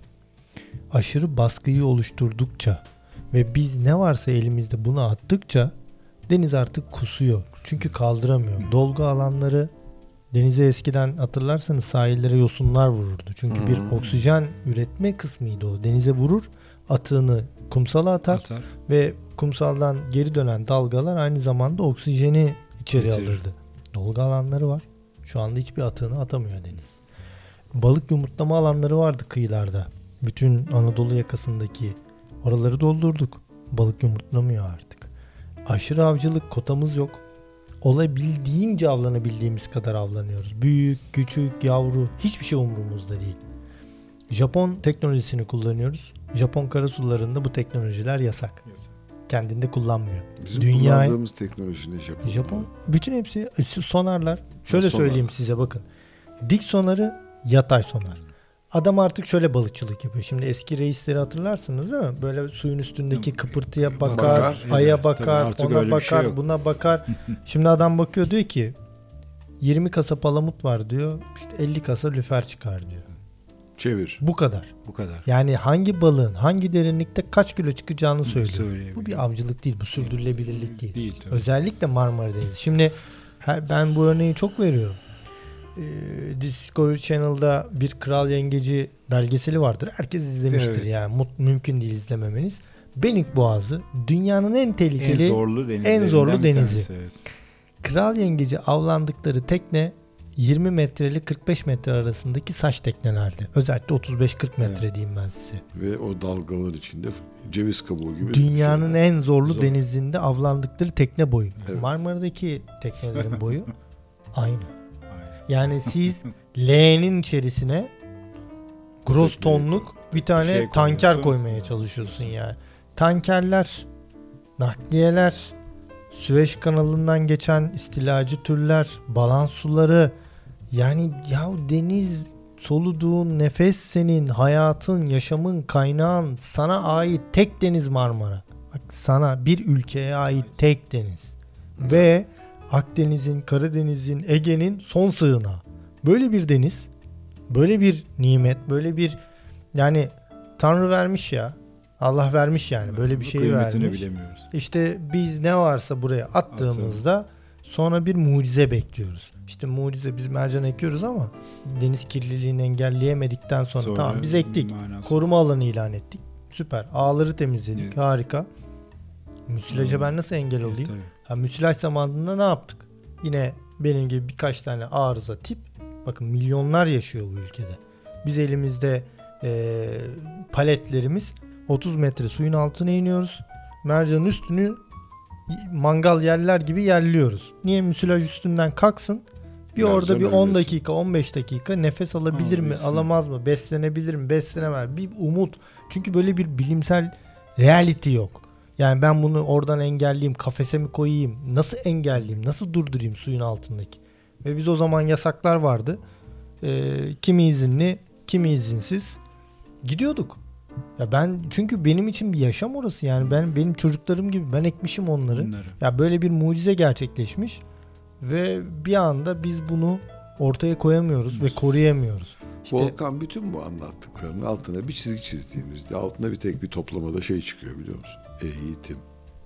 aşırı baskıyı oluşturdukça ve biz ne varsa elimizde bunu attıkça deniz artık kusuyor. Çünkü kaldıramıyor. Dolgu alanları, denize eskiden hatırlarsanız sahillere yosunlar vururdu. Çünkü bir Hmm. oksijen üretme kısmıydı o. Denize vurur, atığını kumsala atar, Atar. ve kumsaldan geri dönen dalgalar aynı zamanda oksijeni içeri Getirir. alırdı. Dolgu alanları var. Şu anda hiçbir atığını atamıyor deniz. Balık yumurtlama alanları vardı kıyılarda. Bütün Anadolu yakasındaki oraları doldurduk. Balık yumurtlamıyor artık. Aşırı avcılık kotamız yok. Olabildiğince avlanabildiğimiz kadar avlanıyoruz. Büyük, küçük, yavru hiçbir şey umurumuzda değil. Japon teknolojisini kullanıyoruz. Japon karasularında bu teknolojiler yasak. Yasak. Kendinde kullanmıyor. Bizim Dünya- kullandığımız teknoloji ne Japon? Japon bütün hepsi sonarlar. Şöyle Sonar. söyleyeyim size bakın. Dik sonarı, yatay sonar. Adam artık şöyle balıkçılık yapıyor. Şimdi eski reisleri hatırlarsınız değil mi? Böyle suyun üstündeki kıpırtıya bakar, Bakar. aya Evet, bakar, tabii artık ona öyle bir şey bakar, yok. buna bakar. Şimdi adam bakıyor diyor ki yirmi kasa palamut var diyor. İşte elli kasa lüfer çıkar diyor. Çevir. Bu kadar. Bu kadar. Yani hangi balığın hangi derinlikte kaç kilo çıkacağını söylüyor. Söyleyebiliyor. Bu bir avcılık değil, bu sürdürülebilirlik değil. Değil tabii. Özellikle Marmara Denizi. Şimdi her- ben bu örneği çok veriyorum. Ee, Discovery Channel'da bir Kral Yengeci belgeseli vardır. Herkes izlemiştir Evet. yani. Mut- mümkün değil izlememeniz. Benik Boğazı dünyanın en En tehlikeli, zorlu denizlerinden en zorlu bir denizi. tanesi, evet. Kral Yengeci avlandıkları tekne yirmi metre ile kırk beş metre arasındaki saç teknelerdi. Özellikle otuz beş kırk metre diyeyim ben size. Ve o dalgalar içinde ceviz kabuğu gibi. Dünyanın şeyler. en zorlu Zor. denizinde avlandıkları tekne boyu. Evet. Marmara'daki teknelerin boyu aynı. Aynen. Yani siz L'nin içerisine gross Tekneyi tonluk bir tane şey tanker koyuyorsun. koymaya çalışıyorsun yani. Tankerler, nakliyeler, Süveyş kanalından geçen istilacı türler, balans suları, yani ya deniz soluduğun nefes senin, hayatın, yaşamın, kaynağın, sana ait tek deniz Marmara. Bak sana bir ülkeye ait tek deniz. Ve Akdeniz'in, Karadeniz'in, Ege'nin son sığınağı. Böyle bir deniz, böyle bir nimet, böyle bir yani Tanrı vermiş ya. Allah vermiş yani. Böyle bir Bu şeyi kıymetini vermiş. bilemiyoruz. İşte biz ne varsa buraya attığımızda sonra bir mucize bekliyoruz. İşte mucize, biz mercan ekiyoruz ama deniz kirliliğini engelleyemedikten sonra, Sonra tamam biz ektik. manası- Koruma alanı ilan ettik. Süper. Ağları temizledik. Evet. Harika. Müsilaja ben nasıl engel olayım? Tabii. Ha, müsilaj zamanında ne yaptık? Yine benim gibi birkaç tane arıza tip. Bakın milyonlar yaşıyor bu ülkede. Biz elimizde e, paletlerimiz otuz metre suyun altına iniyoruz. Mercanın üstünü mangal yerler gibi yerliyoruz. Niye? Müsilaj üstünden kalksın. Bir Mercan orada bir on ölmesin. dakika on beş dakika nefes alabilir mi? Alabilsin. Alamaz mı? Beslenebilir mi? Beslenemez. Bir umut. Çünkü böyle bir bilimsel reality yok. Yani ben bunu oradan engelleyeyim, kafese mi koyayım? Nasıl engelleyeyim? Nasıl durdurayım suyun altındaki? Ve biz o zaman yasaklar vardı. Ee, kimi izinli, kimi izinsiz gidiyorduk. Ya ben çünkü benim için bir yaşam orası yani ben benim çocuklarım gibi ben ekmişim onları. Bunları. Ya böyle bir mucize gerçekleşmiş ve bir anda biz bunu ortaya koyamıyoruz ve koruyamıyoruz. İşte Volkan bütün bu anlattıklarının altına bir çizgi çizdiğimizde altına bir tek bir toplamada şey çıkıyor biliyor musun? Eğitim.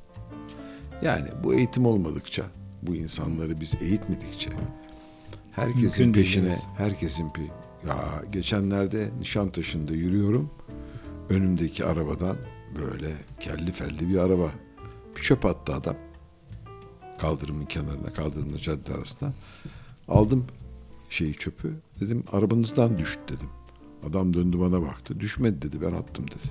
Yani bu eğitim olmadıkça, bu insanları biz eğitmedikçe herkesin Mümkün değil, peşine, evet. herkesin pi ya geçenlerde Nişantaşı'nda yürüyorum. Önümdeki arabadan böyle kelli felli bir araba. Bir çöp attı adam. Kaldırımın kenarına, kaldırımla cadde arasına. Aldım şeyi çöpü. Dedim arabanızdan düştü dedim. Adam döndü bana baktı. Düşmedi dedi, ben attım dedi.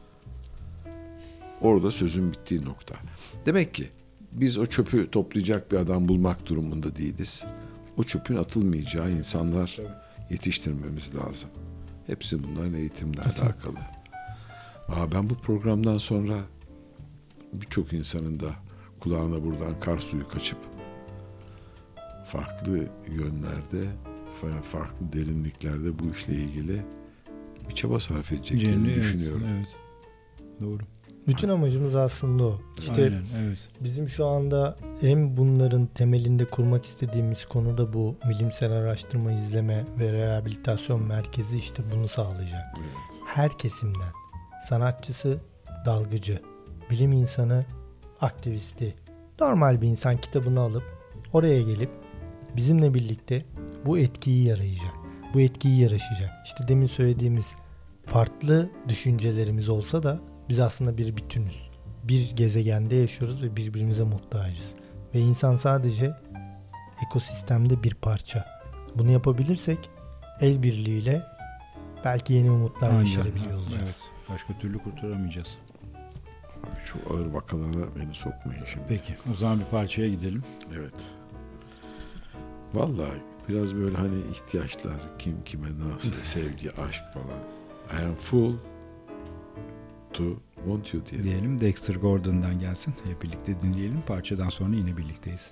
Orada sözün bittiği nokta. Demek ki biz o çöpü toplayacak bir adam bulmak durumunda değiliz. O çöpün atılmayacağı insanlar yetiştirmemiz lazım. Hepsi bunların eğitimle alakalı. Aa, ben bu programdan sonra birçok insanın da kulağına buradan kar suyu kaçıp farklı yönlerde, farklı derinliklerde bu işle ilgili bir çaba sarf edeceklerini Evet, düşünüyorum. Evet. Doğru. bütün amacımız aslında o. İşte Aynen, evet. bizim şu anda en bunların temelinde kurmak istediğimiz konu da bu bilimsel araştırma, izleme ve rehabilitasyon merkezi işte bunu sağlayacak. Evet. Her kesimden, sanatçısı, dalgıcı, bilim insanı, aktivisti, normal bir insan kitabını alıp oraya gelip bizimle birlikte bu etkiyi yarayacak. Bu etkiyi yaraşacak. İşte demin söylediğimiz farklı düşüncelerimiz olsa da biz aslında bir bütünüz. Bir gezegende yaşıyoruz ve birbirimize muhtacız. Ve insan sadece ekosistemde bir parça. Bunu yapabilirsek el birliğiyle belki yeni umutlar Aynen. yeşerebiliyor olacağız. Evet. Başka türlü kurtaramayacağız. Abi çok ağır vakalara beni sokmayın şimdi. Peki. O zaman bir parçaya gidelim. Evet. Vallahi biraz böyle hani ihtiyaçlar, kim kime nasıl, sevgi, aşk falan. I am full to want you diye. Diyelim Dexter Gordon'dan gelsin. Hep birlikte dinleyelim. Parçadan sonra yine birlikteyiz.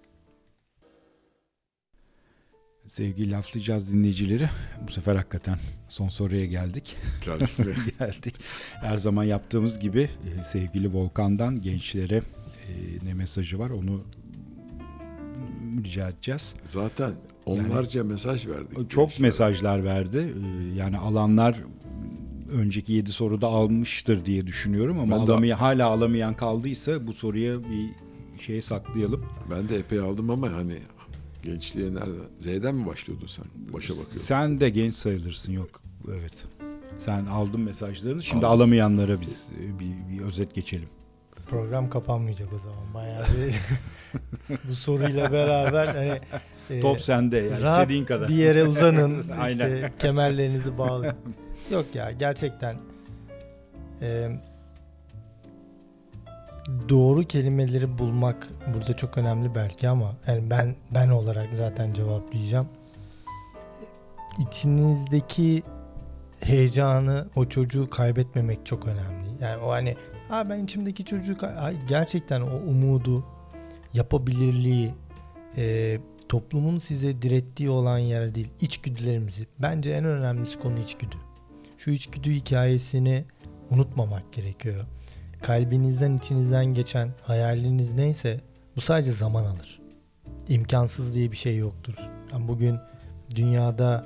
Sevgili laflayacağız dinleyicileri. Bu sefer hakikaten son soruya geldik. geldik. Her zaman yaptığımız gibi sevgili Volkan'dan gençlere e, ne mesajı var onu rica edeceğiz. Zaten onlarca yani, mesaj verdik. Çok gençlere. Mesajlar verdi. Yani alanlar önceki yedi soruda almıştır diye düşünüyorum ama alamay- hala alamayan kaldıysa bu soruya bir şey saklayalım. Ben de epey aldım ama hani gençliğe nereden? Z'den mi başlıyordun sen? Başa bakıyordun. Sen de genç sayılırsın. Yok. Evet. Sen aldın mesajlarını. Şimdi Aldım. Alamayanlara biz bir, bir özet geçelim. Program kapanmayacak o zaman. Bayağı bir bu soruyla beraber hani top e, sende yani istediğin kadar. Bir yere uzanın. işte kemerlerinizi bağlayın. Yok ya gerçekten e, doğru kelimeleri bulmak burada çok önemli belki ama yani ben ben olarak zaten cevaplayacağım. İçinizdeki heyecanı, o çocuğu kaybetmemek çok önemli. Yani o hani ha ben içimdeki çocuğu kay- gerçekten o umudu, yapabilirliği, e, toplumun size direttiği olan yer değil, içgüdülerimizi. Bence en önemlisi konu içgüdü. Şu içgüdü hikayesini unutmamak gerekiyor. Kalbinizden, içinizden geçen hayaliniz neyse bu sadece zaman alır. İmkansız diye bir şey yoktur. Yani bugün dünyada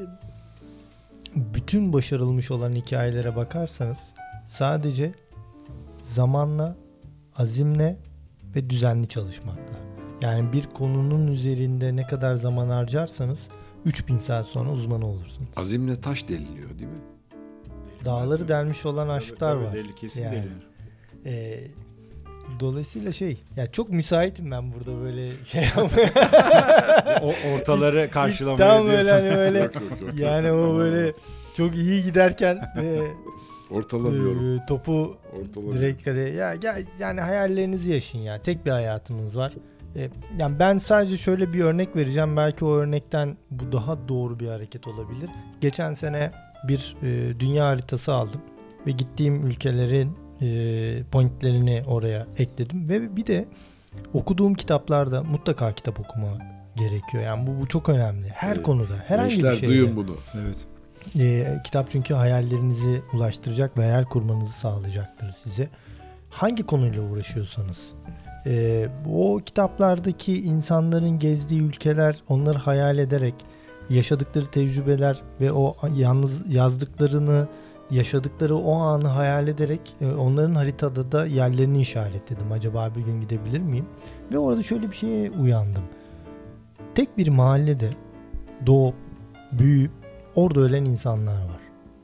bütün başarılmış olan hikayelere bakarsanız sadece zamanla, azimle ve düzenli çalışmakla. Yani bir konunun üzerinde ne kadar zaman harcarsanız üç bin saat sonra uzmanı olursunuz. Azimle taş deliniyor değil mi? Dağları delmiş olan aşıklar tabii, var. Deli, kesin yani, delinir. E, dolayısıyla şey, ya çok müsaitim ben burada böyle şey yapmaya. O ortaları karşılamaya tam diyorsun. böyle hani böyle Yok, yok, yok. yani o böyle çok iyi giderken e, Ortalamıyorum. e, topu Ortalamıyorum. direkt kaleye ya, ya yani hayallerinizi yaşayın ya. Tek bir hayatımız var. E, yani ben sadece şöyle bir örnek vereceğim. Belki o örnekten bu daha doğru bir hareket olabilir. Geçen sene bir e, dünya haritası aldım ve gittiğim ülkelerin e, pointlerini oraya ekledim ve bir de okuduğum kitaplarda mutlaka kitap okuma gerekiyor. Yani bu, bu çok önemli. Her evet. konuda, herhangi Gençler, bir şeyde. duyun bunu. Evet. E, kitap çünkü hayallerinizi ulaştıracak ve hayal kurmanızı sağlayacaktır size. Hangi konuyla uğraşıyorsanız. E, o kitaplardaki insanların gezdiği ülkeler, onları hayal ederek yaşadıkları tecrübeler ve o yalnız yazdıklarını, yaşadıkları o anı hayal ederek onların haritada da yerlerini işaretledim. Acaba bir gün gidebilir miyim? Ve orada şöyle bir şeye uyandım. Tek bir mahallede doğup, büyüyüp orada ölen insanlar var.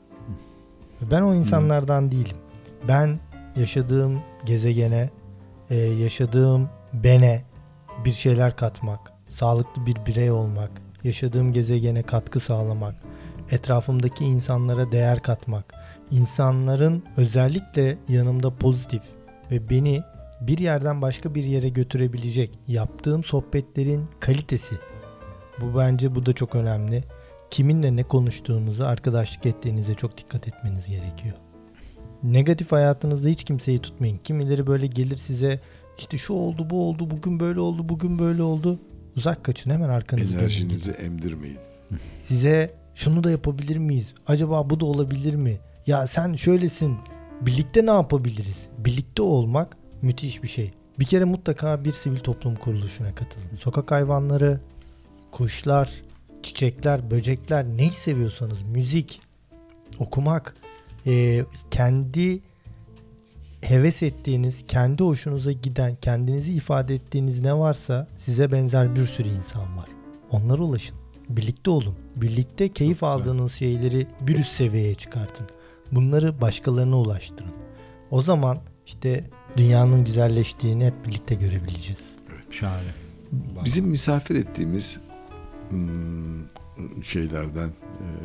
Ben o insanlardan değilim. Ben yaşadığım gezegene, yaşadığım bene bir şeyler katmak, sağlıklı bir birey olmak, yaşadığım gezegene katkı sağlamak, etrafımdaki insanlara değer katmak, insanların özellikle yanımda pozitif ve beni bir yerden başka bir yere götürebilecek yaptığım sohbetlerin kalitesi. Bu bence bu da çok önemli. Kiminle ne konuştuğunuza, arkadaşlık ettiğinize çok dikkat etmeniz gerekiyor. Negatif hayatınızda hiç kimseyi tutmayın. Kimileri böyle gelir size işte şu oldu, bu oldu, bugün böyle oldu, bugün böyle oldu. Uzak kaçın, hemen arkanızı dönün. Enerjinizi emdirmeyin. Size şunu da yapabilir miyiz? Acaba bu da olabilir mi? Ya sen şöylesin. Birlikte ne yapabiliriz? Birlikte olmak müthiş bir şey. Bir kere mutlaka bir sivil toplum kuruluşuna katılın. Sokak hayvanları, kuşlar, çiçekler, böcekler, neyi seviyorsanız, müzik, okumak, e, kendi heves ettiğiniz, kendi hoşunuza giden, kendinizi ifade ettiğiniz ne varsa size benzer bir sürü insan var. Onlara ulaşın. Birlikte olun. Birlikte keyif aldığınız şeyleri bir üst seviyeye çıkartın. Bunları başkalarına ulaştırın. O zaman işte dünyanın güzelleştiğini hep birlikte görebileceğiz. Evet, şahane. Bizim misafir ettiğimiz şeylerden,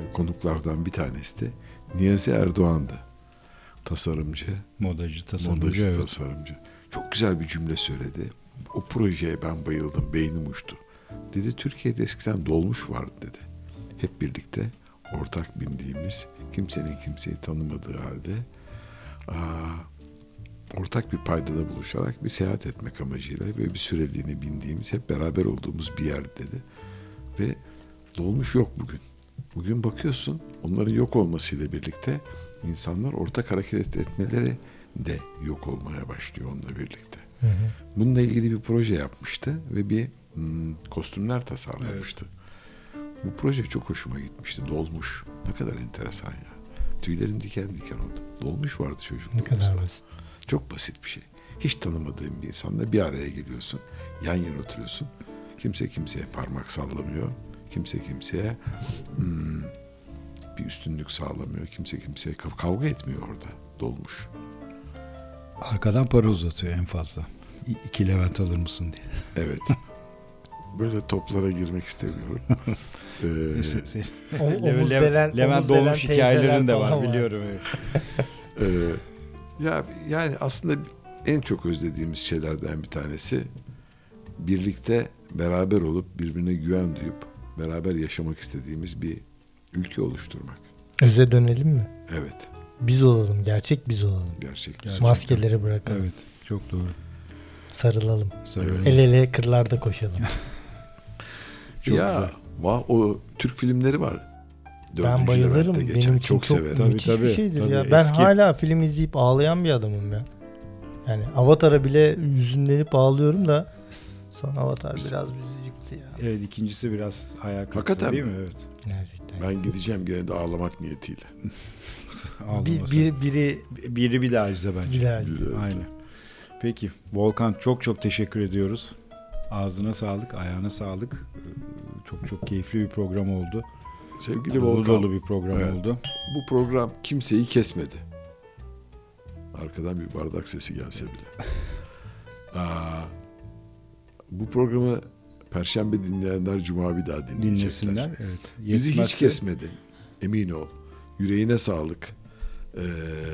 konuklardan bir tanesi de Niyazi Erdoğan'dı. Tasarımcı, Modacı, tasarımcı. modacı, evet. tasarımcı. Çok güzel bir cümle söyledi. O projeye ben bayıldım, beynim uçtu. Dedi Türkiye'de eskiden dolmuş vardı dedi. Hep birlikte ortak bindiğimiz, kimsenin kimseyi tanımadığı halde aa, ortak bir paydada buluşarak bir seyahat etmek amacıyla ve bir süreliğine bindiğimiz, hep beraber olduğumuz bir yer dedi. Ve dolmuş yok bugün. Bugün bakıyorsun onların yok olmasıyla birlikte insanlar ortak hareket etmeleri de yok olmaya başlıyor onunla birlikte. Hı hı. Bununla ilgili bir proje yapmıştı ve bir hmm, kostümler tasarlamıştı. Bu proje çok hoşuma gitmişti. Dolmuş. Ne kadar enteresan ya. Tüylerim diken diken oldu. Dolmuş vardı Ne kadar çocukluğumuzda. basit. Çok basit bir şey. Hiç tanımadığın bir insanla bir araya geliyorsun. Yan yana oturuyorsun. Kimse kimseye parmak sallamıyor. Kimse kimseye hmm, bir üstünlük sağlamıyor. Kimse kimseye kav- kavga etmiyor orada. Dolmuş. Arkadan para uzatıyor en fazla. İ- İki Levent alır mısın diye. Evet. Böyle toplara girmek istemiyorum. Ee, Se- se- O- Le- omuz Le- delen, Levent omuz delen dolmuş hikayelerin de teyzeler var falan biliyorum. Evet. Ee, ya yani aslında en çok özlediğimiz şeylerden bir tanesi birlikte beraber olup birbirine güven duyup beraber yaşamak istediğimiz bir ülke oluşturmak. Öze dönelim mi? Evet, Biz olalım, gerçek biz olalım. gerçekten. Gerçekten. Maskeleri bırakalım, Evet, çok doğru. sarılalım. Sarılalım. El ele kırlarda koşalım. Çok ya güzel. va- o Türk filmleri var. Ben Dördüncü bayılırım. Levent'te geçen. Benim için çok, severim. Tabii, müthiş tabii, bir şeydir tabii. ya. Ben Eski- hala film izleyip ağlayan bir adamım ya. Yani Avatar'a bile hüzünlenip ağlıyorum da son Avatar biraz bizi yıktı ya. Evet, ikincisi biraz hayal kırıklığı Hakikaten değil mi? mi? Evet. Gerçekten. Ben gideceğim gene de ağlamak niyetiyle. bir, Ağlaması. bir, biri Biri bir daha izle bence. bir daha. Güzel. Aynen. Peki Volkan, çok çok teşekkür ediyoruz. Ağzına sağlık, ayağına sağlık. Ee, Çok çok keyifli bir program oldu. Sevgili Dolu Volkan, dolu bir program Evet. oldu. bu program kimseyi kesmedi. Arkadan bir bardak sesi gelse bile. Aa, bu programı Perşembe dinleyenler Cuma bir daha dinleyecekler. Dinlesinler. Evet. Bizi hiç Yetmezse- kesmedi. Emin ol. Yüreğine sağlık. Ee,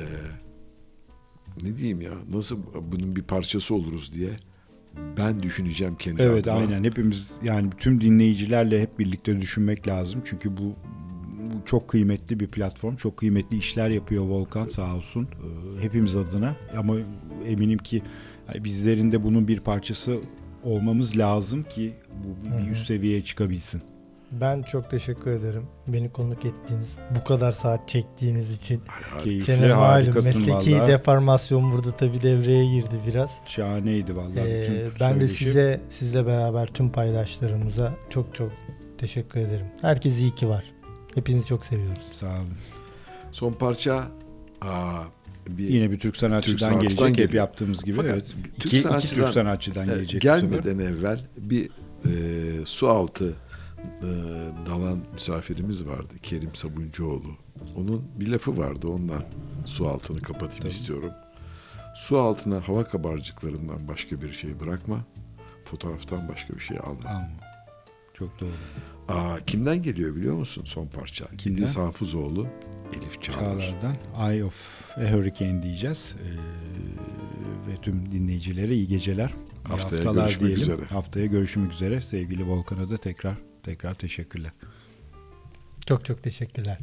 ne diyeyim ya? Nasıl bunun bir parçası oluruz diye ben düşüneceğim kendi Evet, adıma. aynen. Hepimiz, yani tüm dinleyicilerle hep birlikte düşünmek lazım. Çünkü bu, bu çok kıymetli bir platform. Çok kıymetli işler yapıyor Volkan, sağ olsun. Ee, Hepimiz adına. Ama eminim ki yani bizlerin de bunun bir parçası olmamız lazım ki bu Hı bir hı. üst seviyeye çıkabilsin. Ben çok teşekkür ederim. Beni konuk ettiğiniz, bu kadar saat çektiğiniz için. Keyifli, Senin malum harikasın mesleki vallahi. deformasyon burada tabii devreye girdi biraz. Şahaneydi vallahi. Ee, bütün ben de söyleşi. size, sizle beraber tüm paydaşlarımıza çok çok teşekkür ederim. Herkes iyi ki var. Hepinizi çok seviyoruz. Sağ olun. Son parça aa, bir Yine bir Türk sanatçıdan, sanatçıdan gelecek. Hep geliyor. yaptığımız gibi. Fakat Evet. Türk İki, iki sanatçıdan- Türk sanatçıdan e, gelecek. bu sefer. gelmeden evvel bir e, su altı e, dalan misafirimiz vardı. Kerim Sabuncuoğlu. Onun bir lafı vardı, ondan su altını kapatayım Tabii. istiyorum. Su altına hava kabarcıklarından başka bir şey bırakma. Fotoğraftan başka bir şey alma. Alma. Çok doğru. Aa, kimden geliyor biliyor musun son parça? Kimden? İdris Hafızoğlu, Elif Çağlar. Çağlar'dan Eye of a Hurricane diyeceğiz. Ee, ve tüm dinleyicilere iyi geceler. İyi Haftaya haftalar görüşmek diyelim. üzere. Haftaya görüşmek üzere. Sevgili Volkan'a da tekrar tekrar teşekkürler. Çok çok teşekkürler.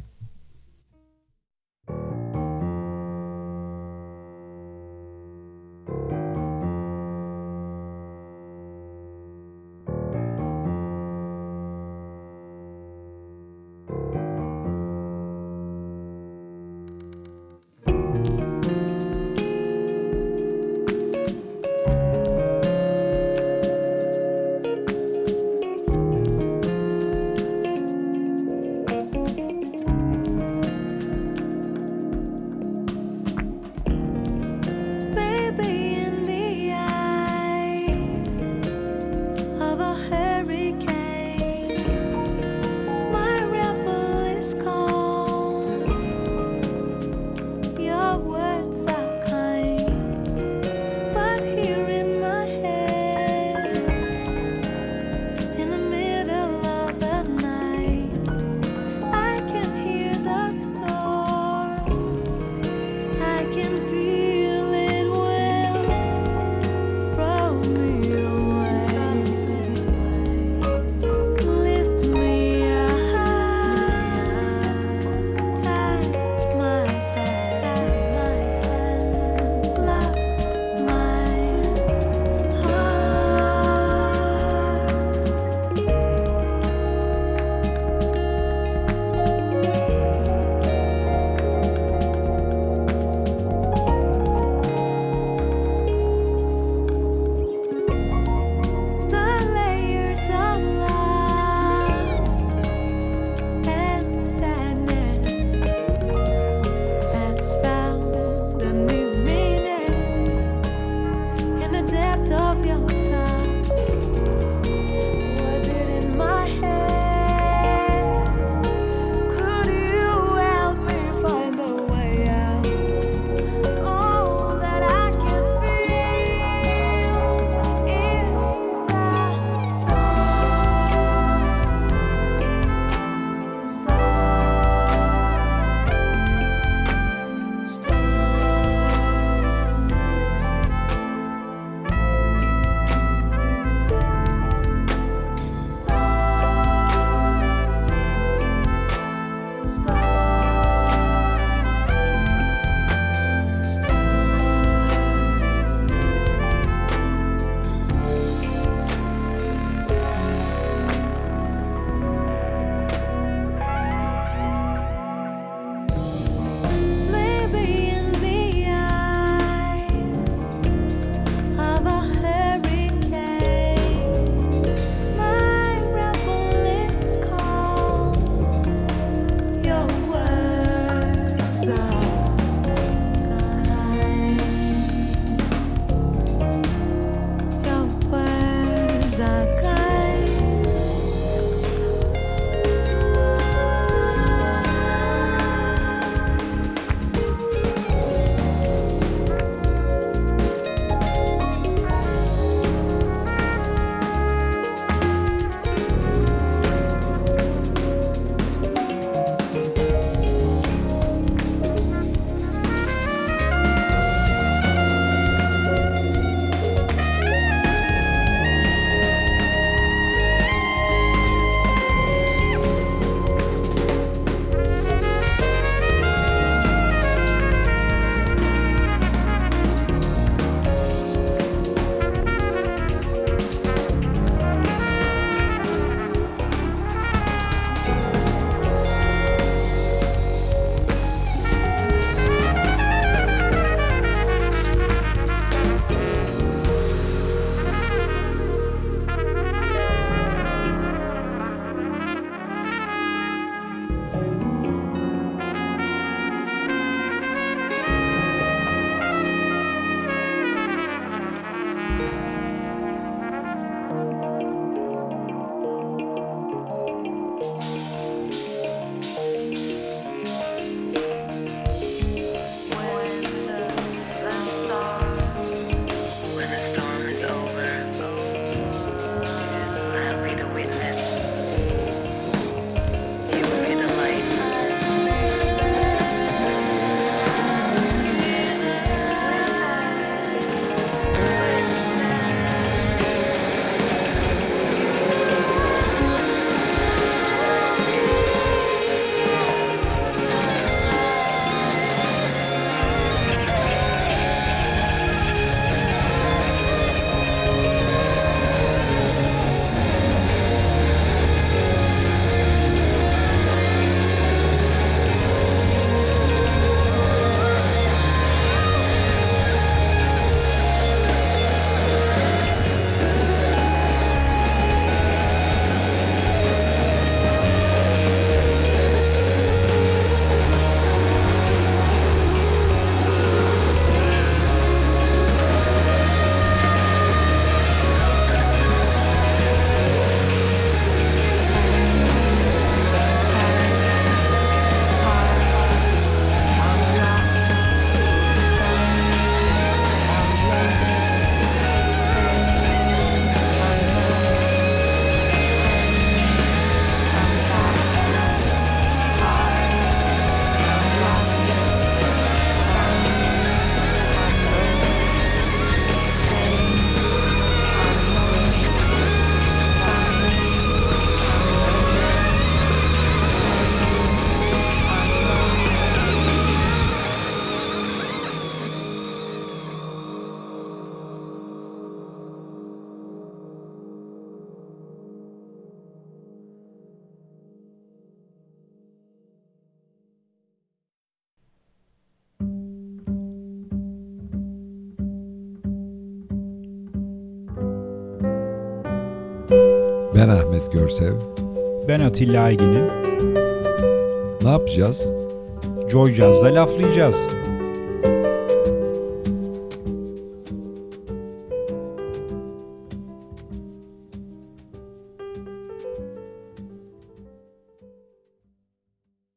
Ben Ahmet Görsev. Ben Atilla Aygin'im. Ne yapacağız? Joy Jazz'da laflayacağız.